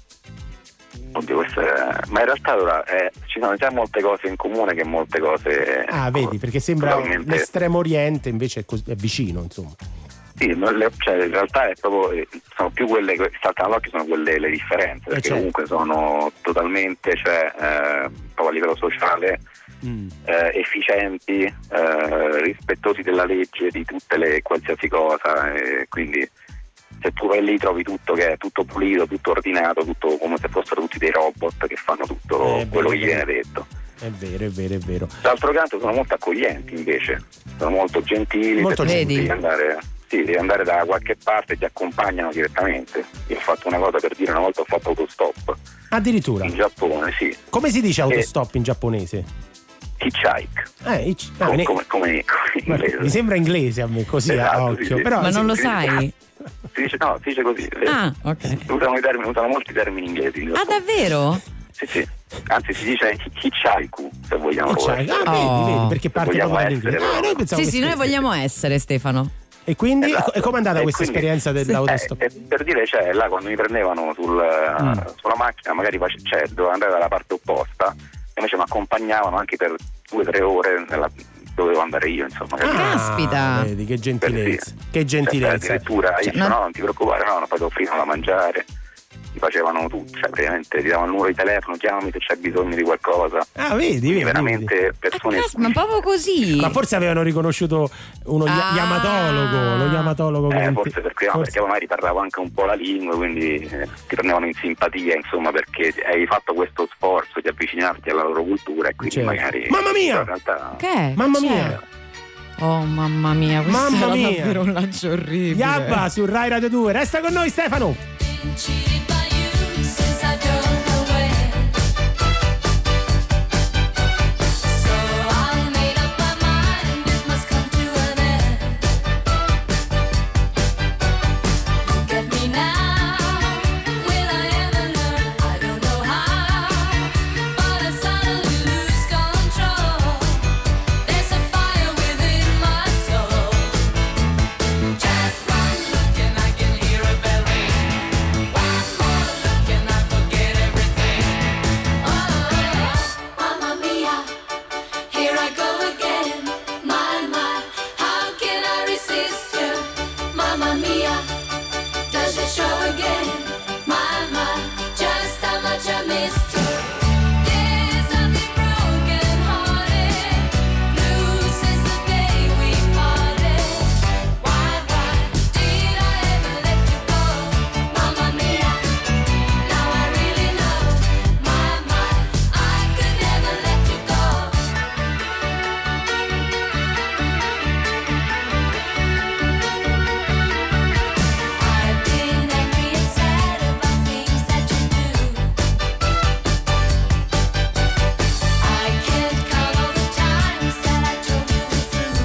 [SPEAKER 20] Oddio, questo è... Ma in realtà allora, eh, ci sono già molte cose in comune che molte cose.
[SPEAKER 3] Ah, vedi, perché sembra
[SPEAKER 20] totalmente-
[SPEAKER 3] l'estremo oriente, invece è, cos- è vicino, insomma.
[SPEAKER 20] Sì, non le- cioè, in realtà è proprio, eh, sono più quelle che saltano all'occhio, sono quelle le differenze, perché
[SPEAKER 3] certo.
[SPEAKER 20] comunque sono totalmente, cioè, eh, proprio a livello sociale,
[SPEAKER 3] Mm.
[SPEAKER 20] eh, efficienti, eh, rispettosi della legge, di tutte le qualsiasi cosa, e quindi se tu vai lì trovi tutto che è tutto pulito, tutto ordinato, tutto come se fossero tutti dei robot che fanno tutto
[SPEAKER 3] Eh,
[SPEAKER 20] quello
[SPEAKER 3] beh,
[SPEAKER 20] che gli viene
[SPEAKER 3] beh.
[SPEAKER 20] detto.
[SPEAKER 3] È vero, è vero, è vero.
[SPEAKER 20] D'altro canto sono molto accoglienti invece, sono molto gentili,
[SPEAKER 3] Molto
[SPEAKER 20] se tu
[SPEAKER 2] gentili.
[SPEAKER 20] devi andare, sì, devi andare da qualche parte e ti accompagnano direttamente. Io ho fatto una cosa per dire, una volta ho fatto autostop
[SPEAKER 3] Addirittura.
[SPEAKER 20] in Giappone, sì,
[SPEAKER 3] Come si dice
[SPEAKER 20] Eh,
[SPEAKER 3] autostop in giapponese?
[SPEAKER 20] hitchhike,
[SPEAKER 3] Eh, ich- ah,
[SPEAKER 20] come,
[SPEAKER 3] ne-
[SPEAKER 20] come, come in
[SPEAKER 3] guarda,
[SPEAKER 20] inglese.
[SPEAKER 3] mi sembra inglese a me, così
[SPEAKER 20] Esatto,
[SPEAKER 3] a
[SPEAKER 20] sì,
[SPEAKER 3] occhio.
[SPEAKER 20] sì.
[SPEAKER 3] Però
[SPEAKER 2] Ma
[SPEAKER 3] sì,
[SPEAKER 2] non lo
[SPEAKER 20] sì,
[SPEAKER 2] sai?
[SPEAKER 20] Si dice, no, si dice così. è vero.
[SPEAKER 2] Ah, ok.
[SPEAKER 20] Usano, i termini, usano molti termini inglesi. in
[SPEAKER 2] Ah,
[SPEAKER 20] Giappone.
[SPEAKER 2] davvero?
[SPEAKER 20] Sì, sì. Anzi, si dice hitchhiku, se vogliamo.
[SPEAKER 3] Hitchhike. Ah,
[SPEAKER 20] essere.
[SPEAKER 3] vedi,
[SPEAKER 2] Oh.
[SPEAKER 3] vedi, perché
[SPEAKER 20] Se
[SPEAKER 3] parte
[SPEAKER 20] vogliamo
[SPEAKER 3] proprio
[SPEAKER 20] essere,
[SPEAKER 3] dall'inglese. Ah,
[SPEAKER 20] però.
[SPEAKER 3] noi pensavo
[SPEAKER 2] Sì,
[SPEAKER 3] che
[SPEAKER 2] sì, noi
[SPEAKER 3] stesse-
[SPEAKER 2] vogliamo essere, Stefano.
[SPEAKER 3] E quindi
[SPEAKER 20] Esatto.
[SPEAKER 3] e com'è andata
[SPEAKER 20] E
[SPEAKER 3] questa
[SPEAKER 20] quindi-
[SPEAKER 3] esperienza dell'autostop?
[SPEAKER 20] Eh, eh, per dire, cioè, là quando mi prendevano sul,
[SPEAKER 3] Mm.
[SPEAKER 20] sulla macchina, magari face- cioè, dovevo andare dalla parte opposta, e invece mi accompagnavano anche per due o tre ore nella, dove dovevo andare io, insomma.
[SPEAKER 2] Caspita.
[SPEAKER 3] Vedi che gentilezza.
[SPEAKER 20] Per-
[SPEAKER 3] Che
[SPEAKER 20] Cioè,
[SPEAKER 3] gentilezza.
[SPEAKER 20] addirittura
[SPEAKER 2] Cioè,
[SPEAKER 20] io dicevo,
[SPEAKER 2] no-
[SPEAKER 20] no, non ti preoccupare, no, poi ti offrivano da mangiare, ti facevano tutto, cioè praticamente ti davano il numero di telefono, chiamami se c'è bisogno di qualcosa.
[SPEAKER 3] Ah, vedi,
[SPEAKER 20] Quindi
[SPEAKER 3] vedi,
[SPEAKER 20] veramente persone.
[SPEAKER 2] Ma proprio così.
[SPEAKER 3] Ma forse avevano riconosciuto uno
[SPEAKER 2] Ah.
[SPEAKER 3] yamatologo, lo yamatologo che
[SPEAKER 20] Eh,
[SPEAKER 3] non ti-
[SPEAKER 20] forse perché, no,
[SPEAKER 3] forse-
[SPEAKER 20] perché magari parlavo anche un po' la lingua, quindi eh, ti prendevano in simpatia, insomma, perché hai fatto questo sforzo di avvicinarti alla loro cultura e quindi
[SPEAKER 3] Certo.
[SPEAKER 20] magari.
[SPEAKER 3] Mamma mia!
[SPEAKER 20] In realtà.
[SPEAKER 2] Che?
[SPEAKER 3] Mamma
[SPEAKER 2] C'è?
[SPEAKER 3] mia!
[SPEAKER 2] Oh mamma mia, questo
[SPEAKER 3] Mamma
[SPEAKER 2] era
[SPEAKER 3] mia!
[SPEAKER 2] davvero un lancio orribile.
[SPEAKER 3] Yabba su Rai Radio due. Resta con noi Stefano.
[SPEAKER 13] Since I don't know where, so I made up my mind it must come to an end. Look at me now, will I ever learn? I don't know how, but I suddenly lose control. There's a fire within my soul. Just one look and I can hear a bell ring. One more look and I forget everything. Oh, mamma mia, here I go again. My, my, how can I resist you? Mamma mia, does it show again? My, my, just how much I missed you. Yes, I've been broken hearted, blue since the day we parted. Why, why did I ever let you go? Mamma mia, now I really know. My, my, I could never let you go. I've been angry and sad about things that you do. I can't count all the times that I told you we're through.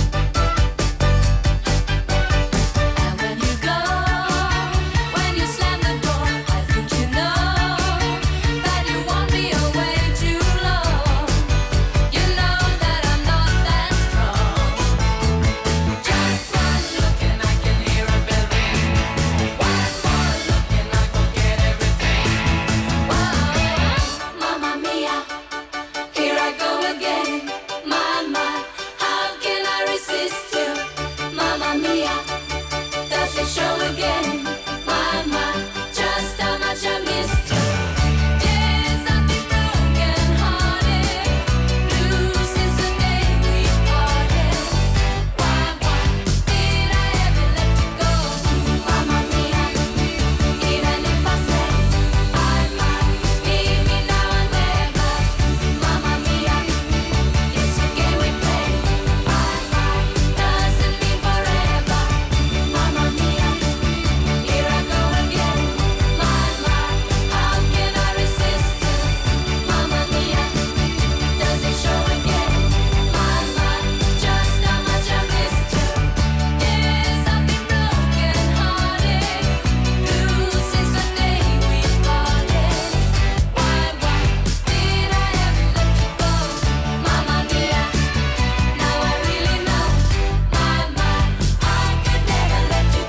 [SPEAKER 13] And when you go, when you slam the door, I think you know that you won't be away too long. You know that I'm not that strong. Just one look and I can hear a bell ring. One more look and I forget everything. Whoa, mamma mia, here I go again. My, my, how can I resist you? Mamma mia, does it show again? My, my, just how much I missed you. Yes, I've been broken hearted, blue since the day we parted. Why, why did I ever let you go? Mamma mia, even if I say I might leave me now and never. Mamma mia, it's a game we play. I might doesn't mean forever. Mamma mia, here I go again. My, my, how can I resist you? Mamma mia, does it show again? My, my, just how much I missed you. Yes, I've been broken hearted, blue since the day we parted. Why, why did I ever let you go? Mamma mia, now I really know. My, my, I could never let you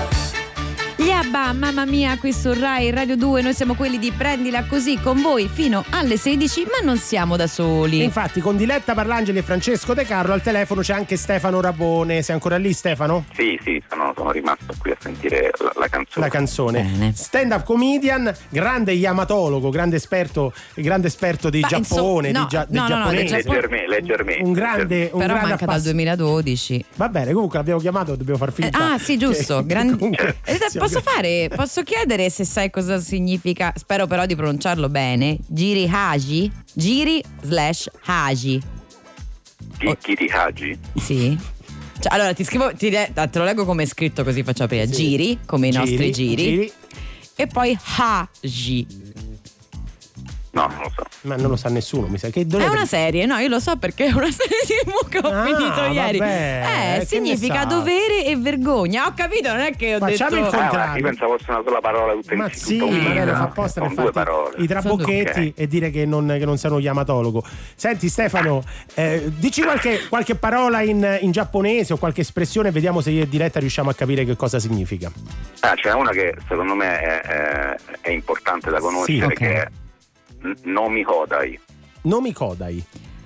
[SPEAKER 13] go.
[SPEAKER 2] Gli Abba, mamma mia, qui su Rai Radio due. Noi siamo quelli di Prendila Così con voi fino alle sedici, ma non siamo da soli.
[SPEAKER 3] E infatti con Diletta Parlangeli e Francesco De Carlo al telefono c'è anche Stefano Rabone. Sei ancora lì Stefano?
[SPEAKER 20] Sì, sì, sono, sono rimasto qui a sentire la, la canzone.
[SPEAKER 3] La canzone. Stand up comedian, grande yamatologo, grande esperto, grande esperto di
[SPEAKER 2] Ma
[SPEAKER 3] Giappone,
[SPEAKER 2] insomma,
[SPEAKER 3] di, gia-
[SPEAKER 2] no,
[SPEAKER 3] di
[SPEAKER 2] no, no,
[SPEAKER 3] giapponese.
[SPEAKER 2] del Giappone-
[SPEAKER 20] Leggermente, leggermente.
[SPEAKER 3] Un grande, un
[SPEAKER 2] Però
[SPEAKER 3] grande
[SPEAKER 2] manca dal
[SPEAKER 3] appass-
[SPEAKER 2] duemiladodici.
[SPEAKER 3] Va bene, comunque l'abbiamo chiamato, dobbiamo far finta.
[SPEAKER 2] Ah sì, giusto.
[SPEAKER 3] che-
[SPEAKER 2] Gran-
[SPEAKER 3] comunque
[SPEAKER 2] Eh,
[SPEAKER 3] sia-
[SPEAKER 2] Posso fare? Posso chiedere se sai cosa significa? Spero però di pronunciarlo bene. Giri Haji? Giri slash Haji.
[SPEAKER 20] Chi, chi ti Haji?
[SPEAKER 2] Sì. Cioè, allora ti scrivo, ti le- te lo leggo come è scritto così faccio aprire.
[SPEAKER 3] Sì.
[SPEAKER 2] Giri, come i
[SPEAKER 3] Giri,
[SPEAKER 2] nostri giri.
[SPEAKER 3] giri.
[SPEAKER 2] E poi Haji.
[SPEAKER 20] No, non lo so.
[SPEAKER 3] Ma non lo sa nessuno, mi sa che
[SPEAKER 2] È
[SPEAKER 3] dovete...
[SPEAKER 2] una serie, no, io lo so perché è una serie tivù che ho
[SPEAKER 3] Ah,
[SPEAKER 2] finito ieri.
[SPEAKER 3] vabbè,
[SPEAKER 2] eh,
[SPEAKER 3] che
[SPEAKER 2] significa
[SPEAKER 3] ne sa?
[SPEAKER 2] dovere e vergogna. Ho capito, non è che ho
[SPEAKER 3] Facciamo
[SPEAKER 2] detto
[SPEAKER 3] il
[SPEAKER 20] Ah,
[SPEAKER 3] contrario.
[SPEAKER 20] io pensavo fosse una sola parola tutta
[SPEAKER 3] Ma
[SPEAKER 20] in-
[SPEAKER 3] sì,
[SPEAKER 20] tutta unita.
[SPEAKER 3] magari lo fa apposta per
[SPEAKER 20] Sono due
[SPEAKER 3] farti
[SPEAKER 20] parole.
[SPEAKER 3] i trabocchetti
[SPEAKER 20] Ok.
[SPEAKER 3] e dire che non, che non sei uno yamatologo. Senti Stefano, eh, dici qualche, qualche parola in, in giapponese o qualche espressione, vediamo se io in diretta riusciamo a capire che cosa significa.
[SPEAKER 20] Ah, c'è una che secondo me è, è, è importante da conoscere,
[SPEAKER 3] Sì, ok.
[SPEAKER 20] che è N- Nomi Hodai.
[SPEAKER 3] Nomi Kodai.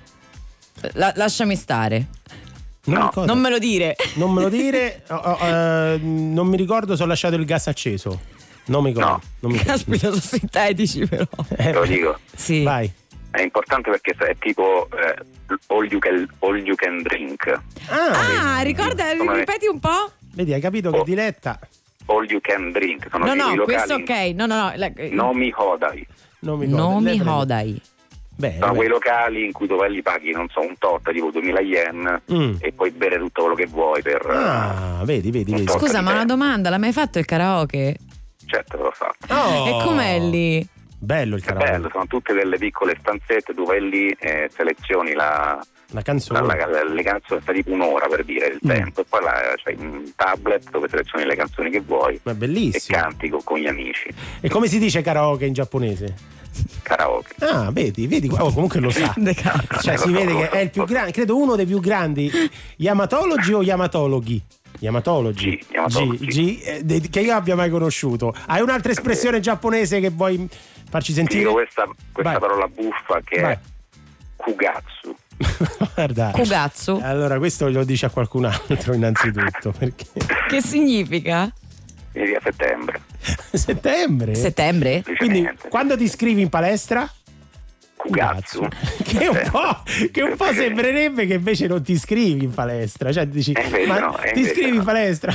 [SPEAKER 2] La- lasciami stare.
[SPEAKER 3] Nomi
[SPEAKER 20] No.
[SPEAKER 3] Kodai.
[SPEAKER 2] Non me lo dire.
[SPEAKER 3] Non me lo dire, oh, oh, eh, non mi ricordo se ho lasciato il gas acceso. Nomi Kodai.
[SPEAKER 20] No.
[SPEAKER 3] Non mi
[SPEAKER 2] Caspita, sono sintetici però.
[SPEAKER 20] Te lo dico.
[SPEAKER 2] Sì.
[SPEAKER 3] Vai.
[SPEAKER 20] È importante perché è tipo eh, all, you can, all you can drink.
[SPEAKER 2] Ah, ricorda,
[SPEAKER 20] Come-
[SPEAKER 2] ripeti un po'?
[SPEAKER 3] Vedi, hai capito che Diletta?
[SPEAKER 20] All you can drink. Sono
[SPEAKER 2] No,
[SPEAKER 20] i
[SPEAKER 2] no,
[SPEAKER 20] locali.
[SPEAKER 2] questo ok. No, no, no. la-
[SPEAKER 20] Nomi Hodai.
[SPEAKER 3] Nomi
[SPEAKER 2] Nomi Hodai.
[SPEAKER 3] Beh,
[SPEAKER 20] Sono quei locali in cui tu vai li paghi, non so, un tot, tipo duemila yen,
[SPEAKER 3] Mm.
[SPEAKER 20] e puoi bere tutto quello che vuoi per...
[SPEAKER 3] Ah, vedi, vedi, vedi.
[SPEAKER 2] Scusa, ma una domanda, l'hai mai fatto il karaoke?
[SPEAKER 20] Certo che l'ho fatto.
[SPEAKER 3] Oh.
[SPEAKER 2] E com'è lì?
[SPEAKER 3] Bello il
[SPEAKER 20] È
[SPEAKER 3] karaoke.
[SPEAKER 20] bello, sono tutte delle piccole stanzette, tu vai lì e selezioni la,
[SPEAKER 3] La canzone.
[SPEAKER 20] la- la- le canzoni, sta tipo un'ora per dire il
[SPEAKER 3] Mm.
[SPEAKER 20] tempo, e poi là c'hai un tablet dove selezioni le canzoni che vuoi
[SPEAKER 3] Ma è
[SPEAKER 20] e
[SPEAKER 3] bellissimo.
[SPEAKER 20] canti con, con gli amici.
[SPEAKER 3] E come si dice karaoke in giapponese?
[SPEAKER 20] Karaoke.
[SPEAKER 3] Ah, vedi, vedi, oh, comunque lo sa. Cioè, si vede che è il più grande, credo uno dei più grandi yamatologi o yamatologhi? Yamatologi.
[SPEAKER 20] G, yamatologi.
[SPEAKER 3] G, G, eh, de- che io abbia mai conosciuto. Hai un'altra espressione giapponese che vuoi farci
[SPEAKER 20] Ti
[SPEAKER 3] sentire?
[SPEAKER 20] dico questa, questa
[SPEAKER 3] Vai.
[SPEAKER 20] parola buffa che
[SPEAKER 3] Vai.
[SPEAKER 20] è Kugatsu.
[SPEAKER 3] Guarda.
[SPEAKER 2] Kugatsu.
[SPEAKER 3] Allora, questo lo dici a qualcun altro innanzitutto, perché
[SPEAKER 2] Che significa?
[SPEAKER 20] Vieni a settembre.
[SPEAKER 3] settembre.
[SPEAKER 2] Settembre?
[SPEAKER 3] Quindi quando ti iscrivi in palestra?
[SPEAKER 20] Kugatsu.
[SPEAKER 3] Che un po', che un po' sembrerebbe che invece non ti iscrivi in palestra, cioè dici
[SPEAKER 20] E invece
[SPEAKER 3] ma
[SPEAKER 20] no, e
[SPEAKER 3] ti
[SPEAKER 20] invece
[SPEAKER 3] iscrivi
[SPEAKER 20] no.
[SPEAKER 3] in palestra?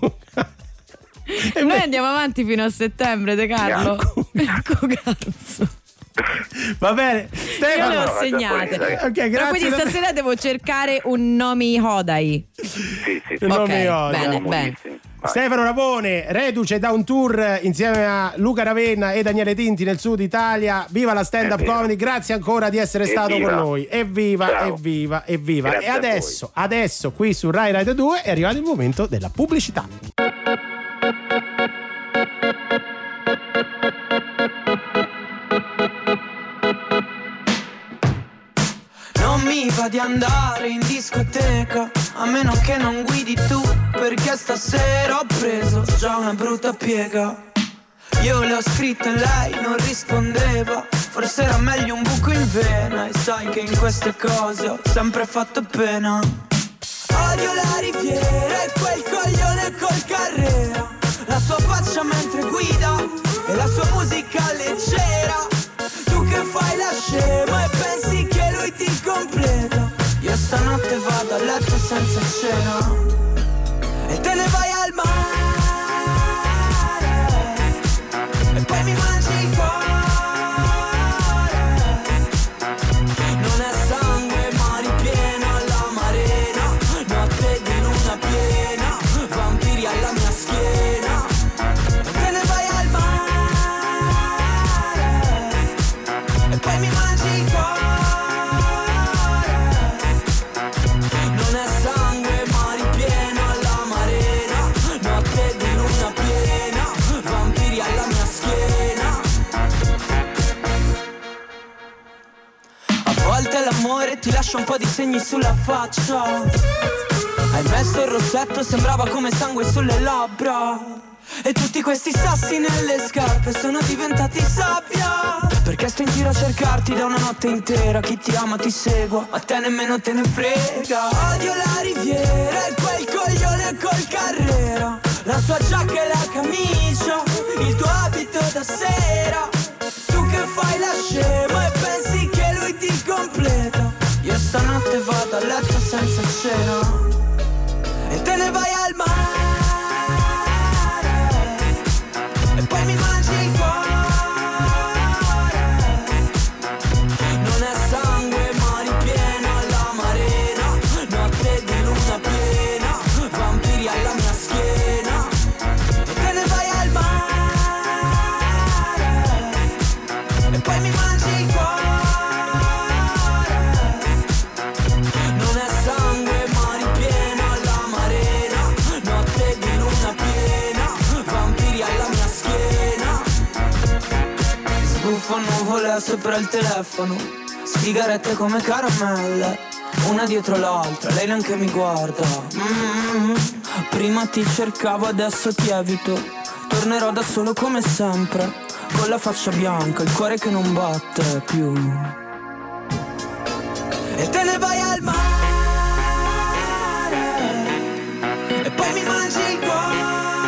[SPEAKER 2] E noi andiamo avanti fino a settembre, De Carlo. Kugatsu.
[SPEAKER 3] Va bene,
[SPEAKER 2] Io
[SPEAKER 3] Stefano.
[SPEAKER 2] le ho
[SPEAKER 20] no,
[SPEAKER 2] segnate.
[SPEAKER 20] giapponese.
[SPEAKER 3] Ok,
[SPEAKER 2] Però
[SPEAKER 3] grazie.
[SPEAKER 2] quindi stasera devo cercare un Nomi Hodai.
[SPEAKER 20] Sì, sì, sì.
[SPEAKER 3] Non
[SPEAKER 2] Ok,
[SPEAKER 3] mi odia.
[SPEAKER 2] bene,
[SPEAKER 20] Comodissimi. Vai.
[SPEAKER 3] Stefano Rapone, reduce da un tour insieme a Luca Ravenna e Daniele Tinti nel sud Italia. Viva la stand up
[SPEAKER 20] Evviva.
[SPEAKER 3] comedy, grazie ancora di essere stato
[SPEAKER 20] Evviva.
[SPEAKER 3] con noi. Evviva,
[SPEAKER 20] Ciao.
[SPEAKER 3] evviva, evviva.
[SPEAKER 20] Grazie
[SPEAKER 3] E
[SPEAKER 20] a
[SPEAKER 3] adesso, adesso qui su Rai Radio due è arrivato il momento della pubblicità.
[SPEAKER 12] Non mi va di andare in discoteca, a meno che non guidi tu, perché stasera ho preso già una brutta piega. Io le ho scritto e lei non rispondeva, forse era meglio un buco in vena, e sai che in queste cose ho sempre fatto pena. Odio la riviera e quel coglione col Carrera, la sua faccia mentre guida e la sua musica leggera. Tu che fai la scema e pensi che lui ti completa, io stanotte vado a letto senza cena e te ne vai al mare e poi mi mangi il cuore. Non è sangue ma ripieno alla marena, notte di luna piena, vampiri alla mia schiena e te ne vai al mare e poi mi mangi il cuore. Non è sangue ma ripieno alla marena, notte di luna piena, vampiri alla mia schiena. A volte l'amore ti lascia un po' di segni sulla faccia, hai messo il rossetto, sembrava come sangue sulle labbra, e tutti questi sassi nelle scarpe sono diventati sabbia, perché sto in giro a cercarti da una notte intera. Chi ti ama ti segua, a te nemmeno te ne frega. Odio la riviera e quel coglione col Carrera, la sua giacca e la camicia, il tuo abito da sera. Tu che fai la scema e pensi che lui ti completa, io stanotte vado a letto senza cena e te ne vai al mare e poi mi mangi il cuore. Non è sangue ma ripieno alla marena, notte di luna piena, vampiri alla mia schiena e te ne vai al mare e poi mi mangi il ciuffo, nuvole sopra il telefono, sigarette come caramelle, una dietro l'altra, lei neanche mi guarda. Mm-hmm. Prima ti cercavo, adesso ti evito, tornerò da solo come sempre, con la faccia bianca, il cuore che non batte più. E te ne vai al mare e poi mi mangi il cuore.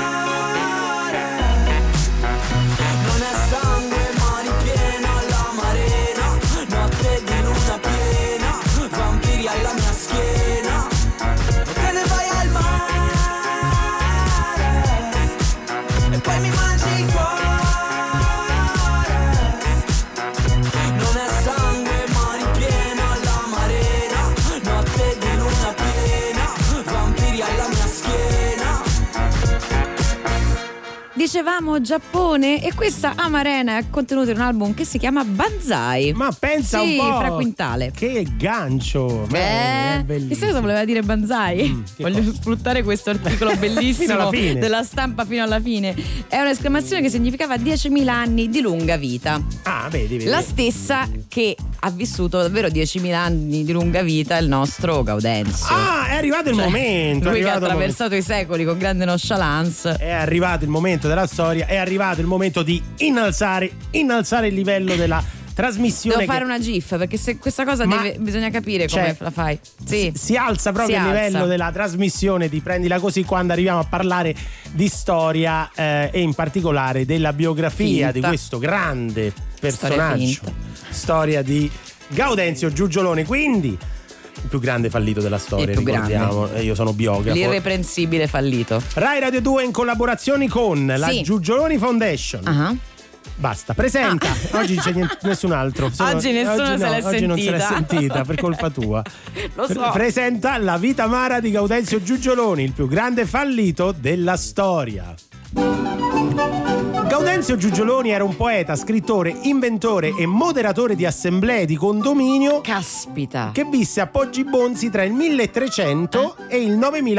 [SPEAKER 12] Non è sangue ma ripieno all'amarena, notte di luna piena, vampiri alla mia schiena. E te ne vai al mare e poi mi mangi il cuore. Non è sangue ma ripieno all'amarena, notte di luna piena, vampiri alla mia schiena.
[SPEAKER 2] Dicevamo Giappone e questa Amarena è contenuta in un album che si chiama Banzai.
[SPEAKER 3] Ma pensa
[SPEAKER 2] sì,
[SPEAKER 3] un po'.
[SPEAKER 2] Fra Quintale.
[SPEAKER 3] Che gancio.
[SPEAKER 2] Eh,
[SPEAKER 3] è bellissimo.
[SPEAKER 2] chissà cosa voleva dire Banzai.
[SPEAKER 3] Mm,
[SPEAKER 2] Voglio
[SPEAKER 3] cosa?
[SPEAKER 2] sfruttare questo articolo bellissimo
[SPEAKER 3] Fino alla fine.
[SPEAKER 2] della Stampa fino alla fine. È un'esclamazione che significava diecimila anni di lunga vita.
[SPEAKER 3] Ah, vedi, vedi.
[SPEAKER 2] La stessa che ha vissuto davvero diecimila anni di lunga vita il nostro Gaudenzio.
[SPEAKER 3] Ah, è arrivato il
[SPEAKER 2] Cioè,
[SPEAKER 3] momento. è
[SPEAKER 2] Lui che ha
[SPEAKER 3] arrivato il
[SPEAKER 2] attraversato i secoli con grande nonchalance.
[SPEAKER 3] È arrivato il momento della storia, è arrivato il momento di innalzare, innalzare il livello della trasmissione.
[SPEAKER 2] Devo fare
[SPEAKER 3] che
[SPEAKER 2] una gif perché se questa cosa
[SPEAKER 3] Ma-
[SPEAKER 2] deve, bisogna capire
[SPEAKER 3] cioè,
[SPEAKER 2] come la fai. Sì.
[SPEAKER 3] si alza proprio
[SPEAKER 2] Si
[SPEAKER 3] il
[SPEAKER 2] alza.
[SPEAKER 3] livello della trasmissione di Prendila Così quando arriviamo a parlare di storia eh, e in particolare della biografia
[SPEAKER 2] Finta.
[SPEAKER 3] di questo grande
[SPEAKER 2] Storia
[SPEAKER 3] personaggio,
[SPEAKER 2] finta.
[SPEAKER 3] storia di Gaudenzio Giugioloni, quindi il più grande fallito della storia,
[SPEAKER 2] Il più
[SPEAKER 3] ricordiamo.
[SPEAKER 2] grande.
[SPEAKER 3] E io sono biografo.
[SPEAKER 2] L'irreprensibile fallito.
[SPEAKER 3] Rai Radio due in collaborazione con la
[SPEAKER 2] Sì.
[SPEAKER 3] Giugioloni Foundation.
[SPEAKER 2] Ah.
[SPEAKER 3] Basta, presenta. Oggi c'è niente- nessun altro. Sono-
[SPEAKER 2] Oggi nessuno
[SPEAKER 3] oggi
[SPEAKER 2] se
[SPEAKER 3] no,
[SPEAKER 2] l'è
[SPEAKER 3] oggi non se l'è
[SPEAKER 2] sentita.
[SPEAKER 3] sentita per colpa tua.
[SPEAKER 2] Lo so.
[SPEAKER 3] Pre- Presenta La vita amara di Gaudenzio Giugioloni, il più grande fallito della storia. Gaudenzio Giugioloni era un poeta, scrittore, inventore e moderatore di assemblee di condominio.
[SPEAKER 2] Caspita.
[SPEAKER 3] Che visse a Poggi Bonzi tra il milletrecento
[SPEAKER 2] Eh?
[SPEAKER 3] e il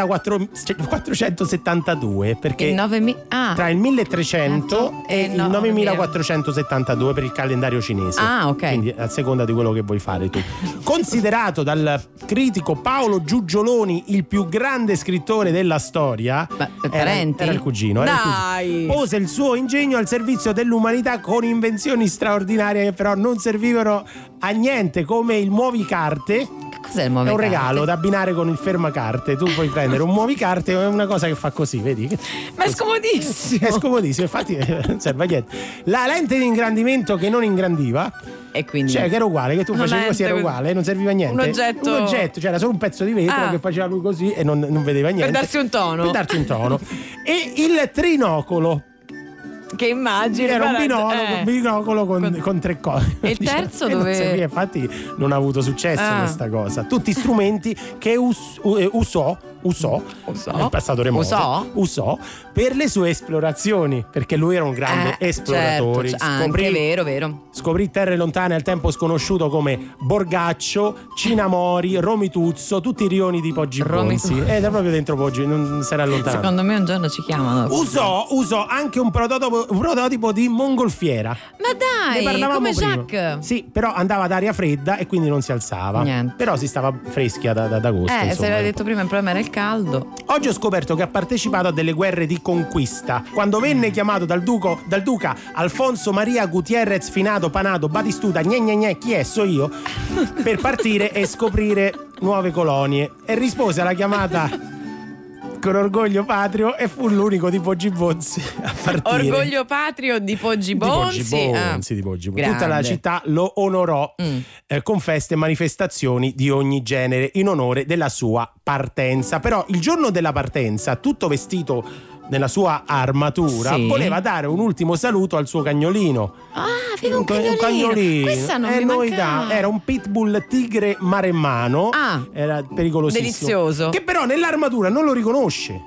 [SPEAKER 3] novemilaquattrocentosettantadue. Perché
[SPEAKER 2] Il nove mi- ah.
[SPEAKER 3] tra il milletrecento
[SPEAKER 2] Eh,
[SPEAKER 3] e il
[SPEAKER 2] no,
[SPEAKER 3] novemilaquattrocentosettantadue per il calendario cinese.
[SPEAKER 2] Ah, ok.
[SPEAKER 3] Quindi a seconda di quello che vuoi fare tu. Considerato dal critico Paolo Giugioloni il più grande scrittore della storia,
[SPEAKER 2] Beh,
[SPEAKER 3] era,
[SPEAKER 2] parenti?
[SPEAKER 3] era il cugino. Era il cugino.
[SPEAKER 2] Dai.
[SPEAKER 3] Pose il suo ingegno al servizio dell'umanità con invenzioni straordinarie che però non servivano a niente, come il muovicarte.
[SPEAKER 2] Che cos'è il
[SPEAKER 3] È un
[SPEAKER 2] muovicarte?
[SPEAKER 3] regalo da abbinare con il fermacarte. Tu puoi prendere un muovicarte, è una cosa che fa così, vedi?
[SPEAKER 2] Ma è scomodissimo.
[SPEAKER 3] È scomodissimo, infatti eh, non serve a niente. La lente di ingrandimento che non ingrandiva,
[SPEAKER 2] E quindi
[SPEAKER 3] cioè che era uguale, che tu
[SPEAKER 2] Una
[SPEAKER 3] facevi così, era
[SPEAKER 2] lente-
[SPEAKER 3] uguale, non serviva a niente.
[SPEAKER 2] un oggetto-
[SPEAKER 3] Un oggetto, c'era solo un pezzo di vetro
[SPEAKER 2] Ah.
[SPEAKER 3] che faceva lui così e non, non vedeva niente.
[SPEAKER 2] per darsi un tono.
[SPEAKER 3] Per darti un tono. E il trinocolo.
[SPEAKER 2] Che immagini.
[SPEAKER 3] Era un
[SPEAKER 2] guarda,
[SPEAKER 3] binocolo,
[SPEAKER 2] eh.
[SPEAKER 3] binocolo con,
[SPEAKER 2] Con-
[SPEAKER 3] con tre cose.
[SPEAKER 2] E il terzo
[SPEAKER 3] E non
[SPEAKER 2] dove-
[SPEAKER 3] serviva, infatti non ha avuto successo
[SPEAKER 2] Ah.
[SPEAKER 3] questa cosa. Tutti strumenti che us- u- eh, usò, usò,
[SPEAKER 2] Usò?
[SPEAKER 3] nel passato remoto,
[SPEAKER 2] Usò?
[SPEAKER 3] usò per le sue esplorazioni, perché lui era un grande
[SPEAKER 2] Eh,
[SPEAKER 3] esploratore.
[SPEAKER 2] certo, anche
[SPEAKER 3] Scoprì-
[SPEAKER 2] vero, vero.
[SPEAKER 3] Scoprì terre lontane al tempo sconosciuto come Borgaccio, Cinamori, Romituzzo, tutti i rioni di Poggi
[SPEAKER 2] Romituzzo.
[SPEAKER 3] Bonzi. Ed era proprio dentro Poggi, non si era allontanato.
[SPEAKER 2] Secondo me un giorno ci chiamano.
[SPEAKER 3] Usò, usò anche un prototipo, un prototipo di mongolfiera.
[SPEAKER 2] Ma dai,
[SPEAKER 3] Ne parlavamo
[SPEAKER 2] come
[SPEAKER 3] prima.
[SPEAKER 2] Jacques.
[SPEAKER 3] Sì, però andava ad aria fredda e quindi non si alzava.
[SPEAKER 2] Niente.
[SPEAKER 3] Però si stava freschi ad, ad agosto.
[SPEAKER 2] Eh, se
[SPEAKER 3] insomma.
[SPEAKER 2] l'aveva detto prima, il problema era il caldo.
[SPEAKER 3] Oggi ho scoperto che ha partecipato a delle guerre di conquista. Quando venne chiamato dal, duco, dal duca Alfonso Maria Gutierrez Finado Panado Batistuta, gne gne gne, chi è? So io, per partire e scoprire nuove colonie. E rispose alla chiamata con orgoglio patrio e fu l'unico di Poggi Bonzi a partire.
[SPEAKER 2] Orgoglio patrio di Poggi
[SPEAKER 3] Di Poggi
[SPEAKER 2] Bonzi.
[SPEAKER 3] Bonzi,
[SPEAKER 2] Ah.
[SPEAKER 3] di Poggi Bonzi.
[SPEAKER 2] Grande.
[SPEAKER 3] Tutta la città lo onorò
[SPEAKER 2] Mm.
[SPEAKER 3] eh, con feste e manifestazioni di ogni genere in onore della sua partenza. Però il giorno della partenza, tutto vestito nella sua armatura,
[SPEAKER 2] Sì.
[SPEAKER 3] voleva dare un ultimo saluto al suo cagnolino.
[SPEAKER 2] Ah, aveva un
[SPEAKER 3] ca-
[SPEAKER 2] cagnolino. Questa non
[SPEAKER 3] È
[SPEAKER 2] mi
[SPEAKER 3] novità.
[SPEAKER 2] mancava.
[SPEAKER 3] Era un pitbull tigre maremmano.
[SPEAKER 2] Ah.
[SPEAKER 3] Era pericolosissimo.
[SPEAKER 2] Delizioso.
[SPEAKER 3] Che però nell'armatura non lo riconosce.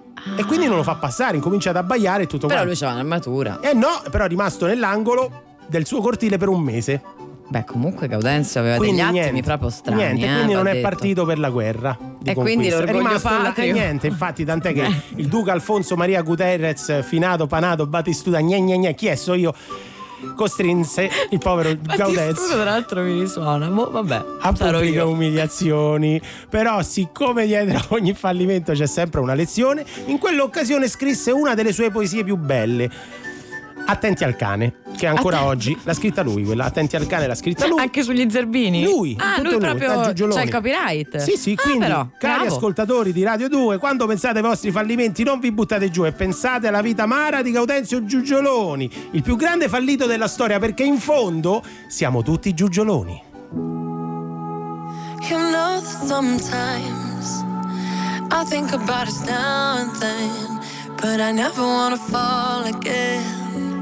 [SPEAKER 3] E quindi non lo fa passare, incomincia ad abbaiare e tutto
[SPEAKER 2] Però
[SPEAKER 3] quanto.
[SPEAKER 2] lui c'ha un'armatura.
[SPEAKER 3] Eh no, però è rimasto nell'angolo del suo cortile per un mese.
[SPEAKER 2] Beh, comunque Gaudenzio aveva
[SPEAKER 3] Quindi
[SPEAKER 2] degli attimi
[SPEAKER 3] niente,
[SPEAKER 2] proprio strani.
[SPEAKER 3] niente,
[SPEAKER 2] eh,
[SPEAKER 3] quindi
[SPEAKER 2] va
[SPEAKER 3] non è
[SPEAKER 2] detto.
[SPEAKER 3] partito per la guerra di
[SPEAKER 2] E quindi
[SPEAKER 3] conquista. È
[SPEAKER 2] l'orgoglio
[SPEAKER 3] rimasto là-
[SPEAKER 2] patrio.
[SPEAKER 3] e niente, infatti, tant'è che il duca Alfonso Maria Guterres Finado Panado Batistuta gne gne gne, chi è? So io, costrinse il povero Gaudenzio.
[SPEAKER 2] Tra l'altro mi risuona, boh, vabbè,
[SPEAKER 3] a pubbliche
[SPEAKER 2] io.
[SPEAKER 3] umiliazioni. Però siccome dietro ogni fallimento c'è sempre una lezione, in quell'occasione scrisse una delle sue poesie più belle, Attenti al cane, che ancora
[SPEAKER 2] Atten-
[SPEAKER 3] oggi l'ha scritta lui, quella Attenti al cane l'ha scritta lui.
[SPEAKER 2] Anche sugli zerbini?
[SPEAKER 3] Lui,
[SPEAKER 2] Ah,
[SPEAKER 3] tutto
[SPEAKER 2] lui proprio,
[SPEAKER 3] da Giugioloni.
[SPEAKER 2] c'è il copyright.
[SPEAKER 3] Sì, sì,
[SPEAKER 2] Ah,
[SPEAKER 3] quindi
[SPEAKER 2] però,
[SPEAKER 3] cari
[SPEAKER 2] bravo.
[SPEAKER 3] ascoltatori di Radio due, quando pensate ai vostri fallimenti non vi buttate giù e pensate alla vita amara di Gaudenzio Giugioloni, il più grande fallito della storia, perché in fondo siamo tutti Giugioloni.
[SPEAKER 21] You know that sometimes I think about us now and then, but I never wanna fall again.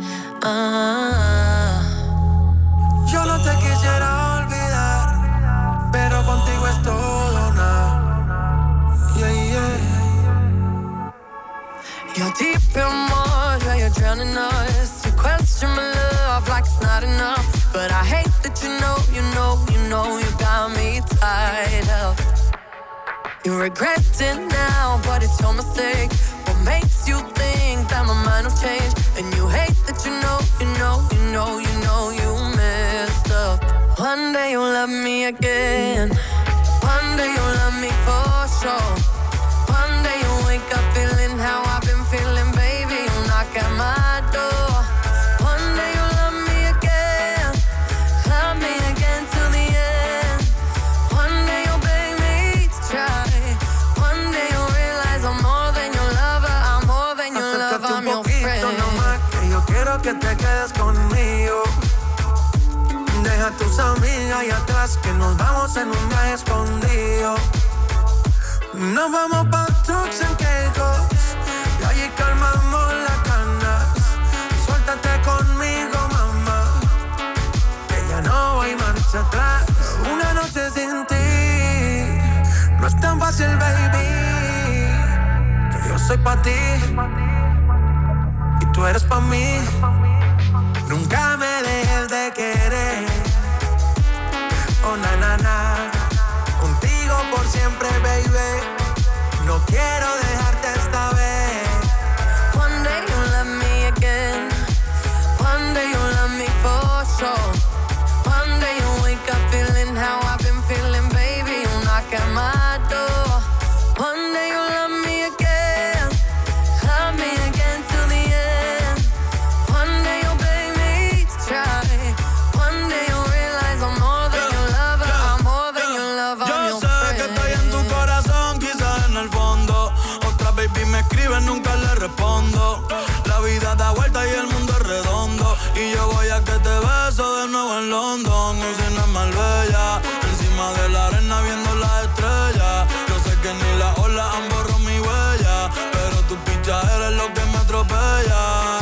[SPEAKER 21] Ah.
[SPEAKER 12] Yo no te quisiera olvidar, pero contigo es todo nada. Yeah, yeah.
[SPEAKER 21] You're deep in water, you're drowning us. You question my love like it's not enough, but I hate that you know, you know, you know you got me tied up. You regret it now, but it's your mistake. What makes you think that my mind will change? And you hate that you know, you know, you know, you know you messed up. One day you'll love me again. One day you'll love me for sure. One day you'll wake up feeling how I've been feeling, baby. You'll knock at my door. One day you'll love me again. Love me again till the end. One day you'll beg me to try. One day you'll realize I'm more than your lover. I'm more than your lover.
[SPEAKER 12] Acércate
[SPEAKER 21] I'm
[SPEAKER 12] un
[SPEAKER 21] your
[SPEAKER 12] poquito
[SPEAKER 21] friend.
[SPEAKER 12] nomás, que yo quiero que te quedes conmigo. Deja a tus amigas ahí atrás, que nos vamos en un viaje escondido. Nos vamos pa' Turks and Caicos y allí calmamos las ganas. Suéltate conmigo, mamá, que ya no hay marcha atrás. Una noche sin ti no es tan fácil, baby, que yo soy pa' ti y tú eres pa' mí. Nunca me dejes de querer. Oh, na, na, na. Contigo por siempre, baby. No quiero dejarte esta vez.
[SPEAKER 21] One day you'll love me again. One day you'll love me for sure. One day you'll wake up feeling how I've been feeling, baby. You'll knock at my door. One day you'll love me again. Love me again till the end. One day you'll beg me to try. One day you'll realize I'm more than your lover. I'm more than your lover. I'm
[SPEAKER 12] Yo
[SPEAKER 21] your
[SPEAKER 12] sé
[SPEAKER 21] friend.
[SPEAKER 12] que estoy en tu corazón, quizás en el fondo. Otra baby me escribe, nunca le respondo. La vida da vuelta y el mundo es redondo. Y yo voy a que te beso de nuevo en London. Usina es Marbella, encima de la arena viendo las estrellas. Yo sé que ni las olas han borrado mi huella, pero tu picha eres lo que me atropella.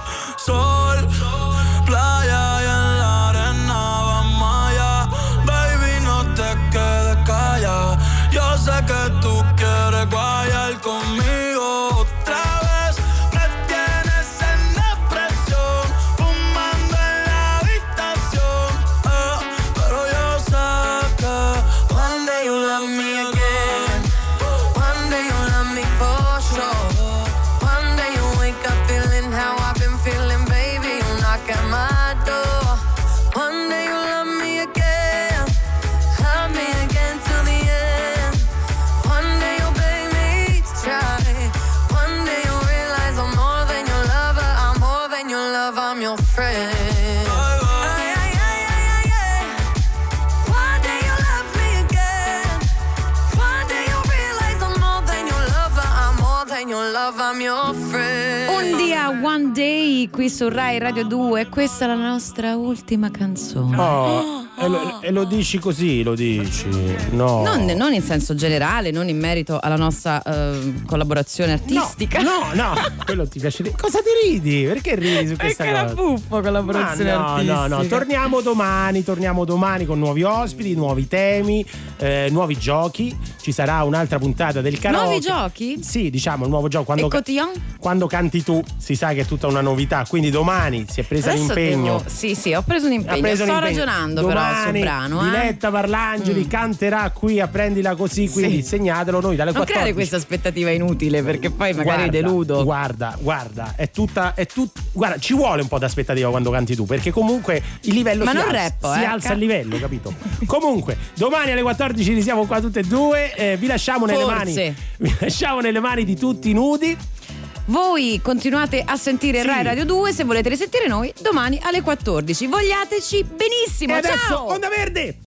[SPEAKER 12] Sol, playa y en la arena vamos allá. Baby, no te quedes callada. Yo sé que tú quieres guayar conmigo otra vez. Me tienes en depresión, fumando en la habitación. Oh, pero yo sé que
[SPEAKER 21] One day you'll love me again. One day you'll love me for sure. One day you'll wake up feeling how I've been feeling, baby. You'll knock at my door. One day you'll love me again. Love me again till the end. One day you'll beg me to try. One day you'll realize I'm more than your lover. I'm more than your lover. I'm your friend. Ay, ay, ay, ay, ay, ay. One day you'll love me again. One day you'll realize I'm more than your lover. I'm more than your lover. I'm your friend.
[SPEAKER 2] Un dia, One Day, qui su Rai Radio due. Questa è la nostra ultima canzone.
[SPEAKER 3] Oh, e, lo, e lo dici così, lo dici. No.
[SPEAKER 2] Non, non in senso generale, non in merito alla nostra eh, collaborazione artistica.
[SPEAKER 3] No, no, quello ti piace. Cosa ti ridi? Perché ridi su questa
[SPEAKER 2] Perché
[SPEAKER 3] cosa?
[SPEAKER 2] era buffo collaborazione
[SPEAKER 3] Ma no,
[SPEAKER 2] artistica.
[SPEAKER 3] no, no, torniamo domani, torniamo domani con nuovi ospiti, nuovi temi, eh, nuovi giochi. Ci sarà un'altra puntata del karaoke.
[SPEAKER 2] Nuovi giochi?
[SPEAKER 3] Sì, diciamo il nuovo gioco quando,
[SPEAKER 2] E cotillon?
[SPEAKER 3] quando canti tu, si sa che è tutto tutta una novità, quindi domani si è presa
[SPEAKER 2] Adesso
[SPEAKER 3] l'impegno.
[SPEAKER 2] devo- Sì, sì, ho preso un impegno.
[SPEAKER 3] Ha preso
[SPEAKER 2] Sto
[SPEAKER 3] un impegno.
[SPEAKER 2] ragionando
[SPEAKER 3] Domani,
[SPEAKER 2] però sul brano. Eh?
[SPEAKER 3] Diletta Parlangeli
[SPEAKER 2] Mm.
[SPEAKER 3] canterà qui a Prendila Così, quindi
[SPEAKER 2] Sì.
[SPEAKER 3] segnatelo noi dalle
[SPEAKER 2] Non
[SPEAKER 3] quattordici.
[SPEAKER 2] creare questa aspettativa inutile, perché poi magari
[SPEAKER 3] Guarda,
[SPEAKER 2] deludo.
[SPEAKER 3] Guarda, guarda, è tutta, è tut, guarda, ci vuole un po' d'aspettativa quando canti tu, perché comunque il livello
[SPEAKER 2] Ma
[SPEAKER 3] si
[SPEAKER 2] non
[SPEAKER 3] alza,
[SPEAKER 2] rappo,
[SPEAKER 3] si
[SPEAKER 2] eh,
[SPEAKER 3] alza
[SPEAKER 2] ca-
[SPEAKER 3] il livello, capito? Comunque, domani alle quattordici risiamo qua tutte e due, eh, vi lasciamo nelle
[SPEAKER 2] Forse.
[SPEAKER 3] mani, vi lasciamo nelle mani di tutti nudi.
[SPEAKER 2] Voi continuate a sentire
[SPEAKER 3] Sì.
[SPEAKER 2] Rai Radio due, se volete risentire noi domani alle quattordici. Vogliateci benissimo.
[SPEAKER 3] E adesso
[SPEAKER 2] Ciao!
[SPEAKER 3] Onda Verde!